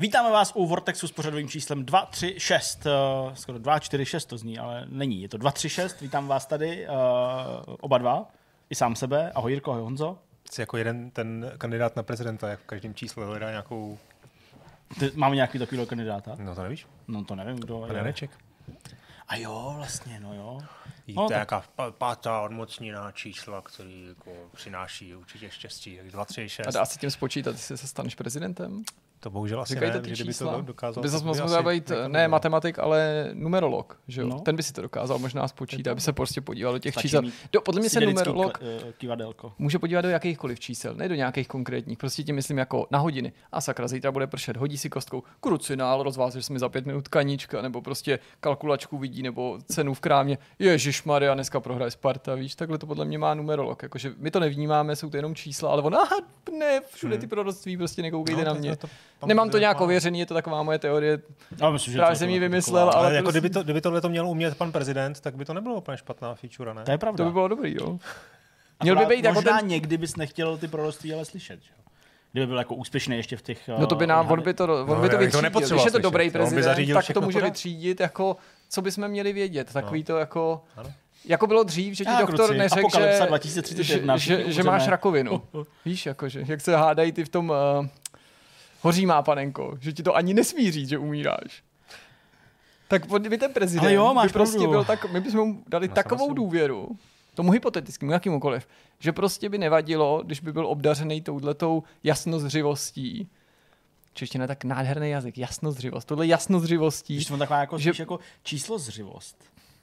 Vítáme vás u Vortexu s pořadovým číslem 236. Skoro 246 to zní, ale není. Je to 236. Vítám vás tady oba dva, i sám sebe. Ahoj Jirko, ahoj Honzo. Jsi jako jeden ten kandidát na prezidenta, jak v každém čísle hledá nějakou... Máme nějaký takovýhle kandidáta? No to nevíš? No to nevím, kdo je. Janeček. A jo, vlastně, no jo. To je nějaká pátá odmocněná čísla, který jako přináší určitě štěstí. Tak 2, 3, 6. A dá se tím spočítat, jestli se staneš prezidentem? To bohužel asi Říkají ne, ty že kdyby čísla. to dokázal. By zase mohl být ne matematik, ale numerolog. Že jo? No. Ten by si to dokázal možná spočítat, aby se prostě podíval do těch Stačí čísel. Podle mě se symbolický numerolog kivadelko. může podívat do jakýchkoliv čísel, ne do nějakých konkrétních. Prostě tím myslím jako na hodiny. A sakra, zítra bude pršet, hodí si kostkou krucinál, rozvázeš mi za 5 minut kaníčka, nebo prostě kalkulačku vidí, nebo cenu v krámě. Ježišmarja, dneska prohraje Sparta, víš, takhle to podle mě má numerolog. Jakože my to nevnímáme, jsou to jenom čísla, ale ona, ne, všude ty proroctví, prostě nekoukejte na mě. Nemám to nějak ověřený, je to taková moje teorie. Právě jsem ji vymyslel, ale jako prostě... kdyby tohle to měl umět pan prezident, tak by to nebylo úplně špatná feature, ne? To je pravda. To by bylo dobrý, jo. Měl by být jako možná ten... někdy bys nechtěl ty proroctví ale slyšet, jo. Kdyby byl jako úspěšný ještě v těch... No to by nám, on by to vytřídil. Když je to dobrý prezident, tak to může vytřídit jako, co bychom měli vědět. Takový to jako... Jako bylo dřív, že ti doktor neřekl, že máš rakovinu. Víš, jakože, jak se hádají ty v tom... Hoří má panenko, že ti to ani nesmí říct, že umíráš. Tak by ten prezident jo, by prostě byl tak, my bychom mu dali takovou důvěru, tomu hypotetickému, jakýmukoliv, že prostě by nevadilo, když by byl obdařený touhletou jasnozřivostí. Čiže ne tak nádherný jazyk, jasnozřivost. Tohle jasnozřivostí. Když jsme taková jako, že... jako číslozřivost.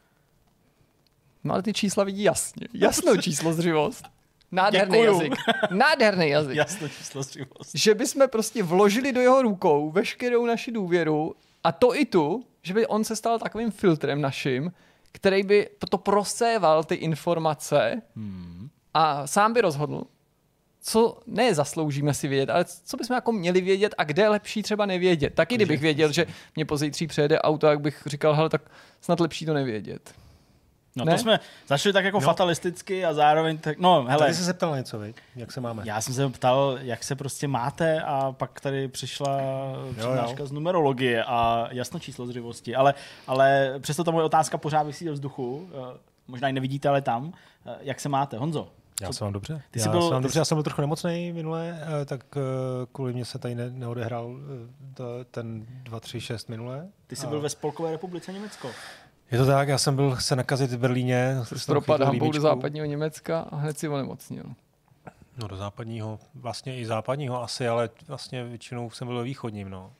No ale ty čísla vidí jasně. Jasnou číslozřivost. Nádherný jazyk. Nádherný jazyk. Jasno číslozřivost. Že bychom prostě vložili do jeho rukou veškerou naši důvěru a to i tu, že by on se stal takovým filtrem naším, který by to proséval ty informace a sám by rozhodl, co ne zasloužíme si vědět, ale co bychom jako měli vědět a kde je lepší třeba nevědět. Taky kdybych věděl, že mě pozítří přejede auto, jak bych říkal, hele, tak snad lepší to nevědět. No ne? To jsme začali tak jako fatalisticky a zároveň tak, no hele. Tady jsi se ptal na něco, viď? Jak se máme? Já jsem se ptal, jak se prostě máte a pak tady přišla přednáška z numerologie a jasno číslozřivosti, ale přesto ta moje otázka pořád visí do vzduchu, možná ji nevidíte, ale tam, jak se máte, Honzo? Já jsem vám dobře. Já jsem byl trochu nemocnej minule, tak kvůli mě se tady neodehrál ten 236 minule. Ty jsi byl ve Spolkové republice Německo. Je to tak, já jsem byl se nakazit v Berlíně. Propad hambou do západního Německa a hned si onemocnil. No do západního, vlastně i západního asi, ale vlastně většinou jsem byl ve východním, no.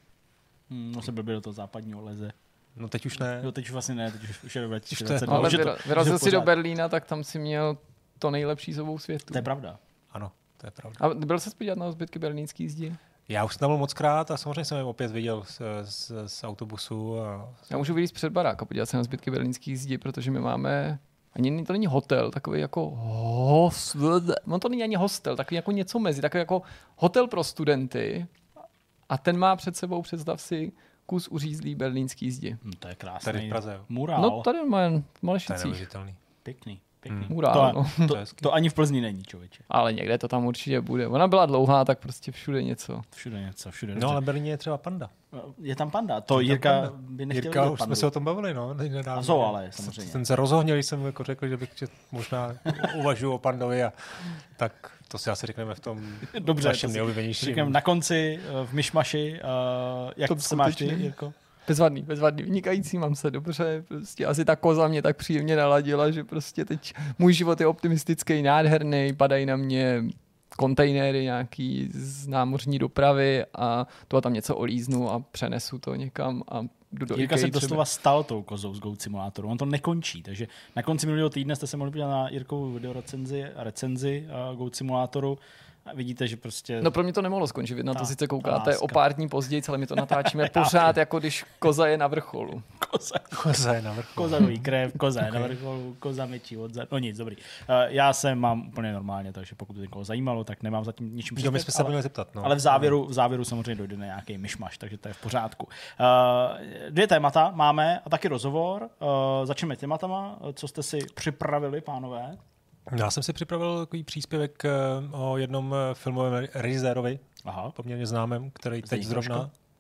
No se blbě do toho západního leze. No teď už ne. Jo, teď už vlastně ne, teď už je 2022. Ale vyrazil si do Berlína, tak tam si měl to nejlepší z obou světů. To je pravda. Ano, to je pravda. A byl jsi podívat na zbytky berlínský zdi? Já už jsem tam byl mockrát a samozřejmě jsem je opět viděl z autobusu. Já můžu vyjít před barák a podívat se na zbytky berlínských zdi, protože my máme, ani to není hotel, takový jako hostel, no to není ani hostel, takový jako něco mezi, takový jako hotel pro studenty a ten má před sebou, představ si, kus uřízlý berlínský zdi. No, to je krásný. Tady v Praze, jo. Murál. No tady má v Malešicích. To je neuvěřitelný. Pěkný. Murál, to ani v Plzni není, člověče. Ale někde to tam určitě bude. Ona byla dlouhá, tak prostě všude něco. Všude. No ale v Berlíně je třeba panda. Je tam panda. To Jirka by nechtěl Jirka, už jsme se o tom bavili, no. A jsou ale, samozřejmě. Ten se rozohnil, když jsem jako řekl, že bych možná uvažuji o pandovi a tak to si asi řekneme v tom našem nejoblíbenějším. Řekneme na konci v myšmaši. Jak se máš ty, Jirko? Bezvadný, vynikající, mám se dobře, prostě asi ta koza mě tak příjemně naladila, že prostě teď můj život je optimistický, nádherný, padají na mě kontejnery nějaký z námořní dopravy a to a tam něco olíznu a přenesu to někam a jdu do Jirka se doslova stal tou kozou z Goat Simulatoru, on to nekončí, takže na konci minulého týdne jste se mohli podívat na Jirkovou recenzi Goat Simulatoru. A vidíte, že prostě... No pro mě to nemohlo skončit, vy na to sice koukáte o pár dní později, ale my to natáčíme pořád, jako když koza je na vrcholu. Koza je na vrcholu. Koza dojí krev, koza je na vrcholu, koza mečí odzad. No nic, dobrý. Já se mám úplně normálně, takže pokud to někoho zajímalo, tak nemám zatím ničím přispět. My jsme se měli zeptat. No. Ale v závěru samozřejmě dojde na nějaký myšmaš, takže to je v pořádku. 2 témata máme a taky rozhovor. Začneme tématama. Co jste si připravili, pánové? Já jsem si připravil takový příspěvek o jednom filmovém režisérovi, poměrně známém, který teď zrovna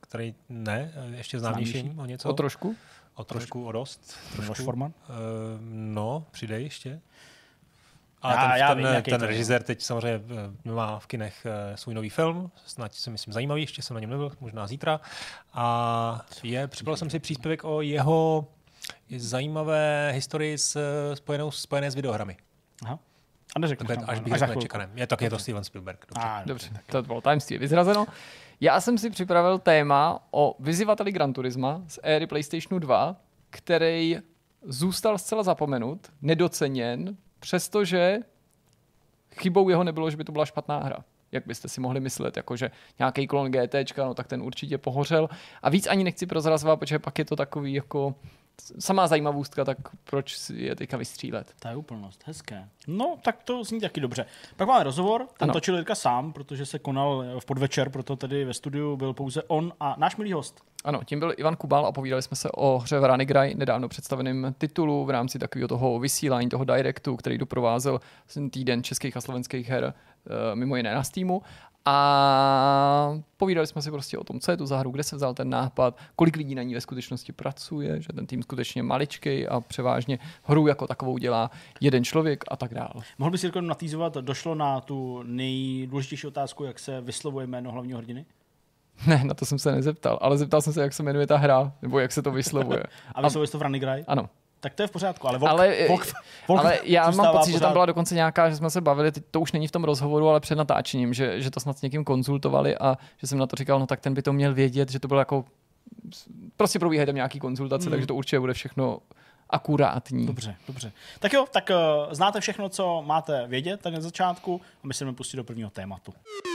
který ne, ještě známější o něco. O trošku? O dost. Miloš Forman? No, přidej ještě. A ten režisér teď samozřejmě má v kinech svůj nový film, snad se myslím zajímavý, ještě jsem na něm nebyl, možná zítra. A připravil jsem si příspěvek o jeho zajímavé historii spojené s videohrami. Aha. A neřeknu. Až bych řekl nečekané. Je to Steven Spielberg. Dobře. To bylo tajemství vyzrazeno. Já jsem si připravil téma o vyzývateli Gran Turisma z éry PlayStationu 2, který zůstal zcela zapomenut, nedoceněn, přestože chybou jeho nebylo, že by to byla špatná hra. Jak byste si mohli myslet, jakože nějaký klon GTčka, no tak ten určitě pohořel. A víc ani nechci prozrazovat, protože pak je to takový jako samá zajímavostka, tak proč je teďka vystřílet? To je úplnost, hezké. No, tak to zní taky dobře. Pak máme rozhovor, ten točil Jirka sám, protože se konal v podvečer, proto tedy ve studiu byl pouze on a náš milý host. Ano, tím byl Ivan Kubal a povídali jsme se o hře Vranigraj, nedávno představeném titulu v rámci takového toho vysílání, toho directu, který doprovázel týden českých a slovenských her, mimo jiné na Steamu. A povídali jsme si prostě o tom, co je to za hru, kde se vzal ten nápad, kolik lidí na ní ve skutečnosti pracuje, že ten tým skutečně maličkej a převážně hru jako takovou dělá jeden člověk a tak dále. Mohl bys Jirko natýzovat, došlo na tu nejdůležitější otázku, jak se vyslovuje jméno hlavního hrdiny? Ne, na to jsem se nezeptal, ale zeptal jsem se, jak se jmenuje ta hra, nebo jak se to vyslovuje. A vyslovuje to Vranigraj? Ano. Tak to je v pořádku, ale ale já mám pocit, že tam byla dokonce nějaká, že jsme se bavili, teď to už není v tom rozhovoru, ale před natáčením, že to snad s někým konzultovali a že jsem na to říkal, no tak ten by to měl vědět, že to bylo jako, prostě probíhají tam nějaký konzultace, takže to určitě bude všechno akurátní. Dobře. Tak jo, tak znáte všechno, co máte vědět tak na začátku a my se jdeme pustit do prvního tématu.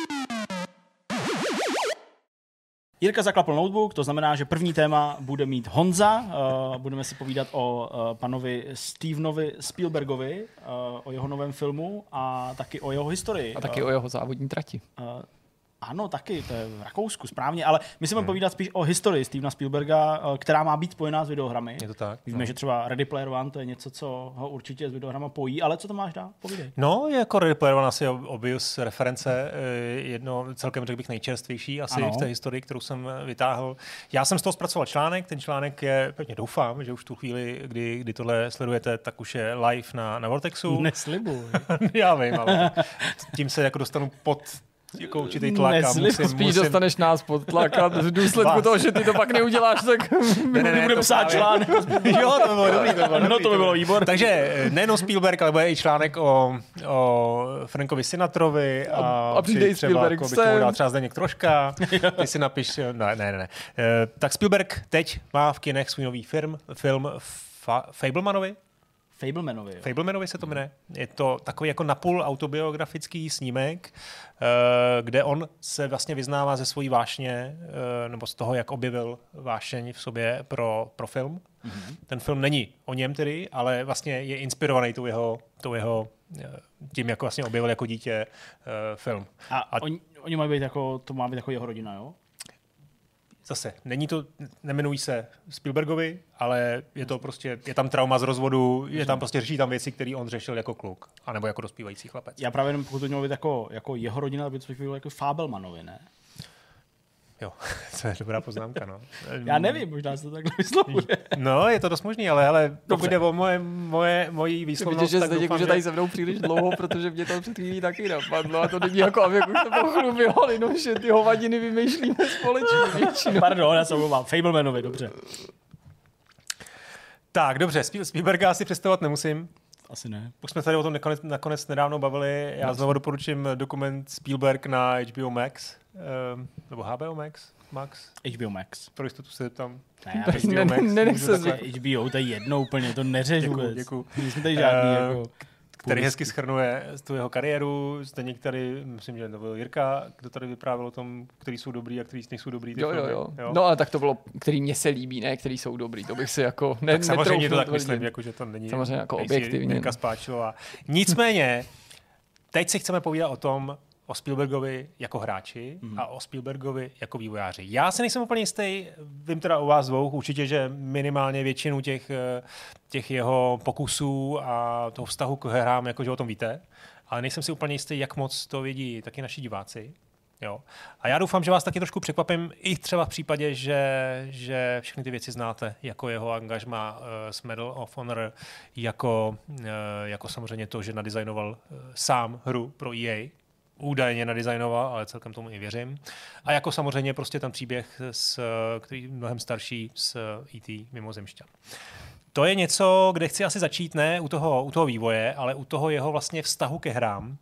Jirka zaklapl notebook, to znamená, že první téma bude mít Honza. Budeme si povídat o panovi Stevenovi Spielbergovi, o jeho novém filmu a taky o jeho historii. A taky o jeho závodní trati. Ano, taky, to je v Rakousku, správně, ale my si budeme povídat spíš o historii Stevena Spielberga, která má být spojená s videohrami. Je to tak. Víme, že třeba Ready Player One to je něco, co ho určitě s videohrama pojí, ale co to máš dál? Povídej. No, jako Ready Player One asi obvious reference, jedno celkem řekl bych nejčerstvější asi v té historii, kterou jsem vytáhl. Já jsem z toho zpracoval článek, ten článek je, pevně doufám, že už tu chvíli, kdy tohle sledujete, tak už je live na Vortexu. Neslibuj. Já vím, ale tím se jako dostanu pod jako určitý tlak a musím... dostaneš nás pod tlak a v důsledku toho, že ty to pak neuděláš, tak my budeme psát článek. Jo, to bylo dobrý. To by bylo výbor. Takže nejenom Spielberg, ale bude i článek o Frankovi Sinatrovi a přijde Spielberg jako bych tomu dal třeba Zdeněk Troška. Ty si napiš... Ne. Tak Spielberg teď má v kinech svůj nový film Fablemanovi. Fablemanovi se to jmenuje. Je to takový jako napůl autobiografický snímek, kde on se vlastně vyznává ze svojí vášně, nebo z toho, jak objevil vášeň v sobě pro film. Mm-hmm. Ten film není o něm tedy, ale vlastně je inspirovaný tou jeho tím, jak vlastně objevil jako dítě film. A oni mají být jako, to má být jako jeho rodina, jo? Zase, nemenují se Spielbergovi, ale je to prostě, je tam trauma z rozvodu, řeší tam věci, které on řešil jako kluk, anebo jako dospívající chlapec. Já právě jenom pokud to mělo být jako jeho rodina, tak by to bylo jako Fabelmanovi, ne? Jo, to je dobrá poznámka, no. Já nevím, možná se to takhle vyslovuje. No, je to dost možný, ale pokud jde o moji výslovnost, vidíš, že Zdeněk už je tady se mnou příliš dlouho, protože mě to před chvílí taky napadlo a to není jako, aby už se pochlubilo, jenom že ty hovadiny vymýšlíme společně většinou. Pardon, já se omlouvám, Fablemanovi, dobře. Tak, dobře, Spielberga asi představovat nemusím. Asi ne. Už jsme tady o tom nakonec nedávno bavili. Já znovu doporučím dokument Spielberg na HBO Max. Nebo HBO Max? HBO Max. Pro jistotu se tam. Nenech se HBO, to je jedno úplně, to neřeš. Děkuju. Nejsme tady žádný jako... Který hezky shrnuje tu jeho kariéru. Zdeněk tady, myslím, že to byl Jirka, kdo tady vyprávěl o tom, který jsou dobrý a který nejsou dobrý. Jo. No ale tak to bylo, který mě se líbí, ne, který jsou dobrý. To bych si jako tak samozřejmě to tak myslím, jako, že to není samozřejmě jako objektivně. Jirka Spáčilová. Nicméně, teď si chceme povídat o Spielbergovi jako hráči a o Spielbergovi jako vývojáři. Já si nejsem úplně jistý, vím teda o vás dvou, určitě, že minimálně většinu těch jeho pokusů a toho vztahu k hrám, jakože o tom víte, ale nejsem si úplně jistý, jak moc to vědí taky naši diváci. Jo. A já doufám, že vás taky trošku překvapím, i třeba v případě, že všechny ty věci znáte, jako jeho angažma s Medal of Honor, jako samozřejmě to, že nadizajnoval sám hru pro EA, údajně nadizajnoval, ale celkem tomu i věřím. A jako samozřejmě prostě ten příběh, který je mnohem starší s E.T. mimozemšťan. To je něco, kde chci asi začít, ne u toho vývoje, ale u toho jeho vlastně vztahu ke hrám.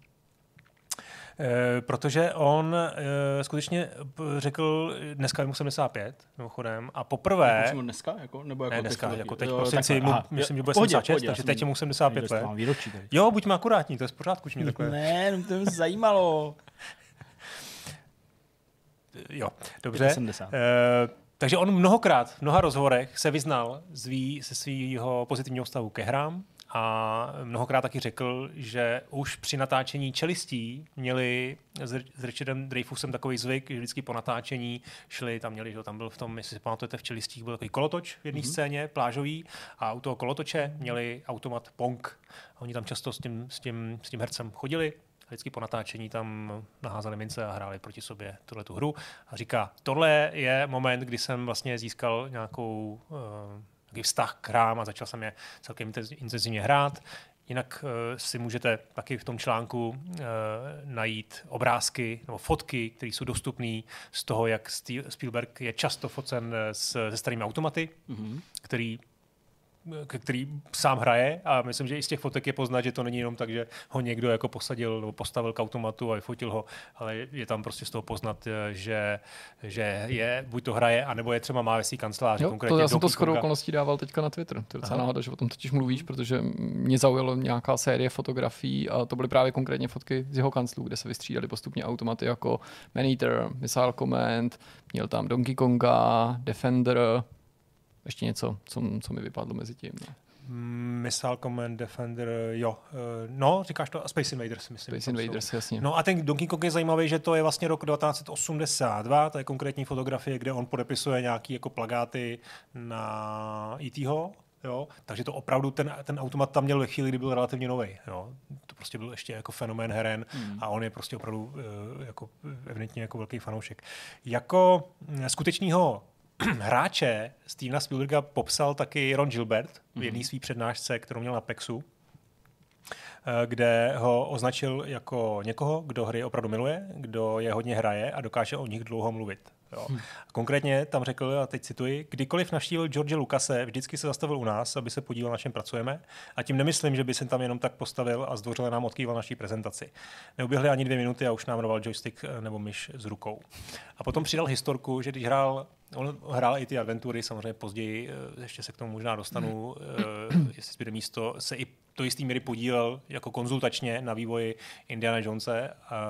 Protože on skutečně řekl, dneska je mu 75, mimochodem, a poprvé... Jako dneska? Nebo jako ne, dneska, jako teď prosinci, myslím, že bude 76, takže teď je mu 75 let. Jo, buďme akurátní, to je v pořádku, že mě takhle... Ne, to mě zajímalo. Jo, dobře. Takže on mnohokrát, v mnoha rozhovorech se vyznal ze svého pozitivního vztahu ke hrám a mnohokrát taky řekl, že už při natáčení Čelistí měli s Richardem Dreyfussem takový zvyk, že vždycky po natáčení šli, tam byl v tom, jestli si pamatujete, v Čelistích byl takový kolotoč v jedné scéně, plážový, a u toho kolotoče měli automat Pong. A oni tam často s tím hercem chodili. Vždycky po natáčení tam naházeli mince a hráli proti sobě tuhletu hru. A říká, tohle je moment, kdy jsem vlastně získal nějaký vztah k hrám a začal jsem je celkem intenzivně hrát. Jinak si můžete taky v tom článku najít obrázky nebo fotky, které jsou dostupné z toho, jak Spielberg je často focen se starými automaty, který sám hraje, a myslím, že i z těch fotek je poznat, že to není jenom tak, že ho někdo jako posadil nebo postavil k automatu a vyfotil ho, ale je tam prostě z toho poznat, že je buď to hraje, anebo je třeba má ve svý kanceláři. To já jsem to shodou okolností dával teďka na Twitter. To je docela náhoda, že o tom totiž mluvíš, protože mě zaujalo nějaká série fotografií a to byly právě konkrétně fotky z jeho kanclů, kde se vystřídali postupně automaty jako Maneater, Missile Command, měl tam Donkey Konga, Defender, ještě něco, co mi vypadlo mezi tím. No. Missile Command, Defender, jo. No, říkáš to, Space Invaders, myslím. Space Invaders, jasně. No a ten Donkey Kong je zajímavý, že to je vlastně rok 1982, to je konkrétní fotografie, kde on podepisuje nějaký jako plakáty na E.T.ho, jo. Takže to opravdu ten automat tam měl ve chvíli, kdy byl relativně nový. To prostě byl ještě jako fenomén heren a on je prostě opravdu jako evidentně jako velký fanoušek. Jako skutečného hráče Stevena Spielberga popsal taky Ron Gilbert v jedné své přednášce, kterou měl na PEXu, kde ho označil jako někoho, kdo hry opravdu miluje, kdo je hodně hraje a dokáže o nich dlouho mluvit. Jo. Konkrétně tam řekl, a teď cituji, kdykoliv navštívil George Lucase, vždycky se zastavil u nás, aby se podíval, na čem pracujeme, a tím nemyslím, že by se tam jenom tak postavil a zdvořile nám odkýval naší prezentaci. Neuběhly ani 2 minuty a už nám roval joystick nebo myš s rukou. A potom přidal historku, že když on hrál i ty adventury, samozřejmě později, ještě se k tomu možná dostanu, jestli zbyde místo, se i do jistý míry podílel jako konzultačně na vývoji Indiana Jonese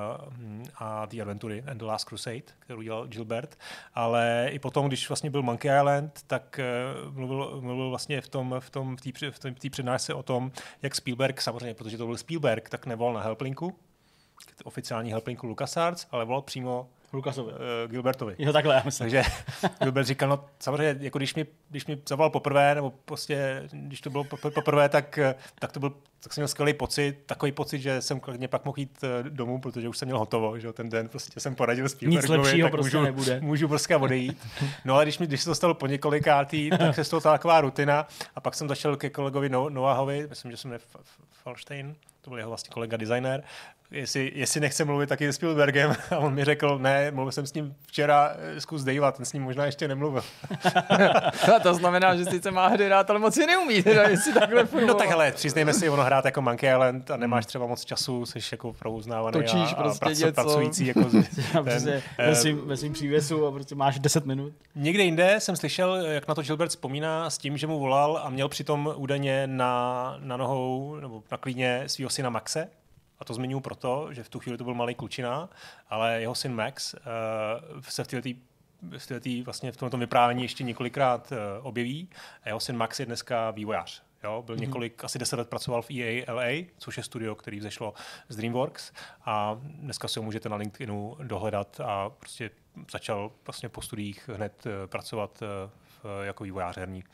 a ty adventury And the Last Crusade, kterou dělal Gilbert, ale i potom, když vlastně byl Monkey Island, tak mluvil vlastně v té přednášce o tom, jak Spielberg, samozřejmě, protože to byl Spielberg, tak nevolal na Helplinku, oficiální Helplinku LucasArts, ale volal přímo Gilbertovi. Jo, takhle, já myslím. Takže Gilbert říkal, no samozřejmě, jako když mi zavolal poprvé, nebo prostě, když to bylo poprvé, tak jsem měl skvělý pocit, takový pocit, že jsem klidně pak mohl jít domů, protože už jsem měl hotovo, že ten den prostě jsem poradil Spielbergovi, nic lepšího tak prostě nebude. Můžu prostě odejít. No ale když se to stalo po několikátý, tak se z toho taková rutina, a pak jsem začal ke kolegovi Noahovi, myslím, že se jmenuje Falstein, to byl jeho vlastně kolega designer, jestli nechce mluvit taky se Spielbergem, a on mi řekl, ne, mluvil jsem s ním včera, zkus Dejva, ten s ním možná ještě nemluvil. To znamená, že sice má hry rád, ale moc si neumí, teda, jestli takhle fungoval. No tak hele, přiznejme si, ono hrát jako Monkey Island a nemáš třeba moc času, jsi jako prouznávaný točíš prostě pracující jako ve svým přívěsu a prostě máš 10 minut. Někde jinde jsem slyšel, jak na to Gilbert vzpomíná, s tím, že mu volal a měl přitom údajně na nohou nebo na klíně svého syna Maxe. A to zmiňuji proto, že v tu chvíli to byl malý klučina, ale jeho syn Max se vlastně v tomto vyprávění ještě několikrát objeví, a jeho syn Max je dneska vývojář. Jo? Byl asi 10 let pracoval v EA LA, což je studio, který vzešlo z DreamWorks, a dneska si ho můžete na LinkedInu dohledat a prostě začal vlastně po studiích hned pracovat jako vývojář herní.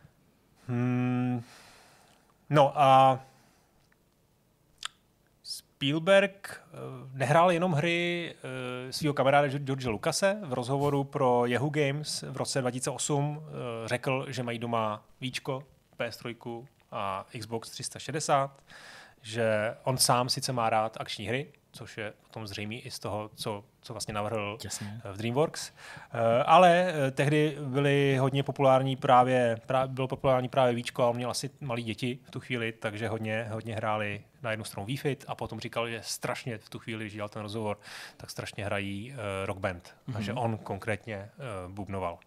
No a Spielberg nehrál jenom hry svého kamaráda George Lucase. V rozhovoru pro Yahoo Games v roce 2008 řekl, že mají doma víčko, PS3 a Xbox 360, že on sám sice má rád akční hry, což je potom zřejmé i z toho, co vlastně navrhl v DreamWorks. Ale tehdy bylo populární právě víčko a on měl asi malý děti v tu chvíli, takže hodně hráli na jednu stranu Wii Fit a potom říkal, že strašně v tu chvíli, když dělal ten rozhovor, tak strašně hrají Rock Band. A že on konkrétně bubnoval.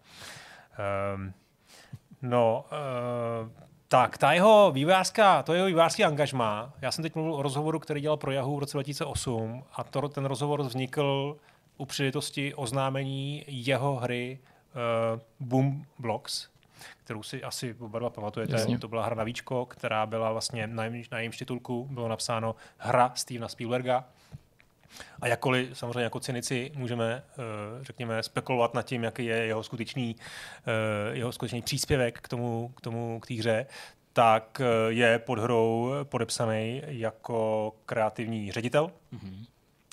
Tak, to jeho vývojářský angažmá, já jsem teď mluvil o rozhovoru, který dělal pro Yahoo v roce 2008 a ten rozhovor vznikl u příležitosti oznámení jeho hry Boom Blocks, kterou si asi oba dva pamatujete. Jasně. To byla hra na víčko, která byla vlastně na jejímž titulku bylo napsáno hra Stevena Spielberga. A jakkoliv samozřejmě jako cynici můžeme, řekněme, spekulovat nad tím, jaký je jeho skutečný příspěvek k té hře, tak je pod hrou podepsaný jako kreativní ředitel. Mm-hmm.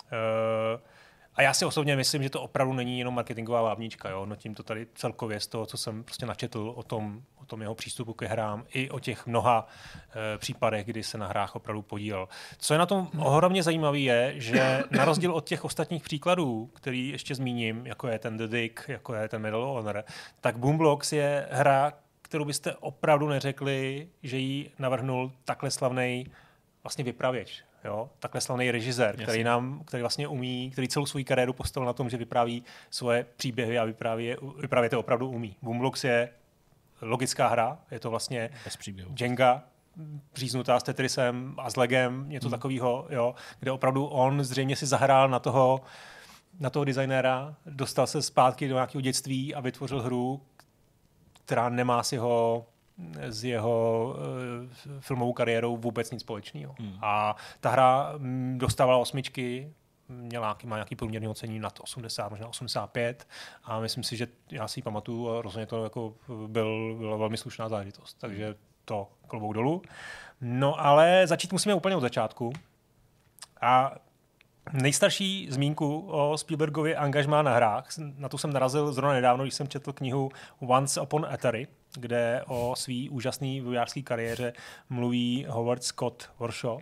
A já si osobně myslím, že to opravdu není jenom marketingová vábnička. Jo? Tím to tady celkově z toho, co jsem prostě načetl o tom jeho přístupu ke hrám, i o těch mnoha případech, kdy se na hrách opravdu podílel. Co je na tom ohromně zajímavé je, že na rozdíl od těch ostatních příkladů, který ještě zmíním, jako je ten The Dick, jako je ten Medal of Honor, tak Boom Blocks je hra, kterou byste opravdu neřekli, že ji navrhnul takhle slavnej vlastně vypravěč. Jo, takhle slavný režisér, který vlastně umí, který celou svou kariéru postavil na tom, že vypráví svoje příběhy a vyprávět to opravdu umí. Boom Blocks je logická hra, je to vlastně Jenga, příznutá s Tetrisem a s Legem, něco takového, jo, kde opravdu on zřejmě si zahrál na toho designéra, dostal se zpátky do nějakého dětství a vytvořil hru, která nemá s jeho filmovou kariérou vůbec nic společného. A ta hra dostávala 8, má nějaký průměrný ocenění nad 80, možná 85 a myslím si, že já si ji pamatuju a rozhodně to jako byla velmi slušná záležitost. Takže to klobouk dolů. No ale začít musíme úplně od začátku. A nejstarší zmínku o Spielbergově angažmá na hrách, na to jsem narazil zrovna nedávno, když jsem četl knihu Once Upon Atari, kde o svý úžasný vývojářské kariéře mluví Howard Scott Warshaw,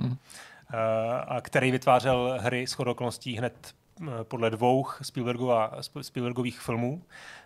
který vytvářel hry shodou okolností hned podle 2 Spielbergových filmů.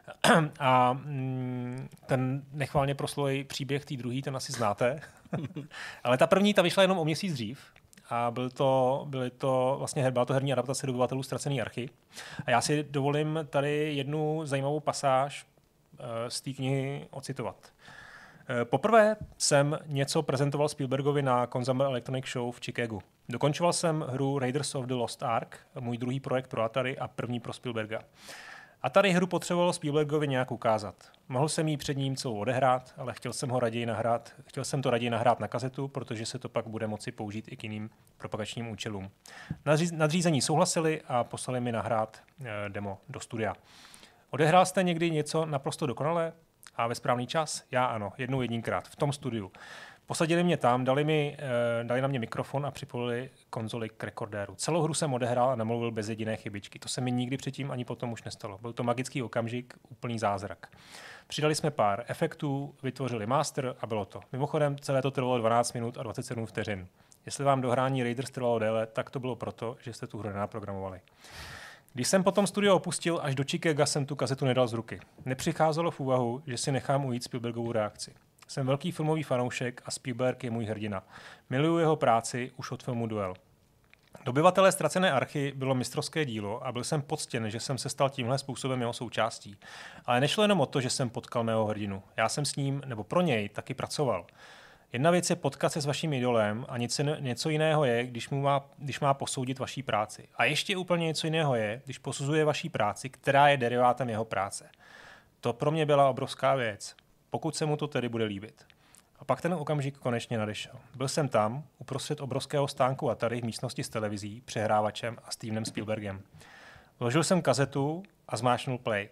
A ten nechválně proslulý příběh té druhé, ten asi znáte. Ale ta první, ta vyšla jenom o měsíc dřív. A byla to herní adaptace Dobývatelů ztracené archy. A já si dovolím tady jednu zajímavou pasáž z té knihy ocitovat. Poprvé jsem něco prezentoval Spielbergovi na Consumer Electronic Show v Chicagu. Dokončoval jsem hru Raiders of the Lost Ark, můj druhý projekt pro Atari a první pro Spielberga. Atari hru potřeboval Spielbergovi nějak ukázat. Mohl jsem jí před ním celou odehrát, ale chtěl jsem to raději nahrát na kazetu, protože se to pak bude moci použít i k jiným propagačním účelům. Nadřízení souhlasili a poslali mi nahrát demo do studia. Odehrál jste někdy něco naprosto dokonalé? A ve správný čas? Já ano, jedinkrát, v tom studiu. Posadili mě tam, dali na mě mikrofon a připojili konzoli k rekordéru. Celou hru jsem odehrál a namluvil bez jediné chybičky. To se mi nikdy předtím ani potom už nestalo. Byl to magický okamžik, úplný zázrak. Přidali jsme pár efektů, vytvořili master a bylo to. Mimochodem, celé to trvalo 12 minut a 27 vteřin. Jestli vám dohrání Raiders trvalo déle, tak to bylo proto, že jste tu hru nenaprogramovali. Když jsem potom studio opustil, až do Chicaga jsem tu kazetu nedal z ruky. Nepřicházelo v úvahu, že si nechám ujít Spielbergovu reakci. Jsem velký filmový fanoušek a Spielberg je můj hrdina. Miluju jeho práci už od filmu Duel. Dobyvatelé ztracené archy bylo mistrovské dílo a byl jsem poctěn, že jsem se stal tímhle způsobem jeho součástí. Ale nešlo jenom o to, že jsem potkal mého hrdinu. Já jsem s ním, nebo pro něj, taky pracoval. Jedna věc je potkat se s vaším idolem a něco jiného je, když má posoudit vaší práci. A ještě úplně něco jiného je, když posuzuje vaší práci, která je derivátem jeho práce. To pro mě byla obrovská věc, pokud se mu to tedy bude líbit. A pak ten okamžik konečně nadešel. Byl jsem tam, uprostřed obrovského stánku Atari v místnosti s televizí, přehrávačem a Stevenem Spielbergem. Vložil jsem kazetu a zmáčknul play.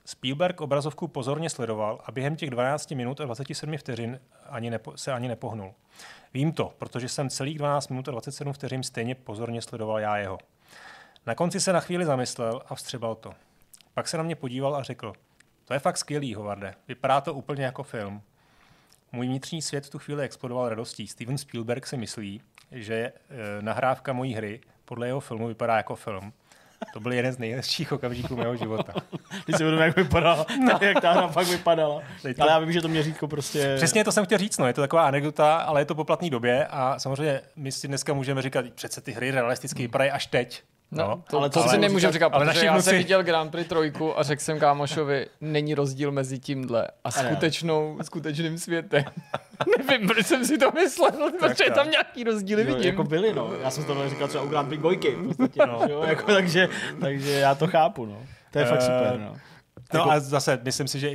Spielberg obrazovku pozorně sledoval a během těch 12 minut a 27 vteřin se ani nepohnul. Vím to, protože jsem celých 12 minut a 27 vteřin stejně pozorně sledoval já jeho. Na konci se na chvíli zamyslel a vstřebal to. Pak se na mě podíval a řekl, to je fakt skvělý, Howarde, vypadá to úplně jako film. Můj vnitřní svět v tu chvíli explodoval radostí. Steven Spielberg si myslí, že nahrávka mojí hry podle jeho filmu vypadá jako film. To byl jeden z nejhezčích okamžiků mého života. Když si uvědomím, jak vypadala, jak ta hra fakt vypadala. Ale já vím, že to měřítko prostě... Přesně to jsem chtěl říct, no. Je to taková anekdota, ale je to po platné době a samozřejmě my si dneska můžeme říkat, přece ty hry realisticky vypadají až teď. No, ale to si nemůžeme říkat, protože já jsem viděl Grand Prix 3 a řekl jsem kámošovi, není rozdíl mezi tímhle a skutečným světem. Nevím, proč jsem si to myslel, protože tam nějaký rozdíly vidím. Jako byly, no. Já jsem to říkal třeba u Grand Prix 2, no. Jo, jako, takže já to chápu, no. To je fakt super, no. No jako... a zase myslím si, že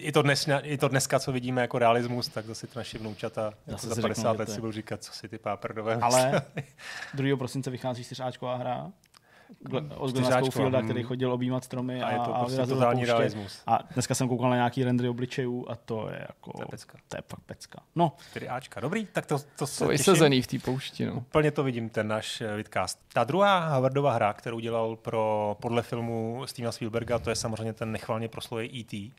i to dneska, co vidíme jako realismus, tak zase ty naši vnoučata jako za 50 let si budou říkat, co si ty páprdové. Ale 2. prosince vychází 4áčková hra od Glenna Schofielda, který chodil objímat stromy a je to prostě vyrazil totální realismus. A dneska jsem koukal na nějaký rendry obličejů a to je jako... To je fakt pecka. No. 4áčka, dobrý, tak to se těším. Vysazený v té poušti, no. Úplně to vidím, ten náš vidcast. Ta druhá Howardova hra, kterou dělal podle filmu Stevena Spielberga, to je samozřejmě ten nechvalně proslulý E.T.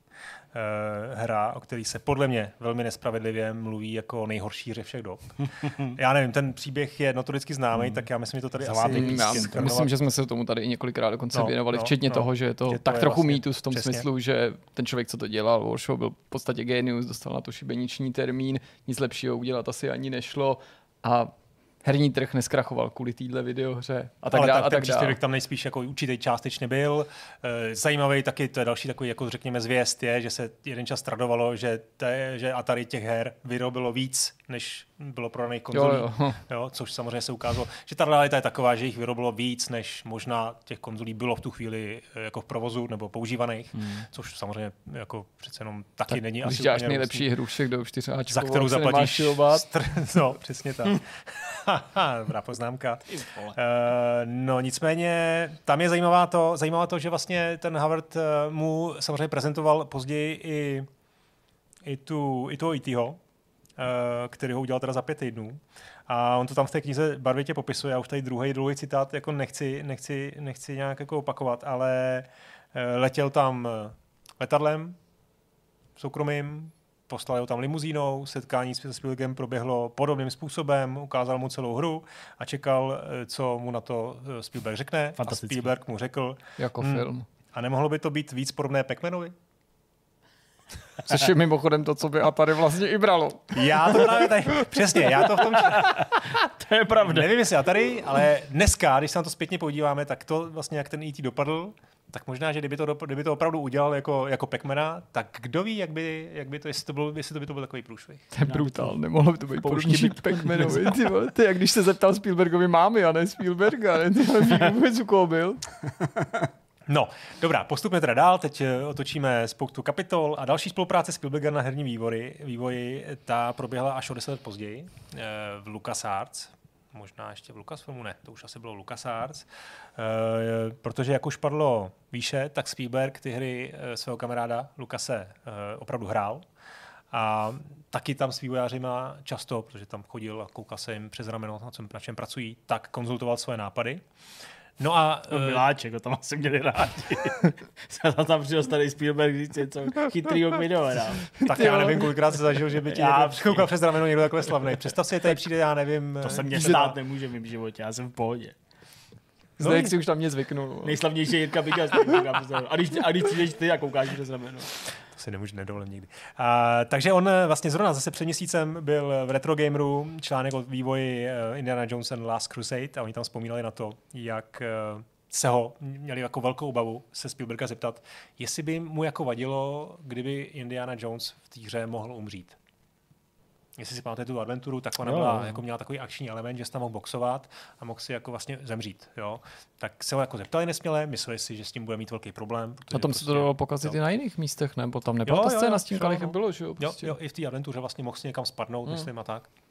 Hra, o který se podle mě velmi nespravedlivě mluví jako nejhorší hře všech dob. Já nevím, ten příběh je notoricky známý, tak já myslím, že to tady myslím, že jsme se tomu tady i několikrát dokonce věnovali, včetně toho, že je to tak trochu mýtus v tom smyslu, že ten člověk, co to dělal, Warsaw, byl v podstatě genius, dostal na to šibeniční termín, nic lepšího udělat asi ani nešlo a herní trh neskrachoval kvůli téhle videohře a tak dále. Ten příspěvek tam nejspíš jako určitý částečně byl. Zajímavý taky, to je další takový, jako řekněme, zvěst je, že se jeden čas tradovalo, že Atari těch her vyrobilo víc, než bylo prodaných konzolí. Jo, což samozřejmě se ukázalo, že ta realita je taková, že jich vyrobilo víc, než možná těch konzolí bylo v tu chvíli jako v provozu nebo používaných, což samozřejmě jako přece jenom taky tak není asi úplně nejlepší nejlepší hru všech do 4áčkovou, za kterou zaplatíš. No, přesně tak. Dobrá poznámka. No nicméně, tam je zajímavá to, že vlastně ten Howard mu samozřejmě prezentoval později i toho E.T.ho, který ho udělal teda za 5 týdnů. A on to tam v té knize barvitě popisuje. Já už tady druhý citát jako nechci nějak jako opakovat, ale letěl tam letadlem soukromým, poslali ho tam limuzínou, setkání se Spielbergem proběhlo podobným způsobem, ukázal mu celou hru a čekal, co mu na to Spielberg řekne. A Spielberg mu řekl... Jako film. A nemohlo by to být víc podobné Pac-Manovi? Což je mimochodem to, co by Atari vlastně i bralo. Já to právě tady... Přesně, já to v tom... To je pravda. Nevím, jestli Atari, ale dneska, když se na to zpětně podíváme, tak to vlastně, jak ten E.T. dopadl, tak možná, že kdyby to opravdu udělal jako Pac-Mana, tak kdo ví, jak by to, jestli by to byl takový průšvih. To je brutál, nemohlo by to být podobný Pac-Manovi. Ty, jak když se zeptal Spielbergovi mámy a ne Spielberga, ne? Ty vůbec u koho byl. No, dobrá, postupně teda dál, teď otočíme spoustu kapitol a další spolupráce Spielberga na herní vývoji, ta proběhla až o 10 let později v LucasArts. Možná ještě v Lucasfilmu, ne, to už asi bylo LucasArts, protože jak už padlo výše, tak Spielberg ty hry svého kamaráda Lucase opravdu hrál a taky tam s vývojářima často, protože tam chodil a koukal se jim přes rameno, na čem pracují, tak konzultoval svoje nápady. No a... Miláček, tam asi měli rádi. Se tam přišel starý Spielberg říct něco chytrýho k video. Tak já nevím, kolikrát se zažil, že by ti koukal přes rameno někdo takhle slavnej. Představ si, tady přijde, já nevím... To se mě stát nemůže v mém životě, já jsem v pohodě. No, jak si už tam mě zvyknul. Nejslavnější Jirka Bigas. A když přijdeš ty a koukáš přes rameno. Si nemůžu nedovolit nikdy. Takže on vlastně zrovna zase před měsícem byl v Retro Gameru článek o vývoji Indiana Jones and Last Crusade a oni tam vzpomínali na to, jak se ho měli jako velkou obavu se Spielberga zeptat, jestli by mu jako vadilo, kdyby Indiana Jones v té hře mohl umřít. Jestli si pamatujete tu adventuru, tak ona byla, jako měla takový akční element, že se tam mohl boxovat a mohl si jako vlastně zemřít. Jo? Tak se ho jako zeptali nesměle, mysleli si, že s tím bude mít velký problém. A tom se to dalo pokazit i na jiných místech, nebo tam nebyla ta scéna s tím kalichem bylo, že jo? Prostě. Jo, i v té adventuře vlastně mohl si někam spadnout, myslím a tak.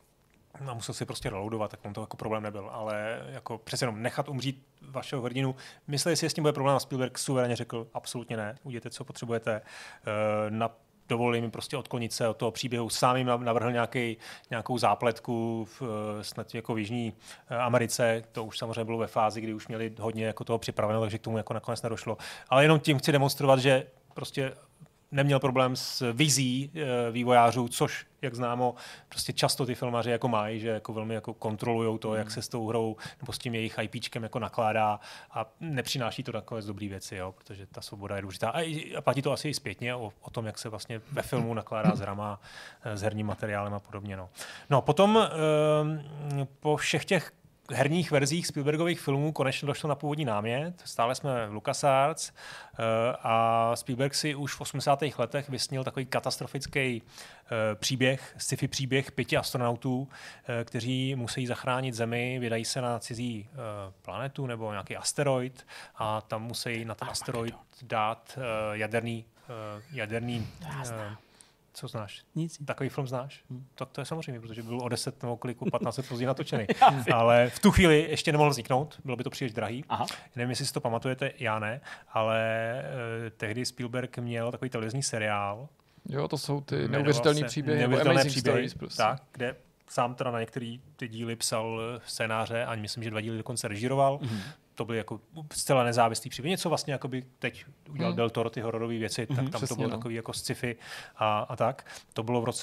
a musel si prostě reloadovat, tak on to jako problém nebyl, ale jako přece jenom nechat umřít vašeho hrdinu. Mysleli si, že s tím bude problém, a Spielberg suverénně řekl, absolutně ne, udějte, co potřebujete. Dovolili mi prostě odklonit se od toho příběhu. Sám jim navrhl nějakou zápletku snad jako v Jižní Americe. To už samozřejmě bylo ve fázi, kdy už měli hodně jako toho připraveno, takže k tomu jako nakonec nedošlo. Ale jenom tím chci demonstrovat, že prostě neměl problém s vizí vývojářů, což, jak známo, prostě často ty filmaři jako mají, že jako velmi jako kontrolujou to, jak se s tou hrou nebo s tím jejich IPčkem jako nakládá a nepřináší to nakonec dobrý věci, jo, protože ta svoboda je důležitá. A platí to asi i zpětně o tom, jak se vlastně ve filmu nakládá s hrama, s herním materiálem a podobně. No potom po všech těch herních verzích Spielbergových filmů konečně došlo na původní námět. Stále jsme v LucasArts a Spielberg si už v 80. letech vysnil takový katastrofický příběh, sci-fi příběh 5 astronautů, kteří musí zachránit Zemi, vydají se na cizí planetu nebo nějaký asteroid a tam musí na ten asteroid dát jaderný co znáš? Nic. Takový film znáš? To je samozřejmě, protože byl o 10 nebo kolik 15 let později natočený. Ale v tu chvíli ještě nemohl vzniknout, bylo by to příliš drahý. Aha. Nevím, jestli si to pamatujete, já ne, ale tehdy Spielberg měl takový televizní seriál. Jo, to jsou ty neuvěřitelné příběhy, neuvěřitelné příběhy, prostě. Tak, kde sám teda na některý ty díly psal scénáře a myslím, že 2 díly dokonce režíroval. Mm-hmm. To byly jako zcela nezávislý příběh. Něco vlastně, jako by teď udělal Del Toro ty hororové věci, tak tam to bylo takový jako sci-fi a tak. To bylo v roce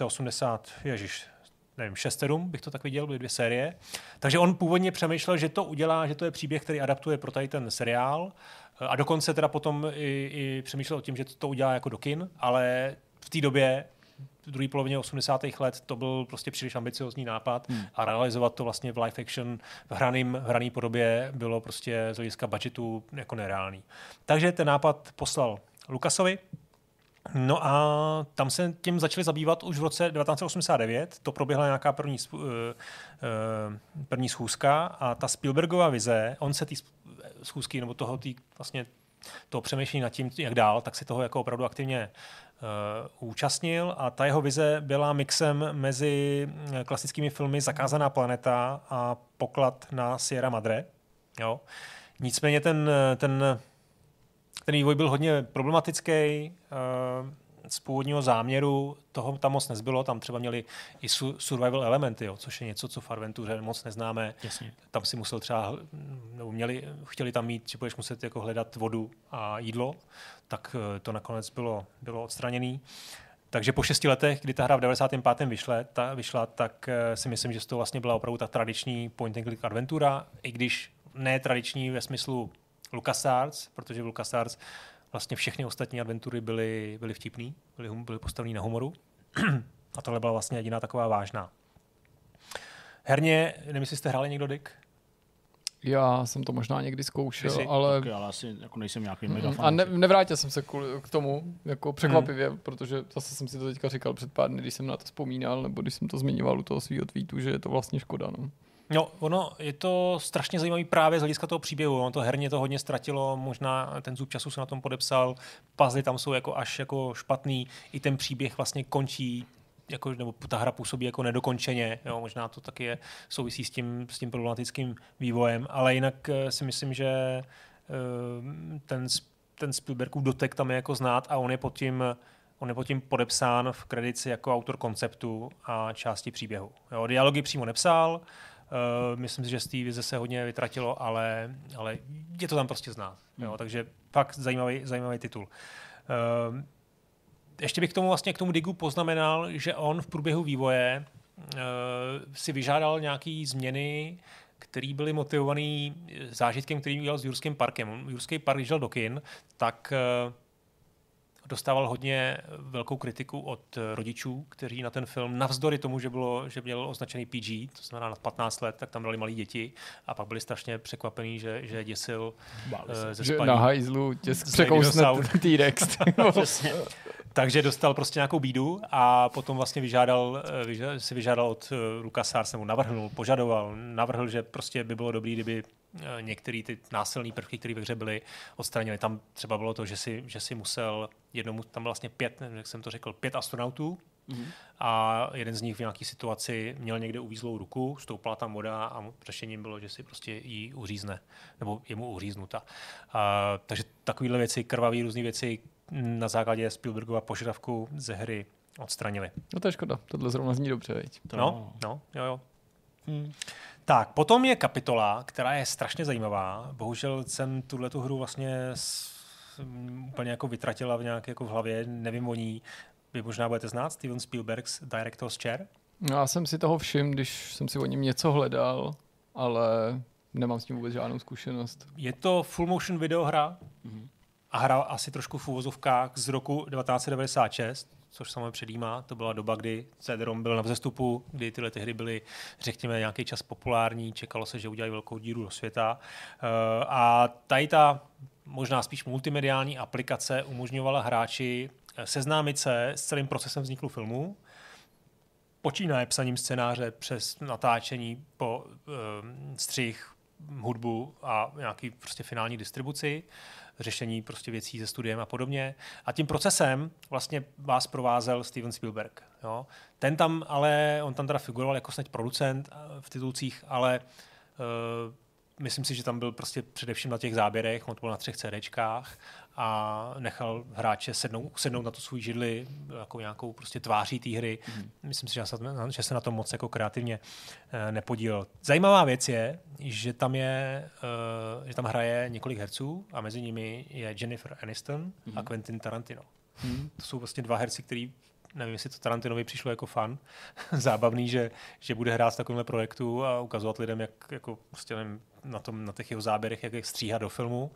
6-7, bych to tak viděl, byly 2 série. Takže on původně přemýšlel, že to udělá, že to je příběh, který adaptuje pro tady ten seriál a dokonce teda potom i přemýšlel o tím, že to udělá jako do kin, ale v té době v druhé polovině 80. let to byl prostě příliš ambiciozní nápad a realizovat to vlastně v live action v hraný podobě bylo prostě z hlediska budgetu jako nereálný. Takže ten nápad poslal Lucasovi. No a tam se tím začali zabývat už v roce 1989. To proběhla nějaká první schůzka a ta Spielbergova vize, on se té schůzky nebo toho přemýšlení nad tím, jak dál, tak se toho jako opravdu aktivně účastnil a ta jeho vize byla mixem mezi klasickými filmy Zakázaná planeta a Poklad na Sierra Madre. Jo. Nicméně ten vývoj byl hodně problematický. Z původního záměru toho tam moc nezbylo, tam třeba měli i survival elementy, jo, což je něco, co v Adventuře moc neznáme. Jasně. Tam si musel třeba, nebo chtěli tam mít, že budeš muset jako hledat vodu a jídlo, tak to nakonec bylo odstraněné. Takže po 6 letech, kdy ta hra v 95. vyšla, tak si myslím, že to vlastně byla opravdu ta tradiční point and click adventura, i když ne tradiční ve smyslu LucasArts, protože v LucasArts vlastně všechny ostatní adventury byly vtipný, byly postavený na humoru. A tohle byla vlastně jediná taková vážná. Herně, nevím, jestli jste hráli někdo, Dick? Já jsem to možná někdy zkoušel, ale... Tak já asi jako nejsem nějaký mega fan. A nevrátil jsem se k tomu jako překvapivě, protože zase jsem si to teďka říkal před pár dny, když jsem na to vzpomínal, nebo když jsem to zmiňoval u toho svýho tweetu, že je to vlastně škoda. No, ono je to strašně zajímavý právě z hlediska toho příběhu. Ono to herně to hodně ztratilo, možná ten zub času se na tom podepsal, puzzle tam jsou až jako špatný, i ten příběh vlastně končí, nebo ta hra působí jako nedokončeně, jo, možná to taky souvisí s tím problematickým vývojem, ale jinak si myslím, že ten Spielbergův dotek tam je jako znát a on je pod tím podepsán v kredici jako autor konceptu a části příběhu. Jo, dialogy přímo nepsal, myslím si, že z té vize se hodně vytratilo, ale je to tam prostě znát. Jo, takže fakt zajímavý titul. Ještě bych k tomu Digu poznamenal, že on v průběhu vývoje si vyžádal nějaké změny, které byly motivované zážitkem, který udělal s Jurským parkem. Jurský park, když šel do kin, tak dostával hodně velkou kritiku od rodičů, kteří na ten film, navzdory tomu, že měl označený PG, to znamená nad 15 let, tak tam dali malí děti a pak byli strašně překvapení, že děsil ze spaní. Že na hajzlu překousne T-Rex. Takže dostal prostě nějakou bídu a potom vlastně si vyžádal od LucasArts, nebo navrhl, že prostě by bylo dobré, kdyby některé ty násilné prvky, které ve hře byly, odstranili. Tam třeba bylo to, že si musel tam vlastně 5 astronautů a jeden z nich v nějaké situaci měl někde uvízlou ruku, stoupala tam voda a řešením bylo, že si prostě jí uřízne, nebo je mu uříznuta. Takže takovéhle věci, krvavé různé věci na základě Spielbergova požadavku ze hry odstranili. No to je škoda, tohle zrovna zní dobře, veď. Jo. Tak, potom je kapitola, která je strašně zajímavá. Bohužel jsem tuhletu hru vlastně úplně jako vytratila jako v hlavě, nevím o ní. Vy možná budete znát Steven Spielberg's Director's Chair? No, já jsem si toho všiml, když jsem si o něm něco hledal, ale nemám s tím vůbec žádnou zkušenost. Je to full motion video hra a hra asi trošku v uvozovkách z roku 1996, což samozřejmě předjímá. To byla doba, kdy CD-ROM byl na vzestupu, kdy tyhle hry byly, řekněme, nějaký čas populární, čekalo se, že udělají velkou díru do světa. A tady ta možná spíš multimediální aplikace umožňovala hráči seznámit se s celým procesem vzniku filmu, počínaje psaním scénáře přes natáčení po střih, hudbu a nějaký prostě finální distribuci, řešení prostě věcí se studiem a podobně. A tím procesem vlastně vás provázel Steven Spielberg. Jo. On tam teda figuroval jako snad producent v titulcích, ale myslím si, že tam byl prostě především na těch záběrech, on to byl na 3 CDčkách a nechal hráče sednout na tu svůj židli jako nějakou prostě tváří té hry. Myslím si, že se na tom moc jako kreativně nepodílel. Zajímavá věc je, že tam hraje několik herců a mezi nimi je Jennifer Aniston a Quentin Tarantino. To jsou vlastně 2 herci, který nevím, jestli to Tarantinovi přišlo jako fan, zábavný, že bude hrát v takovémhle projektu a ukazovat lidem, jak jako prostě nevím, na těch jeho záběrech, jak stříhat do filmu.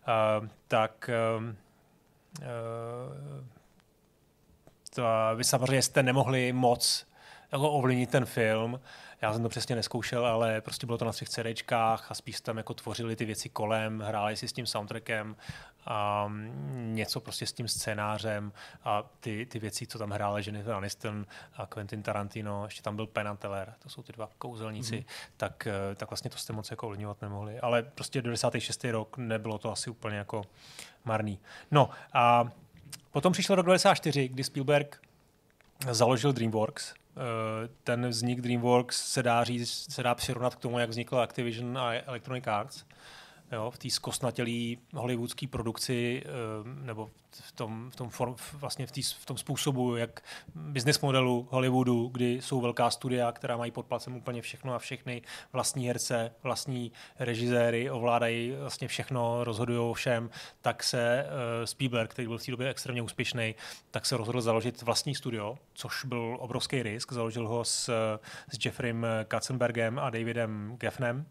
Vy samozřejmě jste nemohli moc jako ovlivnit ten film. Já jsem to přesně neskoušel, ale prostě bylo to na 3 CDčkách a spíš tam jako tvořili ty věci kolem, hráli si s tím soundtrackem a něco prostě s tím scénářem a ty věci, co tam hráli Jennifer Aniston a Quentin Tarantino, ještě tam byl Penn and Teller, to jsou ty 2 kouzelníci, tak vlastně to jste moc jako ovlivňovat nemohli. Ale prostě 96. rok nebylo to asi úplně jako marný. No a potom přišel rok 94, kdy Spielberg založil DreamWorks. Ten vznik DreamWorks se dá přirovnat k tomu, jak vznikla Activision a Electronic Arts. Jo, v té zkostnatělé hollywoodské produkci nebo v tom způsobu, jak business modelu Hollywoodu, kdy jsou velká studia, která mají pod palcem úplně všechno a všechny, vlastní herce, vlastní režiséry, ovládají vlastně všechno, rozhodují o všem, tak se Spielberg, který byl v té době extrémně úspěšný, tak se rozhodl založit vlastní studio, což byl obrovský risk. Založil ho s Jeffrem Katzenbergem a Davidem Geffnem.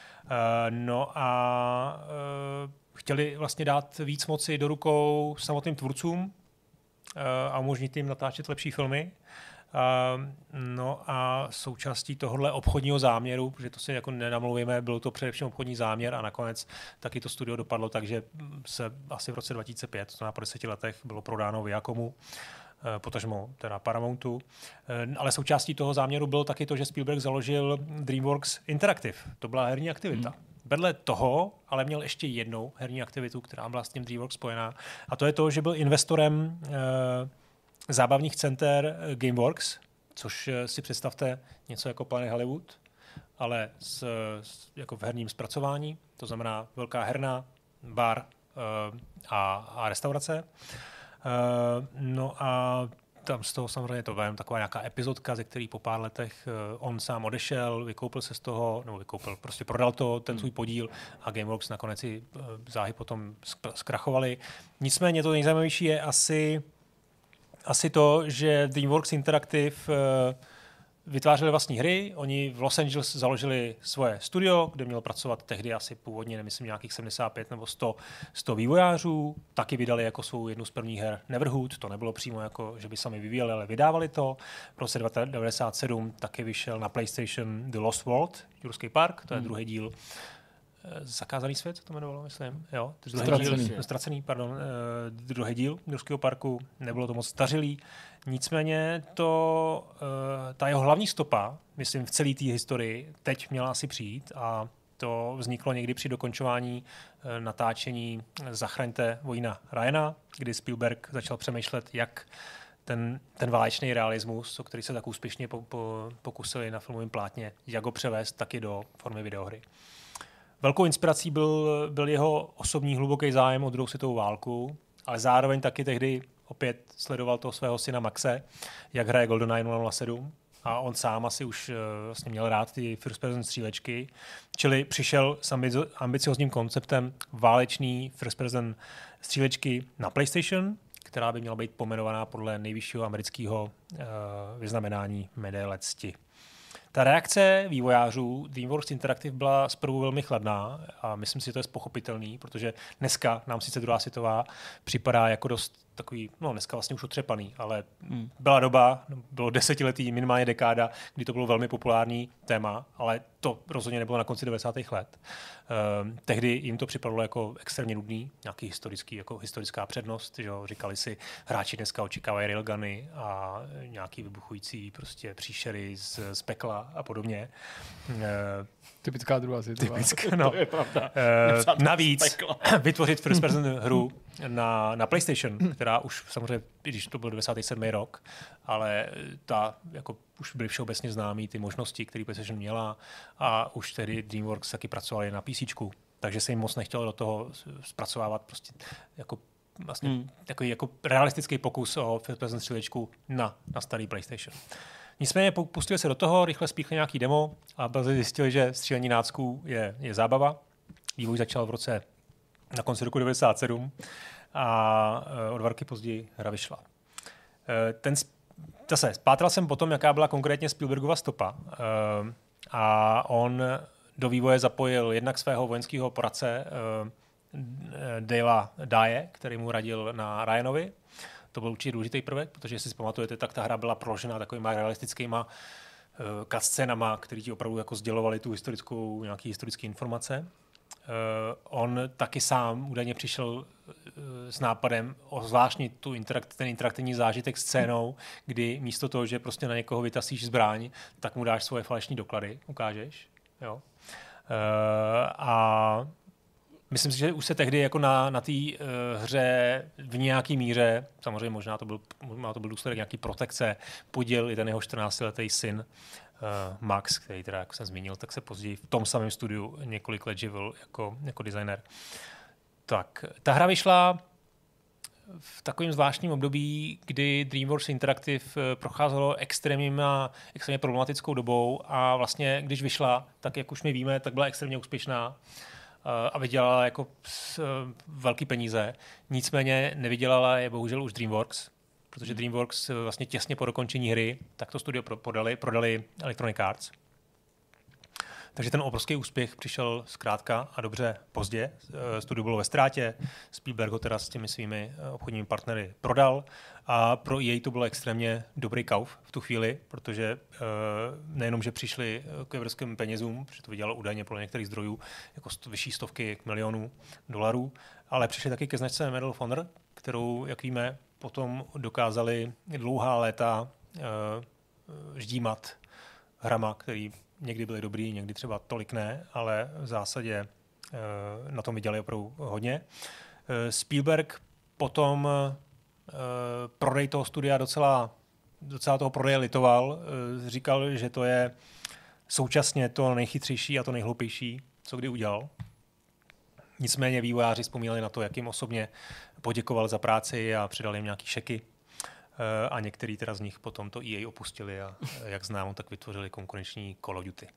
Chtěli vlastně dát víc moci do rukou samotným tvůrcům a umožnit jim natáčet lepší filmy. A součástí tohohle obchodního záměru, protože to si jako nenamluvíme, byl to především obchodní záměr a nakonec taky to studio dopadlo, takže se asi v roce 2005, to znamená po 10 letech, bylo prodáno Viacomu, potažmo teda Paramountu. Ale součástí toho záměru bylo taky to, že Spielberg založil DreamWorks Interactive. To byla herní aktivita. Vedle toho ale měl ještě jednou herní aktivitu, která byla s tím DreamWorks spojená. A to je to, že byl investorem zábavních center Gameworks, což si představte něco jako Planet Hollywood, ale jako v herním zpracování. To znamená velká herna, bar a restaurace. A tam z toho samozřejmě to vem, taková nějaká epizodka, ze který po pár letech on sám odešel, vykoupil se z toho, prostě prodal ten svůj podíl a Gameworks nakonec si záhy potom zkrachovali. Nicméně to nejzajímavější je asi to, že DreamWorks Interactive vytvářeli vlastní hry, oni v Los Angeles založili svoje studio, kde mělo pracovat tehdy asi původně, nemyslím, nějakých 75 nebo 100 vývojářů. Taky vydali jako svou jednu z prvních her Neverhood, to nebylo přímo jako, že by sami vyvíjeli, ale vydávali to. V roce 1997 taky vyšel na PlayStation The Lost World, Jurský park, to je druhý díl. Zakázaný svět, co to jmenovalo, myslím. Jo, Ztracený, druhý díl Jurského parku, nebylo to moc stařilý. Nicméně ta jeho hlavní stopa, myslím, v celé té historii teď měla asi přijít a to vzniklo někdy při dokončování natáčení Zachraňte vojína Ryana, kdy Spielberg začal přemýšlet, jak ten válečný realismus, o který se tak úspěšně pokusili na filmovém plátně, jak ho převést taky do formy videohry. Velkou inspirací byl jeho osobní hluboký zájem o druhou světovou válku, ale zároveň taky tehdy opět sledoval toho svého syna Maxe, jak hraje GoldenEye 007. A on sám asi už vlastně měl rád ty first person střílečky, čili přišel s ambiciozním konceptem válečný first person střílečky na PlayStation, která by měla být pomenovaná podle nejvyššího amerického vyznamenání medaile cti. Ta reakce vývojářů DreamWorks Interactive byla zprvu velmi chladná a myslím si, že to je pochopitelný, protože dneska nám sice druhá světová připadá jako dost takový, no dneska vlastně už otřepaný, ale byla doba, bylo desetiletí, minimálně dekáda, kdy to bylo velmi populární téma, ale to rozhodně nebylo na konci 90. let. Tehdy jim to připadalo jako extrémně nudný, nějaký historický, jako historická přednost, že jo? Říkali si, hráči dneska očekávají railguny a nějaký vybuchující prostě příšery z pekla a podobně. Typická druhá světová. No. To je pravda. Navíc vytvořit first person hru na PlayStation, která už samozřejmě, když to byl 97. rok, ale ta jako už byly všeobecně známý ty možnosti, které PlayStation měla a už tedy DreamWorks taky pracovali na PCčku, takže se jim moc nechtělo do toho zpracovávat prostě jako vlastně takový jako realistický pokus o first person střílečku na starý PlayStation. Nicméně pustili se do toho, rychle spíchli nějaký demo a brzy zjistili, že střílení nácků je zábava. Vývoj začal na konci roku 1997 a o 2 roky později hra vyšla. Zase, spátral jsem potom, jaká byla konkrétně Spielbergova stopa a on do vývoje zapojil jednak svého vojenského poradce Dalea Dye, který mu radil na Ryanovi. To byl určitě důležitý prvek, protože jestli si pamatujete, tak ta hra byla proložena takovýma realistickýma cutscénama, které ti opravdu jako sdělovali tu nějaký historické informace. On taky sám údajně přišel s nápadem zvláštnit ten interaktivní zážitek scénou, kdy místo toho, že prostě na někoho vytasíš zbraň, tak mu dáš svoje falešní doklady, ukážeš. Jo. A myslím si, že už se tehdy jako na té hře v nějaký míře, samozřejmě možná to byl důsledek nějaký protekce, podíl i ten jeho 14letý syn Max, který teda, jak jsem zmínil, tak se později v tom samém studiu několik let živil jako designer. Tak, ta hra vyšla v takovém zvláštním období, kdy DreamWorks Interactive procházelo extrémně problematickou dobou a vlastně, když vyšla, tak jak už my víme, tak byla extrémně úspěšná a vydělala jako velký peníze. Nicméně nevydělala je bohužel už DreamWorks, protože DreamWorks vlastně těsně po dokončení hry tak to studio prodali Electronic Arts. Takže ten obrovský úspěch přišel zkrátka a dobře pozdě. Studio bylo ve ztrátě, Spielberg ho teda s těmi svými obchodními partnery prodal a pro EA to bylo extrémně dobrý kauf v tu chvíli, protože nejenom, že přišli k evropským penězům, protože to vydělalo údajně podle některých zdrojů jako vyšší stovky milionů dolarů, ale přišli taky ke značce Medal of Honor, kterou, jak víme, potom dokázali dlouhá léta ždímat hrama, který někdy byly dobrý, někdy třeba tolik ne, ale v zásadě na tom vydělali opravdu hodně. Spielberg potom prodej toho studia docela toho prodeje litoval. Říkal, že to je současně to nejchytřejší a to nejhloupější, co kdy udělal. Nicméně vývojáři vzpomínali na to, jak jim osobně poděkoval za práci a přidal jim nějaký šeky. A některý teda z nich potom to EA opustili a jak známo, tak vytvořili konkurenční Call of Duty.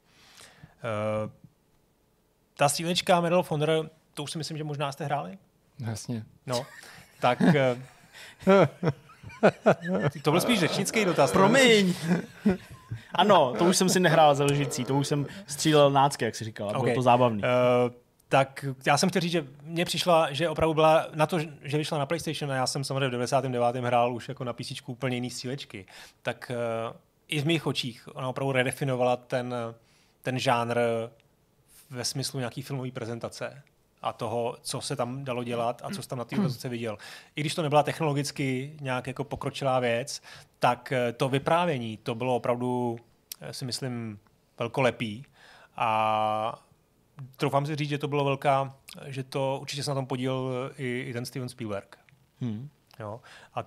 Ta střílečka Medal of Honor, to už si myslím, že možná jste hráli? Jasně. No, tak to byl spíš řečnický dotaz. Promiň! Ano, to už jsem si nehrál za lžicí, to už jsem střílel nácky, jak jsi říkal, bylo to zábavný. Tak já jsem chtěl říct, že mně přišla, že opravdu byla na to, že vyšla na PlayStation a já jsem samozřejmě v 99. hrál už jako na PC úplně jiný střílečky, tak i v mých očích ona opravdu redefinovala ten žánr ve smyslu nějaký filmové prezentace a toho, co se tam dalo dělat a co se tam na té prezentaci viděl. I když to nebyla technologicky nějak jako pokročilá věc, tak to vyprávění, to bylo opravdu, si myslím, velkolepý a troufám si říct, že to bylo že to určitě se na tom podílel i ten Steven Spielberg. Jo. A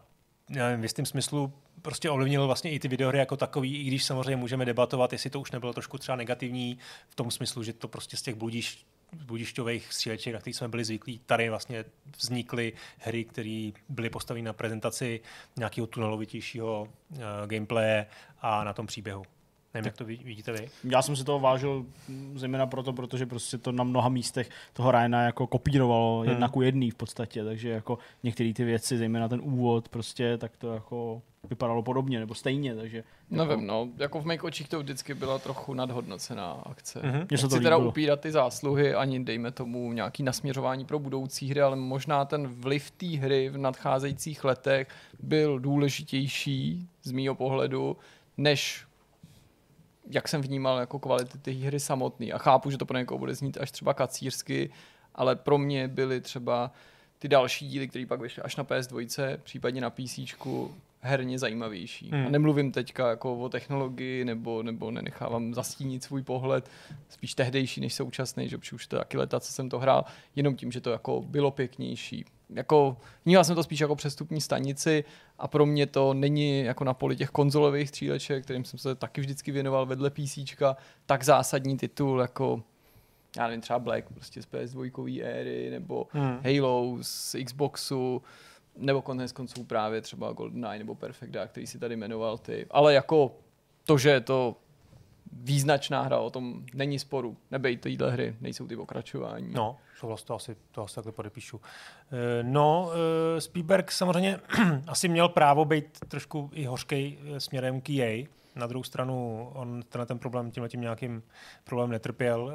v jistém smyslu prostě ovlivnil vlastně i ty videohry jako takový, i když samozřejmě můžeme debatovat, jestli to už nebylo trošku třeba negativní v tom smyslu, že to prostě z těch bludišťových stříleček, na kterých jsme byli zvyklí, tady vlastně vznikly hry, které byly postaveny na prezentaci nějakého tunelovitějšího gameplaye a na tom příběhu. Nevím, jak to vidíte vy. Já jsem si toho vážil zejména protože prostě to na mnoha místech toho Ryana jako kopírovalo jedna ku jedný v podstatě, takže jako některé ty věci, zejména ten úvod prostě, tak to jako vypadalo podobně nebo stejně, takže... Nevím, jako v mých očích to vždycky byla trochu nadhodnocená akce. Nechci teda upírat ty zásluhy, ani dejme tomu nějaký nasměřování pro budoucí hry, ale možná ten vliv té hry v nadcházejících letech byl důležitější z mýho pohledu, než jak jsem vnímal jako kvality té hry samotný. A chápu, že to pro někoho bude znít až třeba kacířsky, ale pro mě byly třeba ty další díly, které pak vyšly až na PS2, případně na PCčku, herně zajímavější. A nemluvím teďka jako o technologii, nebo nenechávám zastínit svůj pohled, spíš tehdejší než současný, že už to taky leta, co jsem to hrál, jenom tím, že to jako bylo pěknější. Jako, vnímal jsem to spíš jako přestupní stanici a pro mě to není jako na poli těch konzolových stříleček, kterým jsem se taky vždycky věnoval vedle PCčka, tak zásadní titul jako, já nevím, třeba Black prostě z PS2 éry, nebo Halo z Xboxu, nebo konec konců právě třeba GoldenEye nebo Perfect Dark, který si tady jmenoval ty. Ale jako to, že je to význačná hra, o tom není sporu. Nebej téhle hry, nejsou ty pokračování. No, to asi takhle podepíšu. Spielberg samozřejmě asi měl právo být trošku i hořkej směrem k EA. Na druhou stranu on ten problém tímhletím nějakým problém netrpěl.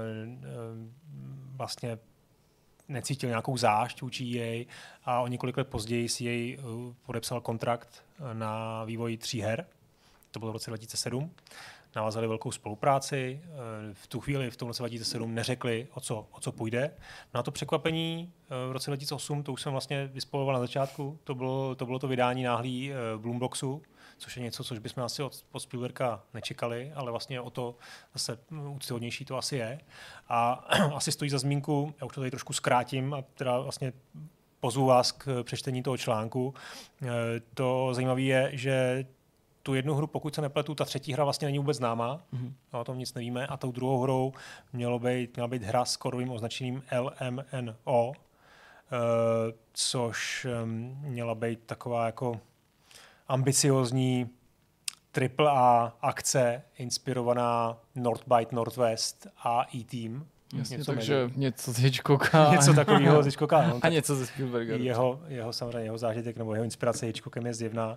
Vlastně necítil nějakou zášť vůči EA a o několik let později si EA podepsal kontrakt na vývoj 3 her. To bylo v roce 2007. Navázali velkou spolupráci. V tu chvíli, v tom roce 2007, neřekli, o co půjde. Na to překvapení v roce 2008, to už jsem vlastně vyspojoval na začátku, to bylo to vydání náhlý Bloomboxu, což je něco, což bychom asi od Spielberga nečekali, ale vlastně o to zase úctyhodnější to asi je. A asi stojí za zmínku, já už to tady trošku zkrátím a teda vlastně pozvu vás k přečtení toho článku. To zajímavé je, že tu jednu hru, pokud se nepletu, ta třetí hra vlastně není vůbec známá, o tom nic nevíme, a tou druhou hrou měla být hra s kódovým označením LMNO, což měla být taková jako ambiciozní AAA akce inspirovaná North by Northwest a E-Team. Jasně, takže něco z Hitchcocka. Něco takového z Hitchcocka. No, a něco ze Spielberga. Jeho zážitek nebo jeho inspirace Hitchcockem je zjevná.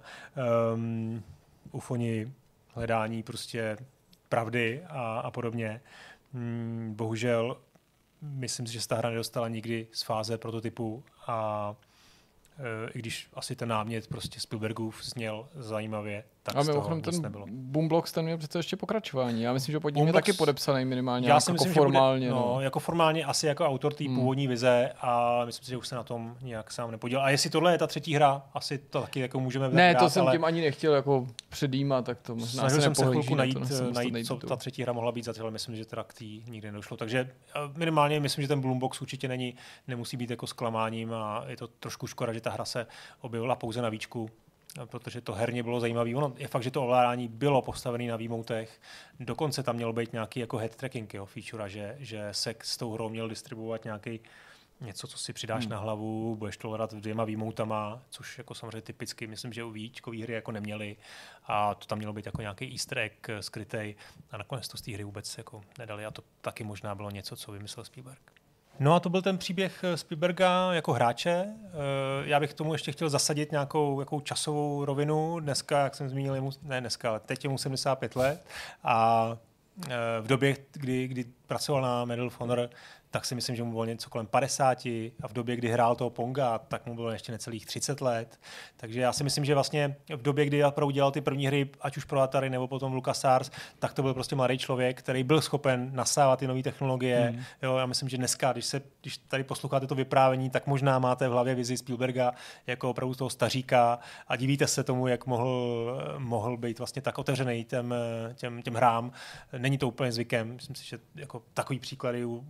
Ufoni, hledání prostě pravdy a podobně. Bohužel myslím si, že se ta hra nedostala nikdy z fáze prototypu a i když asi ten námět prostě Spielbergův zněl zajímavě, tak a z toho nic nebylo. ten Boomblocks ten měl přece ještě pokračování. Já myslím, že pod ním je taky podepsaný minimálně já jako myslím, formálně. Jako formálně asi jako autor té původní vize a myslím si, že už se na tom nějak sám nepodílel. A jestli tohle je ta třetí hra, asi to taky jako můžeme Ne, to jsem tím ani nechtěl jako předjímat, tak to možná snažil jsem se chvilku najít, co to. ta třetí hra mohla být za cíl, myslím, že teda k té nikdy nedošlo. Takže minimálně myslím, že ten Bloombox určitě nemusí být jako zklamáním a je to trošku škoda, že ta hra se objevila pouze na víčku, protože to herně bylo zajímavé. Ono je fakt, že to ovládání bylo postavené na výmoutech. Dokonce tam mělo být nějaký jako head tracking feature, že se s tou hrou měl distribuovat nějaký něco, co si přidáš na hlavu, budeš to hledat 2 výmoutama, což jako samozřejmě typicky, myslím, že u víčkový hry jako neměli a to tam mělo být jako nějaký easter egg skrytej a nakonec to z té hry vůbec jako nedali a to taky možná bylo něco, co vymyslel Spielberg. No a to byl ten příběh Spielberga jako hráče. Já bych tomu ještě chtěl zasadit nějakou časovou rovinu. Dneska, jak jsem zmínil, ale teď je mu 75 let a v době, kdy pracoval na Medal of Honor, tak si myslím, že mu bylo něco kolem 50 a v době, kdy hrál toho Ponga, tak mu bylo ještě necelých 30 let. Takže já si myslím, že vlastně v době, kdy opravdu dělal ty první hry, ať už pro Atari nebo potom v LucasArts, tak to byl prostě mladý člověk, který byl schopen nasávat ty nové technologie. Jo, já myslím, že dneska, když tady posloucháte to vyprávění, tak možná máte v hlavě vizi Spielberga jako opravdu toho staříka a divíte se tomu, jak mohl být vlastně tak otevřený těm hrám. Není to úplně zvykem. Myslím si, že jako takový příklady u dalších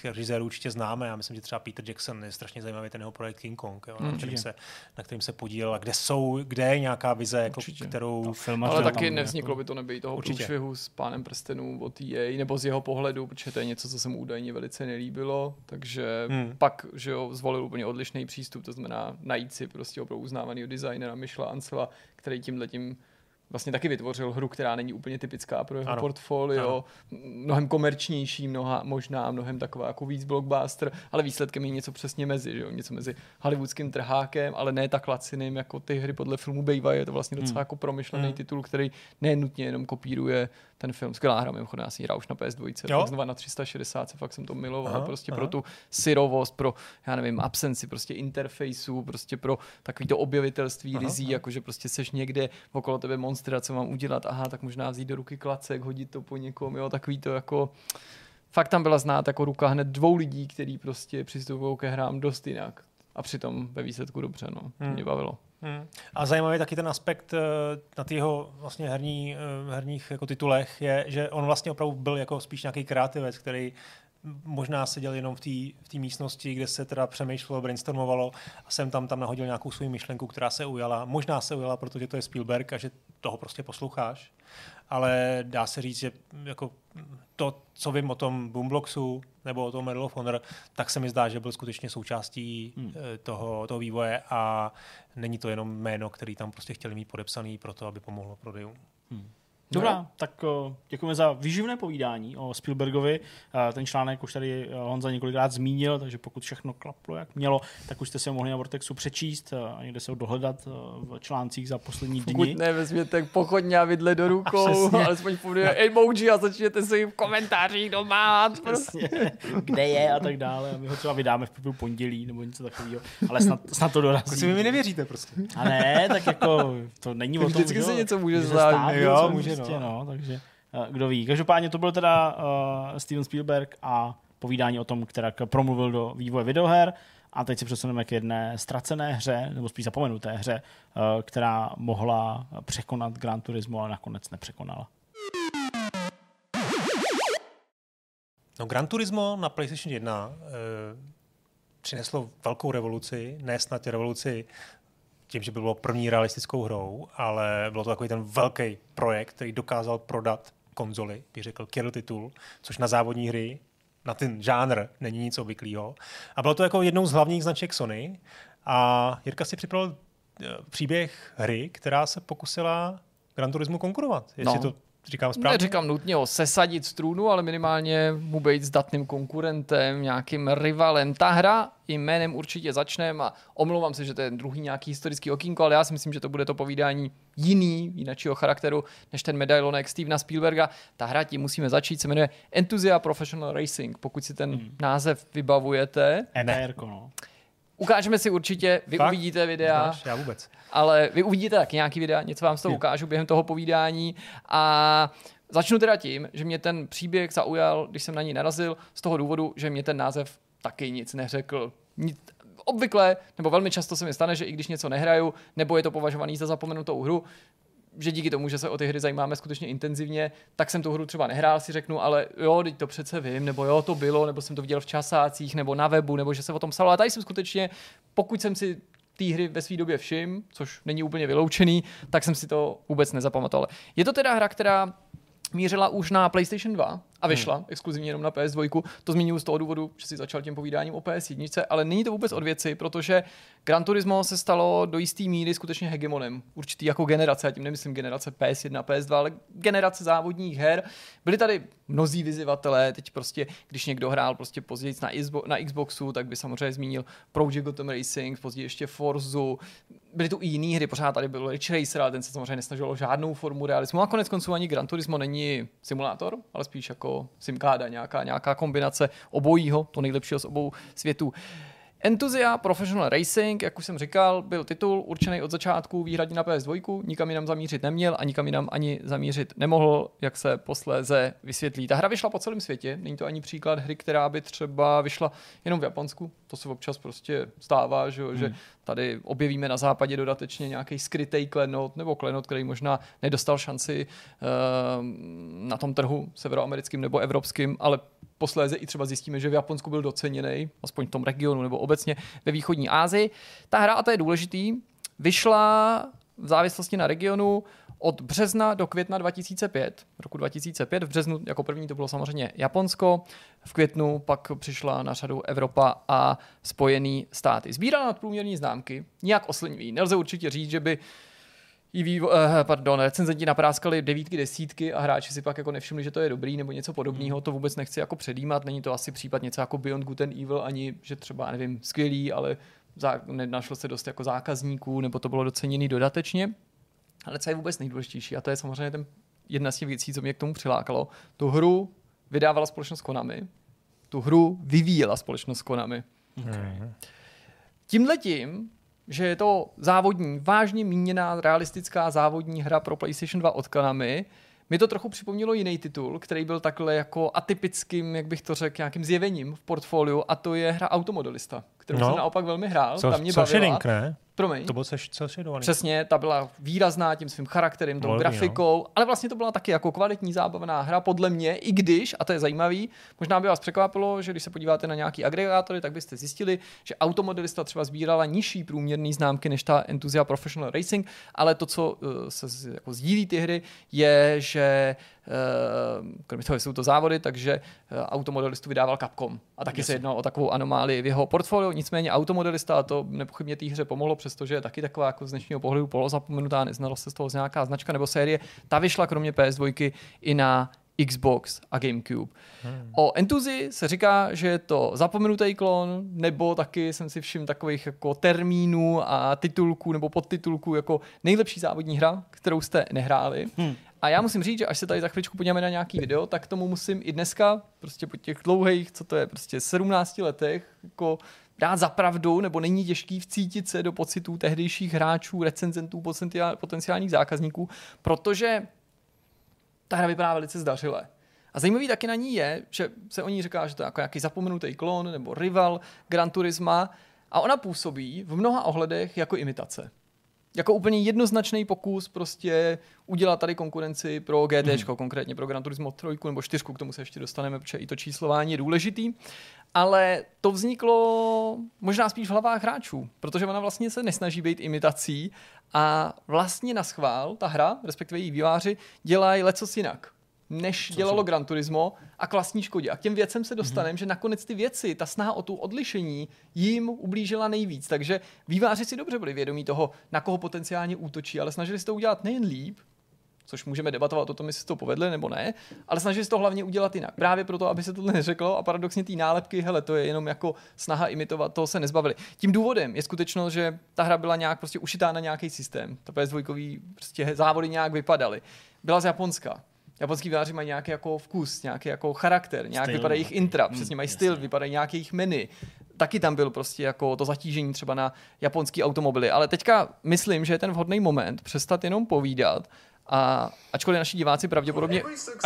režisérů určitě známe. Já myslím, že třeba Peter Jackson je strašně zajímavý ten jeho projekt King Kong, jo, na kterým se podílel a kde je nějaká vize, jako, kterou... Ale taky nevzniklo by to nebejt toho průšvihu s Pánem prstenů od EA, nebo z jeho pohledu, protože to je něco, co se mu údajně velice nelíbilo, takže pak, že jo, zvolil úplně odlišný přístup, to znamená najít si prostě opravdu uznávaného designera Michela Ancela, který tímhletím vlastně taky vytvořil hru, která není úplně typická pro jeho portfolio, mnohem komerčnější, možná mnohem taková jako víc blockbuster, ale výsledkem je něco přesně mezi, že jo? Něco mezi hollywoodským trhákem, ale ne tak laciným, jako ty hry podle filmu bývají. Je to vlastně docela jako promyšlený titul, který nenutně jenom kopíruje ten film. Skvělá hra, mimochodem, já si hrál už na PS2, tak znova na 360, fakt jsem to miloval, prostě pro tu syrovost, pro, já nevím, absenci prostě interfejsů, prostě pro takový to objevitelství rizí, jakože prostě seš někde okolo tebe monstra, co mám udělat, tak možná vzít do ruky klacek, hodit to po někom, jo, takový to jako... Fakt tam byla znát jako ruka hned 2 lidí, kteří prostě přistupují ke hrám dost jinak. A přitom ve výsledku dobře, no. To mě bavilo. A zajímavý taky ten aspekt na těch jeho vlastně herních jako titulech je, že on vlastně opravdu byl jako spíš nějaký kreativec, který možná seděl jenom v té místnosti, kde se teda přemýšlelo, brainstormovalo a jsem tam nahodil nějakou svou myšlenku, která se ujala. Možná se ujala, protože to je Spielberg a že toho prostě posloucháš. Ale dá se říct, že jako to, co vím o tom Boomboxu nebo o tom Medal of Honor, tak se mi zdá, že byl skutečně součástí toho vývoje a není to jenom jméno, který tam prostě chtěli mít podepsaný pro to, aby pomohlo prodejům. Dobrá, tak děkujeme za výživné povídání o Spielbergovi. Ten článek už tady Honza několikrát zmínil, takže pokud všechno klaplo, jak mělo, tak už jste si ho mohli na Vortexu přečíst a někde se ho dohledat v článcích za poslední dny. Pokud ne, vezměte pochodně a vidle do rukou, alespoň půjde emoji a začněte si v komentářích doma. Prostě. Kde je a tak dále. A my ho třeba vydáme v průběhu pondělí nebo něco takového, ale snad to dorazí. Si mi nevěříte prostě. A ne, tak jako to není o tom, vždycky že se něco může stát. Jo, může. Prostě, takže kdo ví. Každopádně to byl teda Steven Spielberg a povídání o tom, který promluvil do vývoje videoher. A teď se přesuneme k jedné ztracené hře, nebo spíš zapomenuté hře, která mohla překonat Gran Turismo, ale nakonec nepřekonala. No, Gran Turismo na PlayStation 1 přineslo velkou revoluci, ne snad revoluci tím, že by bylo první realistickou hrou, ale bylo to takový ten velký projekt, který dokázal prodat konzoli, bych řekl kill titul, což na závodní hry, na ten žánr není nic obvyklého. A bylo to jako jednou z hlavních značek Sony a Jirka si připravil příběh hry, která se pokusila Gran Turismu konkurovat. Jestli to říkám správně? Neříkám nutně ho sesadit z trůnu, ale minimálně mu být zdatným konkurentem, nějakým rivalem. Ta hra jménem určitě začneme a omlouvám se, že to je druhý nějaký historický okýnko, ale já si myslím, že to bude to povídání jiného charakteru než ten medailonek Stevena Spielberga. Ta hra, tím musíme začít, se jmenuje Enthusia Professional Racing. Pokud si ten název vybavujete. No. Ukážeme si určitě, vy uvidíte videa. Já vůbec. Ale vy uvidíte taky nějaký videa, něco vám z toho ukážu během toho povídání a začnu teda tím, že mě ten příběh zaujal, když jsem na ní narazil, z toho důvodu, že mě ten název taky nic neřekl. Obvykle, nebo velmi často se mi stane, že i když něco nehraju, nebo je to považovaný za zapomenutou hru, že díky tomu, že se o ty hry zajímáme skutečně intenzivně, tak jsem tu hru třeba nehrál, si řeknu, ale jo, teď to přece vím, nebo jo, to bylo, nebo jsem to viděl v časácích, nebo na webu, nebo že se o tom psalo. A tady jsem skutečně, pokud jsem si té hry ve své době všim, což není úplně vyloučený, tak jsem si to vůbec nezapamatoval. Je to teda hra, která mířila už na PlayStation 2 a vyšla exkluzivně jenom na PS2. To zmiňuji z toho důvodu, že si začal tím povídáním o PS1, ale není to vůbec od věci, protože Gran Turismo se stalo do jisté míry skutečně hegemonem určitý jako generace, a tím nemyslím generace PS1, PS2, ale generace závodních her. Byli tady mnozí vyzývatelé, teď prostě, když někdo hrál prostě později na Xboxu, tak by samozřejmě zmínil Project Gotham Racing, později ještě Forzu. Byly tu i jiné hry, pořád tady byl Ridge Racer, ale ten se samozřejmě nesnažil o žádnou formu realismu. A konec konců ani Gran Turismo není simulátor, ale spíš jako simkáda, nějaká kombinace obojího, to nejlepšího z obou světů. Enthusia Professional Racing, jak už jsem říkal, byl titul určený od začátku výhradně na PS2, nikam jinam zamířit neměl a nikam jinam ani zamířit nemohl, jak se posléze vysvětlí. Ta hra vyšla po celém světě, není to ani příklad hry, která by třeba vyšla jenom v Japonsku, to se občas prostě stává, že tady objevíme na západě dodatečně nějaký skrytej klenot nebo klenot, který možná nedostal šanci na tom trhu severoamerickým nebo evropským, ale posléze i třeba zjistíme, že v Japonsku byl doceněný, aspoň v tom regionu nebo obecně ve východní Asii. Ta hra, a to je důležitý, vyšla v závislosti na regionu od března do května 2005. Roku 2005 v březnu jako první to bylo samozřejmě Japonsko, v květnu pak přišla na řadu Evropa a Spojený státy. Sbírala nadprůměrní známky, nijak oslnivý. Nelze určitě říct, že by recenzenti napráskali 9, 10 a hráči si pak jako nevšimli, že to je dobrý nebo něco podobného. To vůbec nechci jako předjímat. Není to asi případ něco jako Beyond Good and Evil, ani že třeba, nevím, skvělý, ale nenašlo se dost jako zákazníků, nebo to bylo doceněný dodatečně. Ale co je vůbec nejdůležitější, a to je samozřejmě jedna z těch věcí, co mě k tomu přilákalo. Tu hru vydávala společnost Konami, tu hru vyvíjela společnost Konami. Okay. Tímhletím, že je to závodní, vážně míněná, realistická závodní hra pro PlayStation 2 od Konami, mi to trochu připomnělo jiný titul, který byl takhle jako atypickým, jak bych to řekl, nějakým zjevením v portfoliu, a to je hra Automodelista, kterou jsem naopak velmi hrál. Ta mě bavila. Ne? Promiň. To byl shadovaný. Přesně, ta byla výrazná tím svým charakterem, tou grafikou, ale vlastně to byla taky jako kvalitní zábavná hra, podle mě, i když, a to je zajímavý, možná by vás překvapilo, že když se podíváte na nějaký agregátory, tak byste zjistili, že Automodelista třeba sbírala nižší průměrné známky než ta Enthusiast Professional Racing, ale to, co se jako sdílí ty hry, je, že kromě toho jsou to závody, takže Automodelistu vydával Capcom. A taky se jednalo o takovou anomálii v jeho portfoliu. Nicméně Automodelista, a to nepochybně té hře pomohlo, přestože je taky taková jako z dnešního pohledu polozapomenutá, neznalo se z toho nějaká značka nebo série. Ta vyšla kromě PS2 i na Xbox a GameCube. O Enthusi se říká, že je to zapomenutý klon, nebo taky jsem si všiml takových jako termínů a titulků nebo podtitulků jako nejlepší závodní hra, kterou jste nehráli. A já musím říct, že až se tady za chvíličku podíváme na nějaký video, tak tomu musím i dneska, prostě po těch dlouhých, co to je, prostě 17 letech, jako dát za pravdu, nebo není těžký vcítit se do pocitů tehdejších hráčů, recenzentů, potenciálních zákazníků, protože ta hra vypadá velice zdařile. A zajímavý taky na ní je, že se o ní říká, že to je jako nějaký zapomenutý klon nebo rival Gran Turisma, a ona působí v mnoha ohledech jako imitace. Jako úplně jednoznačný pokus prostě udělat tady konkurenci pro GTčko, konkrétně pro Gran Turismo 3 nebo 4, k tomu se ještě dostaneme, protože i to číslování je důležitý. Ale to vzniklo možná spíš v hlavách hráčů, protože ona vlastně se nesnaží být imitací a vlastně naschvál ta hra, respektive její vývojáři, dělají lecos jinak, než dělalo Gran Turismo, a k vlastní škodě. A k těm věcem se dostaneme, že nakonec ty věci, ta snaha o tu odlišení jim ublížila nejvíc. Takže vývojáři si dobře byli vědomí toho, na koho potenciálně útočí, ale snažili se to udělat nejen líp, což můžeme debatovat o tom, jestli to povedli nebo ne, ale snažili se to hlavně udělat jinak. Právě proto, aby se tohle neřeklo, a paradoxně ty nálepky, hele, to je jenom jako snaha imitovat, toho se nezbavili. Tím důvodem je skutečnost, že ta hra byla nějak prostě ušitá na nějaký systém. Ta PS2 prostě závody nějak vypadaly. Byla z Japonska. Japonský vývojáři mají nějaký jako vkus, nějaký jako charakter, nějak vypadají jejich intra, přesně mají styl, vypadají nějaký jejich menu. Taky tam byl prostě jako to zatížení třeba na japonský automobily. Ale teďka myslím, že je ten vhodný moment přestat jenom povídat, a ačkoliv naši diváci pravděpodobně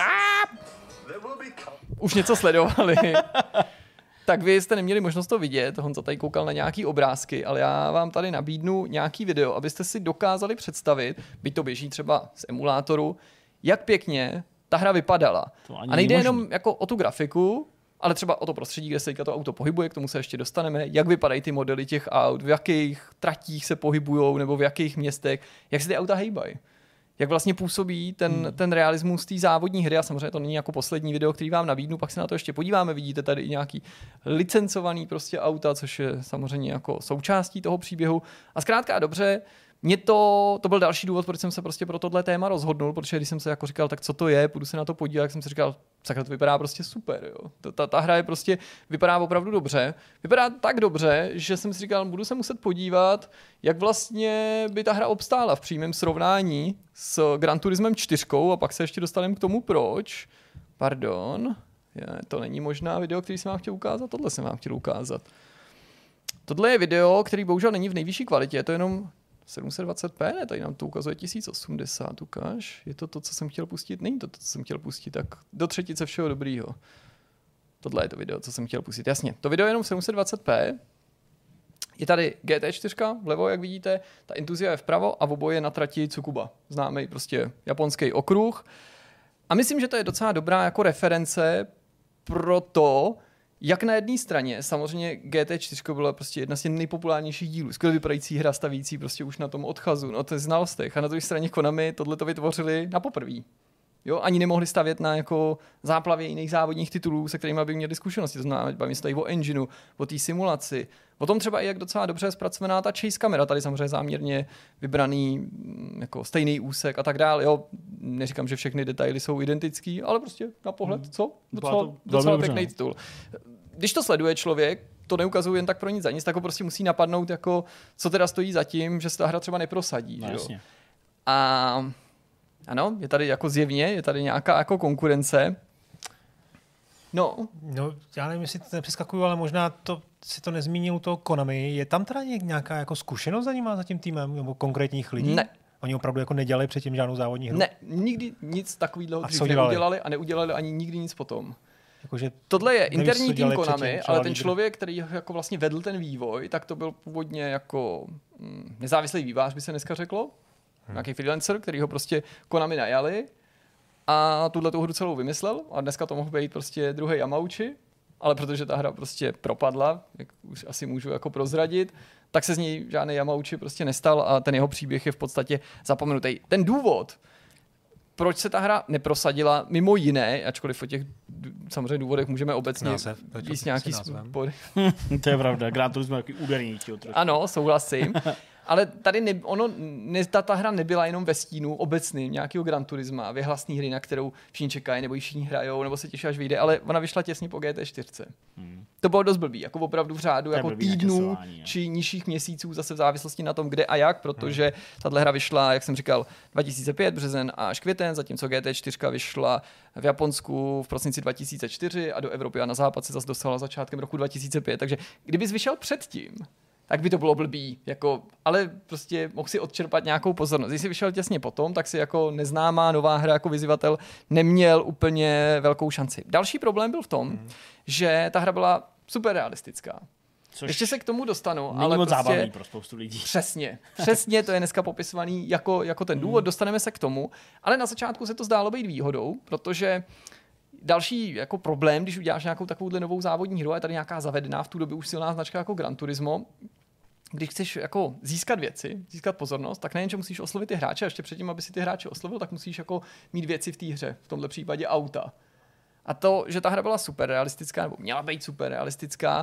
už něco sledovali, tak vy jste neměli možnost to vidět. Honza tady koukal na nějaký obrázky, ale já vám tady nabídnu nějaký video, abyste si dokázali představit, byť to běží třeba z emulátoru, jak pěkně ta hra vypadala. A nejde jenom jako o tu grafiku, ale třeba o to prostředí, kde se to auto pohybuje, k tomu se ještě dostaneme, jak vypadají ty modely těch aut, v jakých tratích se pohybujou nebo v jakých městech, jak se ty auta hejbají. Jak vlastně působí ten realismus té závodní hry, a samozřejmě to není jako poslední video, který vám nabídnu, pak se na to ještě podíváme, vidíte tady i nějaký licencovaný prostě auta, což je samozřejmě jako součástí toho příběhu. A zkrátka a dobře, to byl další důvod, proč jsem se prostě pro tohle téma rozhodnul, protože když jsem se jako říkal, tak co to je, půjdu se na to podívat, tak jsem si říkal, sakra, to vypadá prostě super, jo. Ta hra je prostě, vypadá opravdu dobře. Vypadá tak dobře, že jsem si říkal, budu se muset podívat, jak vlastně by ta hra obstála v přímém srovnání s Gran Turismem 4, a pak se ještě dostaneme k tomu proč. Pardon, to není možná video, který jsem vám chtěl ukázat, tohle jsem vám chtěl ukázat. Tohle je video, který bohužel není v nejvyšší kvalitě, je to jenom 720p, ne, tady nám to ukazuje 1080, ukáž. Je to to, co jsem chtěl pustit? Není to to, co jsem chtěl pustit, tak do třetice všeho dobrýho. Tohle je to video, co jsem chtěl pustit. Jasně, to video je jenom 720p. Je tady GT4 vlevo, jak vidíte, ta Enthusia je vpravo a v oboje na trati Tsukuba. Známý prostě japonský okruh. A myslím, že to je docela dobrá jako reference proto, jak na jedné straně, samozřejmě GT4 byla prostě jedna z těch nejpopulárnějších dílů, skvěle vypadající hra, stavící prostě už na tom odchazu, na těch znalostech, a na druhé straně Konami tohleto vytvořili na poprví. Jo, ani nemohli stavět na jako záplavě jiných závodních titulů, se kterými by měli zkušenosti. To znamená, bavíme se tady o engineu, o té simulaci. O tom třeba i jak docela dobře je zpracovaná ta chase kamera, tady samozřejmě záměrně vybraný jako stejný úsek a tak dále. Jo, neříkám, že všechny detaily jsou identický, ale prostě na pohled, co? Docela pěkný titul. Když to sleduje člověk, to neukazuje jen tak pro nic za nic, tak ho prostě musí napadnout, jako, co teda stojí za tím, že se ta hra třeba neprosadí. No, jo? A ano, je tady jako zjevně, je tady nějaká jako konkurence. No, já nevím, jestli to nepřeskakuju, ale možná si to nezmínil u toho Konami. Je tam teda nějaká jako zkušenost za tím týmem, nebo konkrétních lidí? Ne. Oni opravdu jako nedělali předtím žádnou závodní hru? Ne, nikdy nic takového dřív neudělali a neudělali ani nikdy nic potom. Jakože tohle je interní tým Konami, ale ten člověk, který jako vlastně vedl ten vývoj, tak to byl původně jako nezávislý vývojář, by se dneska řeklo. Nějaký freelancer, který ho prostě Konami najali a tuhletu hru celou vymyslel a dneska to mohl být prostě druhý Yamauchi, ale protože ta hra prostě propadla, jak už asi můžu jako prozradit, tak se z něj žádný Yamauchi prostě nestal a ten jeho příběh je v podstatě zapomenutý. Ten důvod, proč se ta hra neprosadila, mimo jiné, ačkoliv o těch samozřejmě důvodech můžeme obecně víc nějaký spory. To je pravda, Gran Turismo je takový údernější. Ano, souhlasím. Ale tady ta hra nebyla jenom ve stínu obecným nějakého Gran Turisma, věhlasný hry, na kterou všichni čekají, nebo ji všichni hrajou, nebo se těší, až vyjde, ale ona vyšla těsně po GT4. To bylo dost blbý, jako opravdu v řádu jako týdnů či nižších měsíců, zase v závislosti na tom, kde a jak, protože tahle hra vyšla, jak jsem říkal, 2005, březen až květen, zatímco GT4 vyšla v Japonsku v prosinci 2004 a do Evropy a na západ se zase dostala začátkem roku 2005. Takže kdybys vyšel předtím, tak by to bylo blbý, jako, ale prostě mohl si odčerpat nějakou pozornost. Když jsi vyšel těsně potom, tak si jako neznámá nová hra jako vyzývatel neměl úplně velkou šanci. Další problém byl v tom, že ta hra byla super realistická. Ještě se k tomu dostanu, ale moc prostě zábavný pro spoustu lidí. Přesně, to je dneska popisovaný jako ten důvod, dostaneme se k tomu, ale na začátku se to zdálo být výhodou, protože další jako problém, když uděláš nějakou takovouhle novou závodní hru, je tady nějaká zavedená v tu době už silná značka jako Gran Turismo. Když chceš jako získat věci, získat pozornost, tak nejen, že musíš oslovit ty hráče, a ještě předtím, aby si ty hráče oslovil, tak musíš jako mít věci v té hře, v tomhle případě auta. A to, že ta hra byla super realistická, nebo měla být super realistická,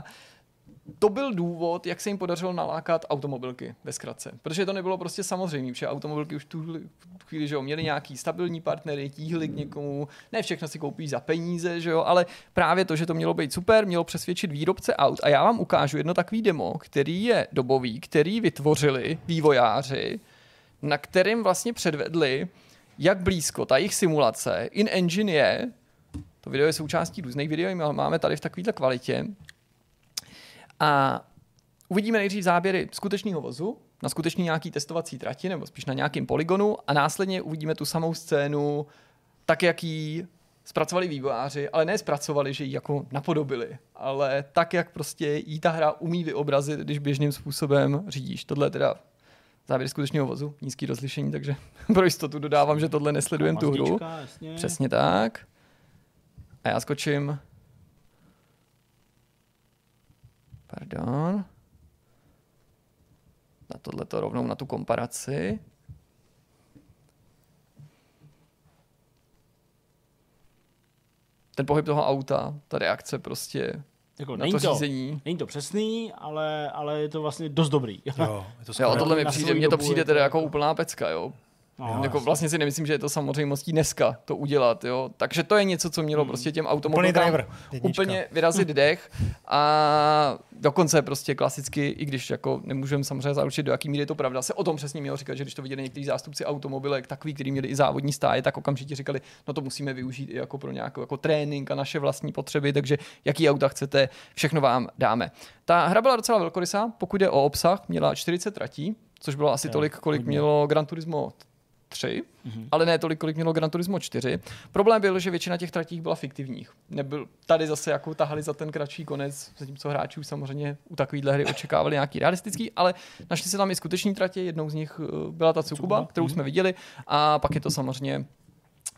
to byl důvod, jak se jim podařilo nalákat automobilky ve zkratce. Protože to nebylo prostě samozřejmé, protože automobilky už tu chvíli, že jo, měli nějaký stabilní partnery, tíhli k někomu, ne všechno si koupíš za peníze, že jo, ale právě to, že to mělo být super, mělo přesvědčit výrobce aut. A já vám ukážu jedno takový demo, který je dobový, který vytvořili vývojáři, na kterým vlastně předvedli, jak blízko ta jejich simulace in-engine je. To video je součástí různých videí, máme tady v takovéhle kvalitě. A uvidíme nejdřív záběry skutečného vozu, na skutečný nějaký testovací trati, nebo spíš na nějakým polygonu, a následně uvidíme tu samou scénu tak, jak ji zpracovali vývojáři, ale ne zpracovali, že ji jako napodobili, ale tak, jak prostě jí ta hra umí vyobrazit, když běžným způsobem řídíš. Tohle je teda záběr skutečného vozu, nízký rozlišení, takže pro jistotu dodávám, že tohle nesledujem tu hru. Jasně. Přesně tak. A já skočím. Pardon. Na tohleto rovnou na tu komparaci. Ten pohyb toho auta, ta reakce prostě jako na to řízení. Není to přesný, ale je to vlastně dost dobrý. Jo, tohle mně to přijde teda jako úplná pecka, jo. No, jako vlastně si nemyslím, že je to samozřejmostí dneska to udělat, jo. Takže to je něco, co mělo prostě těm automobilkám úplně vyrazit dech a dokonce prostě klasicky, i když jako nemůžeme samozřejmě zaručit, do jaký míry je to pravda, se o tom přesně mělo říkat, že když to viděli někteří zástupci automobilek, takový, kteří měli i závodní stáje, tak okamžitě říkali, no to musíme využít i jako pro nějakou jako trénink a naše vlastní potřeby, takže jaký auta chcete, všechno vám dáme. Ta hra byla docela velkorysá, pokud jde o obsah, měla 40 tratí, což bylo asi tolik, kolik mělo Gran Turismo 3, ale ne tolik, kolik mělo Gran Turismo 4. Problém byl, že většina těch tratí byla fiktivních. Nebyl tady zase jako tahali za ten kratší konec, zatímco hráči už samozřejmě u takovýhle hry očekávali nějaký realistický, ale našli se tam i skuteční tratě, jednou z nich byla ta Tsukuba, kterou jsme viděli, a pak je to samozřejmě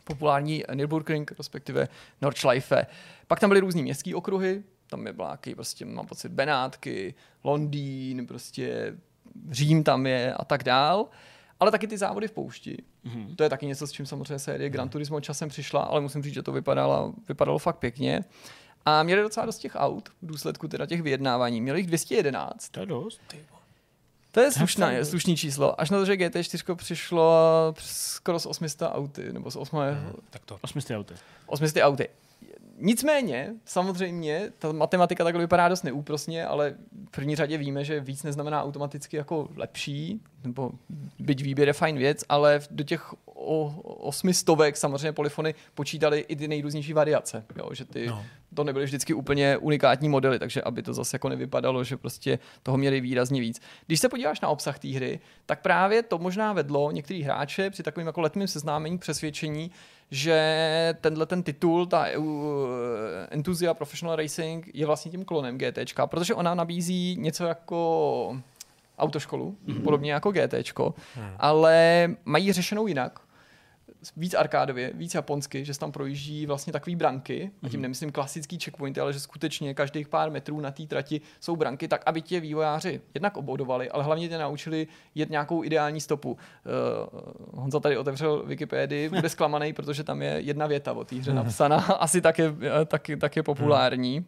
populární Nürburgring, respektive Nordschleife. Pak tam byly různý městský okruhy, tam je nějaký, prostě mám pocit, Benátky, Londýn, prostě Řím tam je a tak dál. Ale taky ty závody v poušti. Mm-hmm. To je taky něco, s čím samozřejmě série Gran Turismo časem přišla, ale musím říct, že to vypadalo fakt pěkně. A měli docela dost těch aut v důsledku teda těch vyjednávání. Měli jich 211. To je dost. To je slušný číslo. Až na to, že GT4 přišlo skoro z 800 auty. Nebo z 800 auty. 800 auty. Nicméně, samozřejmě, ta matematika takhle vypadá dost neúprosně, ale v první řadě víme, že víc neznamená automaticky jako lepší, nebo byť výběr je fajn věc, ale do těch 800 samozřejmě Polyphony počítali i ty nejrůznější variace, jo, že to nebyly vždycky úplně unikátní modely, takže aby to zase jako nevypadalo, že prostě toho měli výrazně víc. Když se podíváš na obsah té hry, tak právě to možná vedlo některý hráče při takovým jako letmým seznámení k přesvědčení, že ten titul, ta Enthusia Professional Racing je vlastně tím klonem GTčka, protože ona nabízí něco jako autoškolu, podobně jako GTčko, ale mají řešenou jinak. Víc arkádově, víc japonsky, že se tam projíždí vlastně takový branky, a tím nemyslím klasický checkpointy, ale že skutečně každých pár metrů na té trati jsou branky, tak aby tě vývojáři jednak obodovali, ale hlavně tě naučili jet nějakou ideální stopu. Honza tady otevřel Wikipedii, bude zklamaný, protože tam je jedna věta o té hře napsaná, asi tak je populární.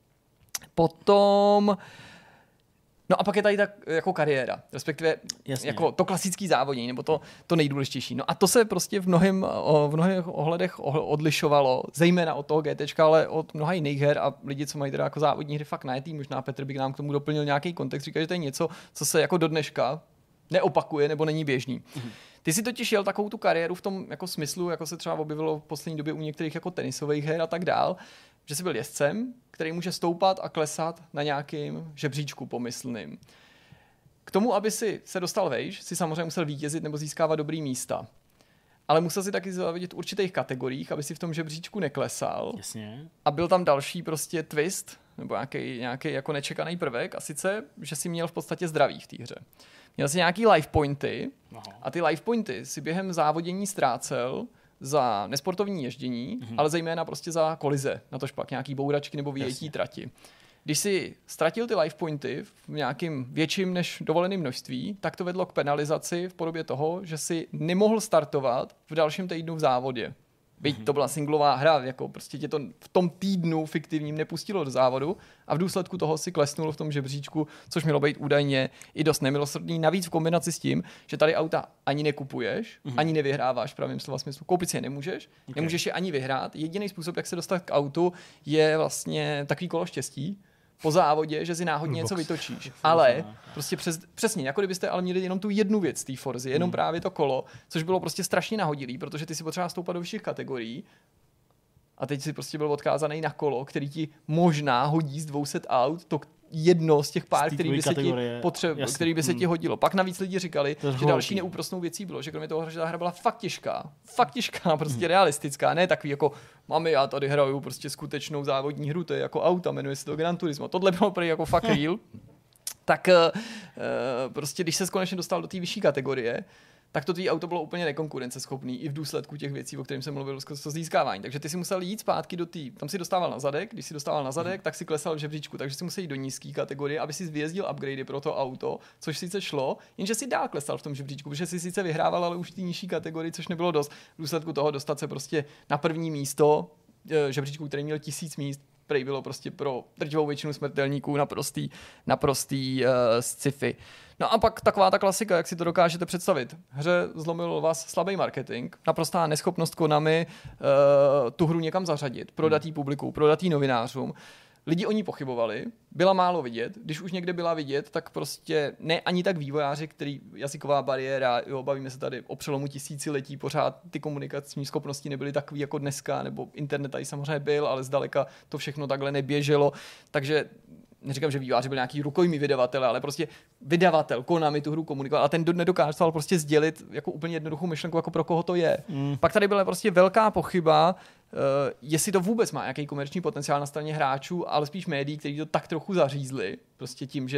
Potom... No a pak je tady tak jako kariéra, respektive jako to klasický závodění, nebo to nejdůležitější. No a to se prostě v mnohých ohledech odlišovalo, zejména od toho GTčka, ale od mnoha jiných her a lidi, co mají teda jako závodní hry fakt najetý, možná Petr by k nám k tomu doplnil nějaký kontext, říká, že to je něco, co se jako do dneška neopakuje nebo není běžný. Ty si totiž jel takovou tu kariéru v tom jako smyslu, jako se třeba objevilo v poslední době u některých jako tenisových her a tak dál, že jsi byl jezdcem, který může stoupat a klesat na nějakým žebříčku pomyslným. K tomu, aby si se dostal vejš, si samozřejmě musel vítězit nebo získávat dobrý místa. Ale musel si taky závodit v určitých kategoriích, aby si v tom žebříčku neklesal. Jasně. A byl tam další prostě twist, nebo nějaký jako nečekaný prvek, a sice, že si měl v podstatě zdraví v té hře. Měl si nějaký life pointy a ty life pointy si během závodění ztrácel za nesportovní ježdění, ale zejména prostě za kolize, natož pak nějaký bouračky nebo vyjetí trati. Když si ztratil ty life pointy v nějakým větším než dovoleným množství, tak to vedlo k penalizaci v podobě toho, že si nemohl startovat v dalším týdnu v závodě. Byť to byla singlová hra, jako prostě tě to v tom týdnu fiktivním nepustilo do závodu a v důsledku toho si klesnul v tom žebříčku, což mělo být údajně i dost nemilosrdný. Navíc v kombinaci s tím, že tady auta ani nekupuješ, ani nevyhráváš v pravém slova smyslu. Koupit si je nemůžeš, nemůžeš je ani vyhrát. Jediný způsob, jak se dostat k autu, je vlastně takový kolo štěstí po závodě, že si náhodně něco vytočíš. Ale prostě přesně, jako kdybyste ale měli jenom tu jednu věc z té Forzy, jenom právě to kolo, což bylo prostě strašně nahodilý, protože ty si potřeba stoupat do vyšších kategorií a teď si prostě byl odkázaný na kolo, který ti možná hodí z 200 aut, to jedno z těch pár, který by se ti hodilo. Pak navíc lidi říkali, že další neúprosnou věcí bylo, že kromě toho, že ta hra byla fakt těžká, prostě realistická, ne takový jako já tady hraju prostě skutečnou závodní hru, to je jako auta, jmenuje se to Gran Turismo. Tohle bylo prý jako fakt real. Tak prostě když se konečně dostal do té vyšší kategorie, tak to tvý auto bylo úplně nekonkurenceschopný i v důsledku těch věcí, o kterým jsem mluvil, to získávání. Takže ty si musel jít zpátky tam si dostával na zadek, když si dostával na zadek, tak si klesal v žebříčku, takže si musel jít do nízké kategorie, aby si vyjezdil upgradey pro to auto, což sice šlo, jenže si dál klesal v tom žebříčku, protože si sice vyhrával, ale už v té nižší kategorii, což nebylo dost. V důsledku toho dostat se prostě na první místo žebříčku, který měl 1000 míst, prej bylo prostě pro drtivou většinu smrtelníků naprostý sci-fi. No a pak taková ta klasika, jak si to dokážete představit. Hře zlomil vás slabý marketing, naprostá neschopnost Konami tu hru někam zařadit, prodat jí publiku, prodat jí novinářům. Lidi o ní pochybovali, byla málo vidět, když už někde byla vidět, tak prostě ne ani tak vývojáři, který jazyková bariéra, bavíme se tady o přelomu tisíciletí, pořád ty komunikační schopnosti nebyly takový jako dneska, nebo internet tady samozřejmě byl, ale zdaleka to všechno takhle neběželo, takže neříkám, že vývojáři byl nějaký rukojmí vydavatele, ale prostě vydavatel Konami tu hru komunikoval a ten nedokázal prostě sdělit jako úplně jednoduchou myšlenku, jako pro koho to je. Pak tady byla prostě velká pochyba, jestli to vůbec má nějaký komerční potenciál na straně hráčů, ale spíš médií, kteří to tak trochu zařízli, prostě tím, že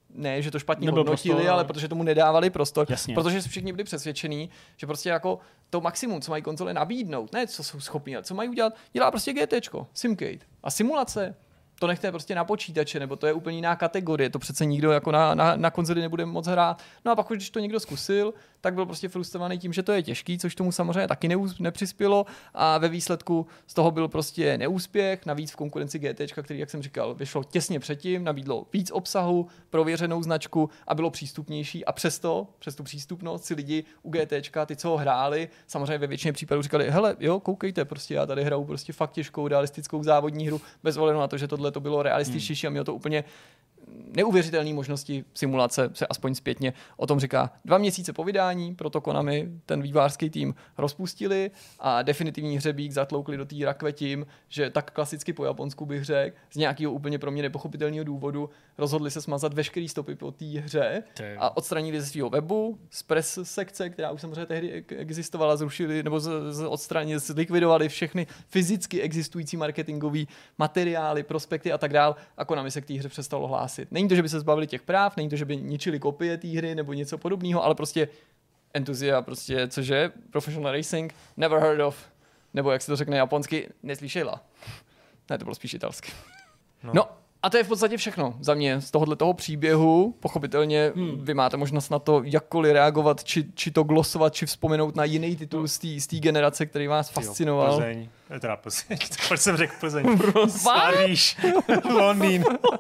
ne, že to špatně hodnotili, ale protože tomu nedávali prostor. Jasně. Protože všichni byli přesvědčení, že prostě jako to maximum, co mají konzole nabídnout, ne co jsou schopní, ale co mají udělat, dělá prostě GTčko, Simcade a simulace. To nechte prostě na počítače, nebo to je úplně jiná kategorie, to přece nikdo jako na konzoli nebude moc hrát. No a pak, když to někdo zkusil, tak byl prostě frustrovaný tím, že to je těžký, což tomu samozřejmě taky nepřispělo a ve výsledku z toho byl prostě neúspěch, navíc v konkurenci GTčka, který, jak jsem říkal, vyšlo těsně předtím, nabídlo víc obsahu, prověřenou značku a bylo přístupnější a přes tu přístupnost si lidi u GTčka, ty, co ho hráli, samozřejmě ve většině případů říkali, hele, jo, koukejte, prostě já tady hraju prostě fakt těžkou realistickou závodní hru, bez ohledu na to, že tohle to bylo realističtější a mělo to úplně neuvěřitelné možnosti simulace, se aspoň zpětně o tom říká. 2 měsíce po vydání, proto Konami ten vývojářský tým rozpustili a definitivní hřebík zatloukli do té rakve tím, že tak klasicky po japonsku bych řekl, z nějakého úplně pro mě nepochopitelného důvodu rozhodli se smazat veškerý stopy po té hře a odstranili ze svého webu, z press sekce, která už samozřejmě tehdy existovala, zrušili nebo odstranili, zlikvidovali všechny fyzicky existující marketingové materiály, prospekty a tak dál a Konami se k té hře přestalo hlásit. Není to, že by se zbavili těch práv, není to, že by ničili kopie té hry nebo něco podobného, ale prostě entuzia, prostě, cože, professional racing, never heard of, nebo jak se to řekne japonsky, neslyšela. Ne, to bylo spíš italsky. No, a to je v podstatě všechno za mě z tohoto příběhu. Pochopitelně vy máte možnost na to jakkoliv reagovat, či to glosovat, či vzpomenout na jiný titul z té generace, který vás fascinoval. Plzeň. Teda Plzeň. Proč jsem řekl Plzeň? Paříž. Londýn.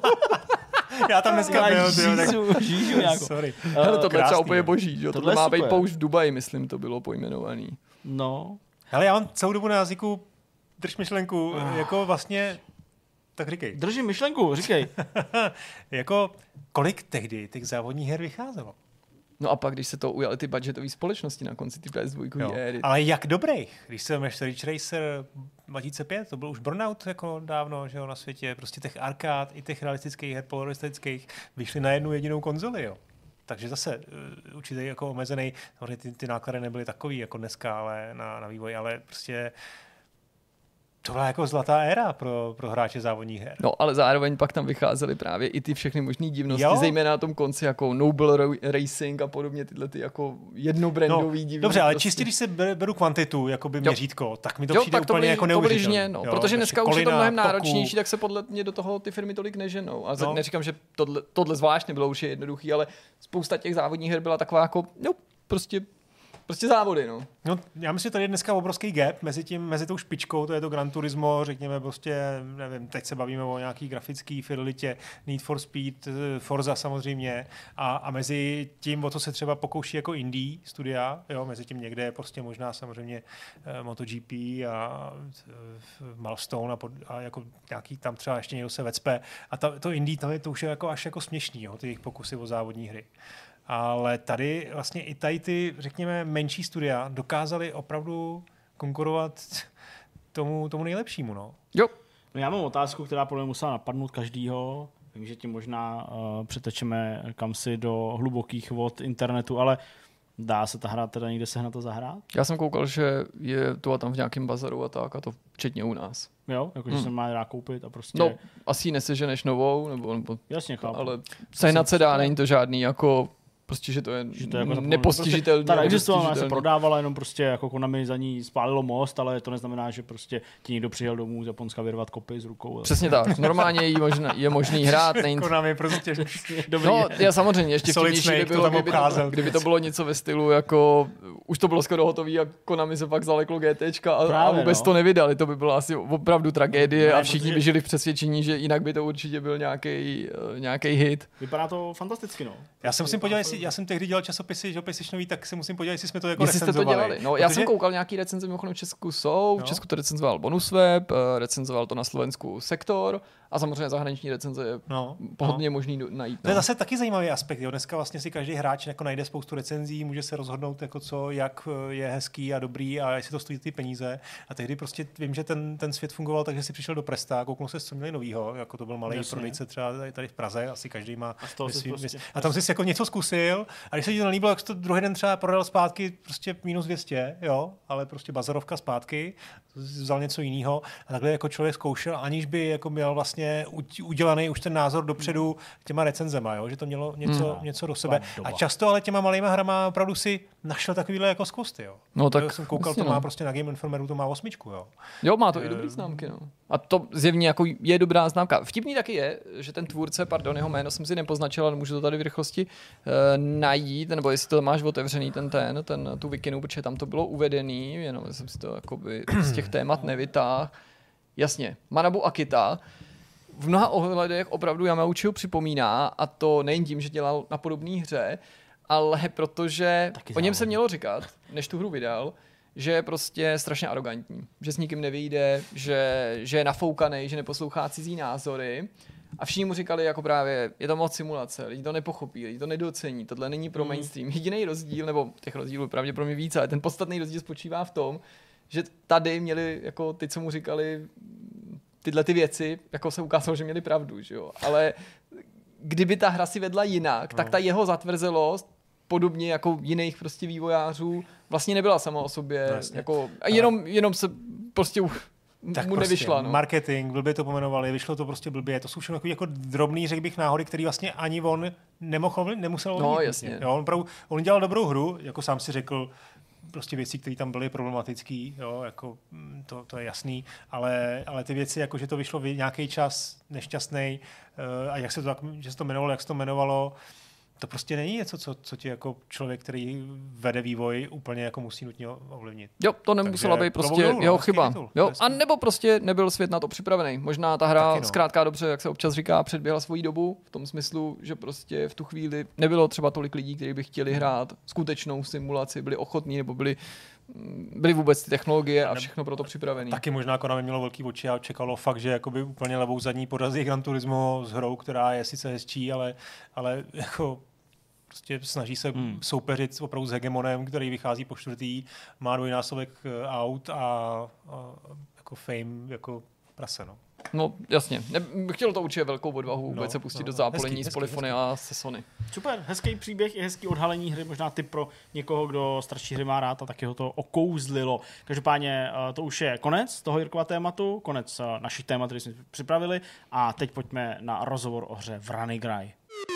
Já tam dneska byl. Žížu jako. Sorry. Hele, tohle třeba úplně boží. Jo? Tohle má být poušť v Dubaji, myslím, to bylo pojmenovaný. No. Ale já mám celou dobu na jazyku, drž myšlenku, jako vlastně, tak říkej. Držím myšlenku, říkej. Jako, kolik tehdy těch závodních her vycházelo? No a pak, když se to ujaly ty budgetové společnosti na konci ty PS2 éry. Ale jak dobrých? Když se máš Ridge Racer 2005, to byl už Burnout jako dávno, že jo, na světě. Prostě těch arkád i těch realistických her, polaristických vyšly na jednu jedinou konzoli, jo. Takže zase určitě jako omezený, ty náklady nebyly takový jako dneska, ale na vývoj, ale prostě to byla jako zlatá éra pro hráče závodních her. No, ale zároveň pak tam vycházely právě i ty všechny možné divnosti, zejména na tom konci jako Noble Racing a podobně, tyhle ty jako jednobrandový divnosti. Dobře, ale čistě, když se beru kvantitu, jakoby měřítko, tak mi to přijde úplně jako neuvěřitelné. No, protože dneska už je to mnohem náročnější, tak se podle mě do toho ty firmy tolik neženou. A neříkám, že tohle zvlášť nebylo už jednoduchý, ale spousta těch závodních her byla taková jako, prostě závody, no. No, já myslím, že tady je dneska obrovský gap mezi tou špičkou, to je to Gran Turismo, řekněme prostě, nevím, teď se bavíme o nějaký grafický fidelitě, Need for Speed, Forza samozřejmě, a mezi tím, o to se třeba pokouší jako indie studia, jo, mezi tím někde je prostě možná samozřejmě MotoGP a Milestone a jako nějaký tam třeba ještě někdo se vecpe a to indie, to už je jako až jako směšný, jo, ty jejich pokusy o závodní hry. Ale tady vlastně i tady ty, řekněme, menší studia dokázaly opravdu konkurovat tomu nejlepšímu, no. Jo. No já mám otázku, která podle mě musela napadnout každýho. Vím, že tím možná přetečeme kamsi do hlubokých vod internetu, ale dá se ta hra teda někde sehnat a zahrát? Já jsem koukal, že je tu a tam v nějakém bazaru a tak, a to včetně u nás. Jo, jakože se má dá koupit a prostě... No, asi neseženeš novou, nebo jasně, chápu. Ale sehnat se dá, není to žádný jako... Prostě, že to je jako nepostižitelný. Prostě, ta existovala, se prodávala, jenom prostě jako Konami za ní spálilo most, ale to neznamená, že prostě ti někdo přijel domů z Japonska vyrvat kopy z rukou. Přesně tak. Normálně je možný hrát. Konami prostě dobrý. No, já samozřejmě ještě vtipnější kdyby to bylo něco ve stylu, jako už to bylo skoro hotový a Konami se pak zaleklo GTčka a vůbec to nevydali. To by byla asi opravdu tragédie a všichni by žili v přesvědčení, že jinak by to určitě byl nějaký hit. Vypadá to fantasticky, no. Já se musím podívat, já jsem tehdy dělal časopisy, že PlayStationový, tak se musím podívat, jestli jsme to jako recenzovali. Jestli jste to dělali. No, já jsem koukal nějaký recenze, mimochodem v Česku jsou, v Česku to recenzoval Bonusweb, recenzoval to na Slovensku Sektor a samozřejmě zahraniční recenze je pohodlně možný najít. To je zase taky zajímavý aspekt. Jo. Dneska vlastně si každý hráč jako najde spoustu recenzí, může se rozhodnout, jako co, jak je hezký a dobrý a jestli to stojí ty peníze. A tehdy prostě vím, že ten svět fungoval tak, že si přišel do Presta, kouknul se, co měli novýho, jako to byl malý prodejce třeba tady v Praze, asi každý má. A tam si jako něco zkusil koupil a když se ti to nelíbilo, tak to druhý den třeba prodal zpátky prostě -200, jo, ale prostě bazarovka zpátky, vzal něco jiného a takhle jako člověk zkoušel, aniž by jako měl vlastně udělaný už ten názor dopředu těma recenzema, jo, že to mělo něco do sebe. A často ale těma malýma hrama opravdu si našel takovýhle jako zkusty, jo. No tak já jsem koukal, to má prostě na Game Informeru, to má 8, jo. Jo, má to i dobrý známky, no. A to zjevně jako je dobrá známka. Vtipný taky je, že ten tvůrce, pardon, jeho jméno jsem si nepoznačil, ale můžu to tady v rychlosti najít, nebo jestli to máš otevřený tu wikinu, protože tam to bylo uvedený, jenom jsem si to jakoby z těch témat nevytáhl. Jasně, Manabu Akita v mnoha ohledech opravdu Yamauchiho připomíná, a to nejen tím, že dělal na podobné hře, ale protože o něm se mělo říkat, než tu hru vydal, že je prostě strašně arrogantní, že s nikým nevyjde, že je nafoukaný, že neposlouchá cizí názory. A všichni mu říkali, jako právě, je to moc simulace, lidi to nepochopí, lidi to nedocení, tohle není pro mainstream. Jediný rozdíl, nebo těch rozdílů pravděpodobně více, ale ten podstatný rozdíl spočívá v tom, že tady měli, jako ty, co mu říkali tyhle ty věci, jako se ukázalo, že měli pravdu, že jo. Ale kdyby ta hra si vedla jinak, tak ta jeho zatvrzelost, podobně jako jiných prostě vývojářů, vlastně nebyla sama o sobě. Vlastně. Jako, jenom se prostě tak mu prostě nevyšla. No. Marketing, blbě to pomenovali, vyšlo to prostě blbě. To jsou všechno jako drobný, řekl bych, náhody, který vlastně ani on nemusel ovlivnit. No, jasně. Jo, on dělal dobrou hru, jako sám si řekl, prostě věci, které tam byly problematické, jo, jako to je jasný, ale ty věci, jako že to vyšlo v nějaký čas nešťastný a jak se to jmenovalo, to prostě není něco, co ti jako člověk, který vede vývoj, úplně jako musí nutně ovlivnit. Jo, to nemusela být prostě jeho chyba. Jo, a nebo prostě nebyl svět na to připravený. Možná ta hra zkrátka dobře, jak se občas říká, předběhla svoji dobu, v tom smyslu, že prostě v tu chvíli nebylo třeba tolik lidí, kteří by chtěli hrát skutečnou simulaci, byli ochotní nebo byli vůbec ty technologie a všechno pro to připravené. Taky možná Konami mělo velký oči a čekalo fakt, že jakoby úplně levou zadní porazí Gran Turismo s hrou, která je sice hezčí, ale jako prostě snaží se soupeřit opravdu s hegemonem, který vychází po čtvrtý, má dvojnásobek aut a jako fame, jako prase, no. No, jasně. Chtělo to určitě velkou odvahu vůbec se pustit do zápolení s Polyphony a se Sony. Super, hezký příběh i hezký odhalení hry, možná tip pro někoho, kdo starší hry má rád a taky ho to okouzlilo. Každopádně to už je konec toho Jirkova tématu, konec našich témat, které jsme připravili a teď pojďme na rozhovor o hře Vranegraj.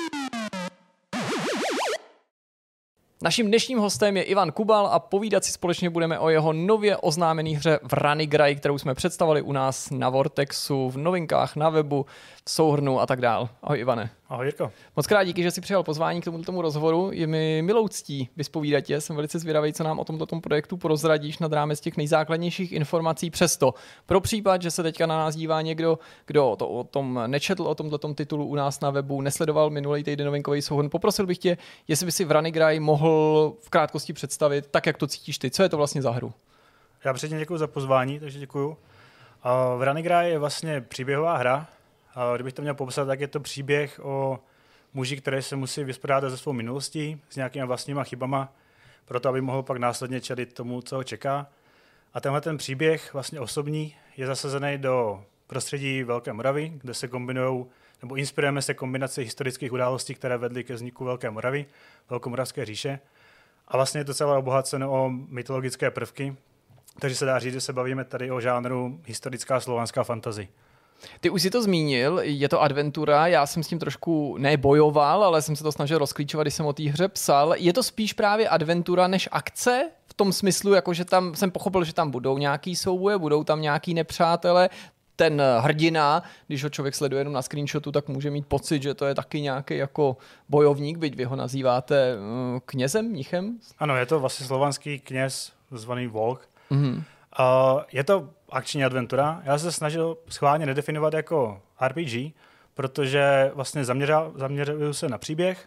Naším dnešním hostem je Ivan Kubal a povídat si společně budeme o jeho nově oznámené hře Vranegraj, kterou jsme představili u nás na Vortexu, v novinkách, na webu, v souhrnu a tak dál. Ahoj Ivane. Ahoj Jirko. Moc krát díky, že jsi přijal pozvání k tomu rozhovoru. Je mi milou ctí vyspovídat tě. Jsem velice zvědavý, co nám o tomto projektu prozradíš nad rámec těch nejzákladnějších informací. Přesto pro případ, že se teďka na nás dívá někdo, kdo to o tom nečetl, o tomto titulu u nás na webu, nesledoval minulý týden novinkový souhrn, poprosil bych tě, jestli by si Vranegraj mohl v krátkosti představit, tak jak to cítíš ty. Co je to vlastně za hru? Já předtím děkuji za pozvání, takže děkuju. Vranegraj je vlastně příběhová hra. Kdybych to měl popsat, tak je to příběh o muži, který se musí vyspodádat ze svou minulostí, s nějakýma vlastníma chybama, proto aby mohl pak následně čelit tomu, co ho čeká. A tenhle ten příběh, vlastně osobní, je zasazený do prostředí Velké Moravy, kde se kombinujou, nebo inspirujeme se kombinaci historických událostí, které vedly ke vzniku Velké Moravy, Velkomoravské říše. A vlastně je to celé obohaceno o mytologické prvky, takže se dá říct, že se bavíme tady o žánru historická slovanská fantasy. Ty už si to zmínil, je to adventura, já jsem s tím trošku nebojoval, ale jsem se to snažil rozklíčovat, když jsem o té hře psal. Je to spíš právě adventura než akce? V tom smyslu, jako že tam jsem pochopil, že tam budou nějaký souboje, budou tam nějaký nepřátelé. Ten hrdina, když ho člověk sleduje jenom na screenshotu, tak může mít pocit, že to je taky nějaký jako bojovník, byť vy ho nazýváte knězem, mnichem? Ano, je to vlastně slovanský kněz zvaný Volk. Mm-hmm. Je to akční adventura. Já se snažil schválně nedefinovat jako RPG, protože vlastně zaměřuju se na příběh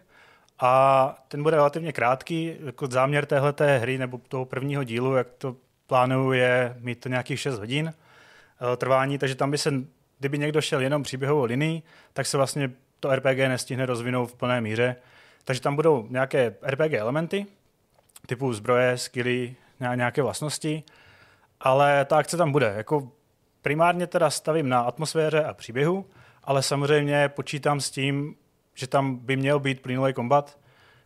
a ten bude relativně krátký. Jako záměr téhleté hry nebo toho prvního dílu, jak to plánuju, je mít to nějakých 6 hodin trvání, takže tam by se, kdyby někdo šel jenom příběhovou linii, tak se vlastně to RPG nestihne rozvinout v plné míře. Takže tam budou nějaké RPG elementy, typu zbroje, skilly, nějaké vlastnosti, ale ta akce tam bude. Jako primárně teda stavím na atmosféře a příběhu, ale samozřejmě počítám s tím, že tam by měl být plynulý kombat,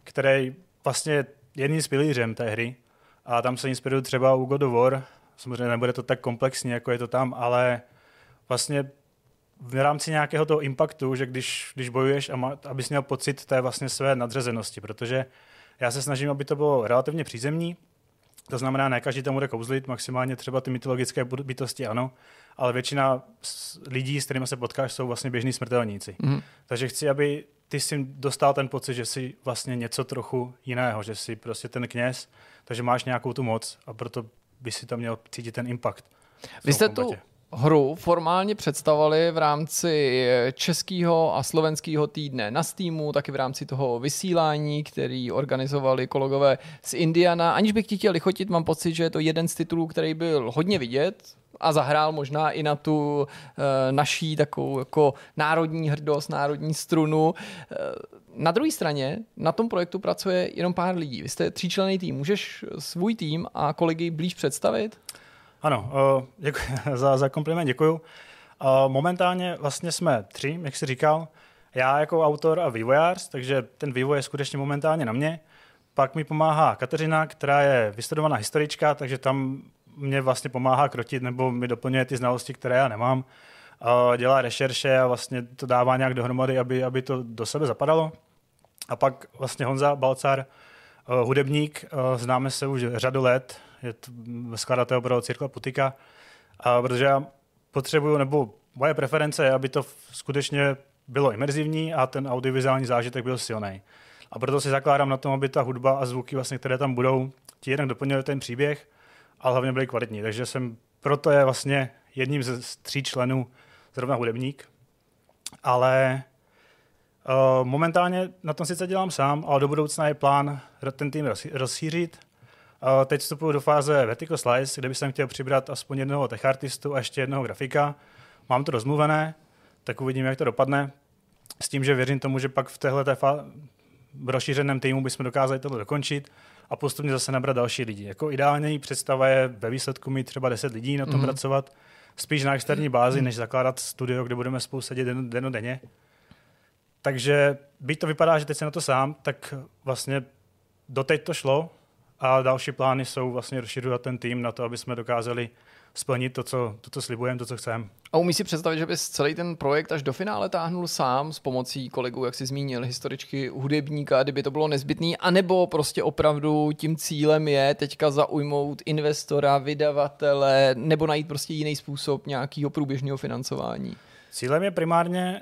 který vlastně jedním z pilířem té hry a tam se inspiruju třeba u God of War. Samozřejmě nebude to tak komplexní, jako je to tam, ale vlastně v rámci nějakého toho impaktu, že když bojuješ, abys měl pocit té vlastně své nadřazenosti, protože já se snažím, aby to bylo relativně přízemní, to znamená, ne každý tam bude kouzlit, maximálně třeba ty mytologické bytosti ano, ale většina lidí, s kterými se potkáš, jsou vlastně běžní smrtelníci. Takže chci, aby ty si dostal ten pocit, že jsi vlastně něco trochu jiného, že jsi prostě ten kněz, takže máš nějakou tu moc a proto by si tam měl cítit ten impact. Vy jste tu hru formálně představovali v rámci českého a slovenského týdne na Steamu, taky v rámci toho vysílání, který organizovali kolegové z Indiana. Aniž bych ti chtěl lichotit, mám pocit, že je to jeden z titulů, který byl hodně vidět a zahrál možná i na tu naší takovou jako národní hrdost, národní strunu. Na druhé straně na tom projektu pracuje jenom pár lidí. Vy jste 3členný tým. Můžeš svůj tým a kolegy blíž představit? Ano, děkuji, za kompliment děkuju. Momentálně vlastně jsme 3, jak jsi říkal. Já jako autor a vývojář, takže ten vývoj je skutečně momentálně na mě. Pak mi pomáhá Kateřina, která je vystudovaná historička, takže tam mě vlastně pomáhá krotit nebo mi doplňuje ty znalosti, které já nemám. Dělá rešerše a vlastně to dává nějak dohromady, aby to do sebe zapadalo. A pak vlastně Honza Balcar, hudebník, známe se už řadu let, je to skladatel pro Cirkla Putika, protože já potřebuju, nebo moje preference je, aby to skutečně bylo imerzivní a ten audiovizuální zážitek byl silný. A proto si zakládám na tom, aby ta hudba a zvuky, vlastně, které tam budou, ti jednak doplnily ten příběh, ale hlavně byly kvalitní. Takže proto je vlastně jedním z 3 členů zrovna hudebník. Ale momentálně na tom sice dělám sám, ale do budoucna je plán ten tým rozšířit. Teď vstupuji do fáze Vertical Slice, kde bych chtěl přibrat aspoň jednoho techartistu a ještě jednoho grafika. Mám to rozmluvené, tak uvidím, jak to dopadne. S tím, že věřím tomu, že pak v téhleté rozšířeném týmu bychom dokázali tohle dokončit a postupně zase nabrat další lidi. Jako ideální představa je ve výsledku mít třeba 10 lidí na tom pracovat, spíš na externí bázi, než zakládat studio, kde budeme spolu sedět dennodenně. Takže byť to vypadá, že teď jsem na to sám, tak vlastně doteď to šlo a další plány jsou vlastně rozšiřovat ten tým na to, aby jsme dokázali splnit to, co slibujeme, to, co chceme. A umíš si představit, že bys celý ten projekt až do finále táhnul sám s pomocí kolegů, jak jsi zmínil, historičky, hudebníka, kdyby to bylo nezbytný, anebo prostě opravdu tím cílem je teďka zaujmout investora, vydavatele, nebo najít prostě jiný způsob nějakého průběžného financování? Cílem je primárně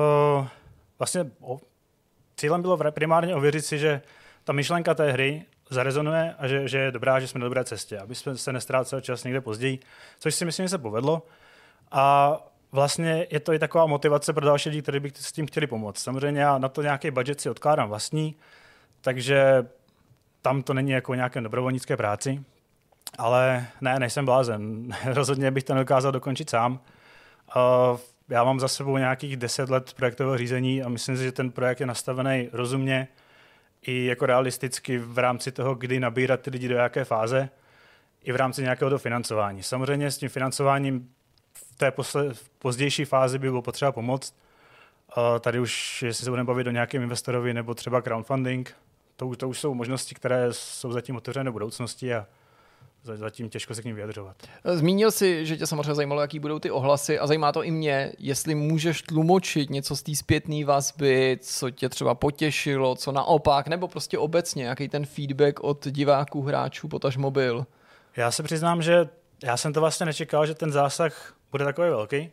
cílem bylo primárně ověřit si, že ta myšlenka té hry zarezonuje a že je dobrá, že jsme na dobré cestě, aby jsme se nestráceli čas někde později, což si myslím, že se povedlo. A vlastně je to i taková motivace pro další lidi, kteří by s tím chtěli pomoct. Samozřejmě já na to nějaký budget si odkládám vlastní, takže tam to není jako nějaké dobrovolnické práci, ale ne, nejsem blázen. Rozhodně bych to nedokázal dokončit sám. Já mám za sebou nějakých 10 let projektového řízení a myslím si, že ten projekt je nastavený rozumně i jako realisticky v rámci toho, kdy nabírat ty lidi do jaké fáze, i v rámci nějakého toho financování. Samozřejmě s tím financováním v té pozdější fázi by bylo potřeba pomoct. Tady už, jestli se budeme bavit o nějakém investorovi nebo třeba crowdfunding, to už jsou možnosti, které jsou zatím otevřené do budoucnosti a zatím těžko se k ním vyjadřovat. Zmínil jsi, že tě samozřejmě zajímalo, jaký budou ty ohlasy a zajímá to i mě, jestli můžeš tlumočit něco z té zpětné vazby, co tě třeba potěšilo, co naopak, nebo prostě obecně, jaký ten feedback od diváků, hráčů, potažmo byl. Já se přiznám, že já jsem to vlastně nečekal, že ten zásah bude takový velký.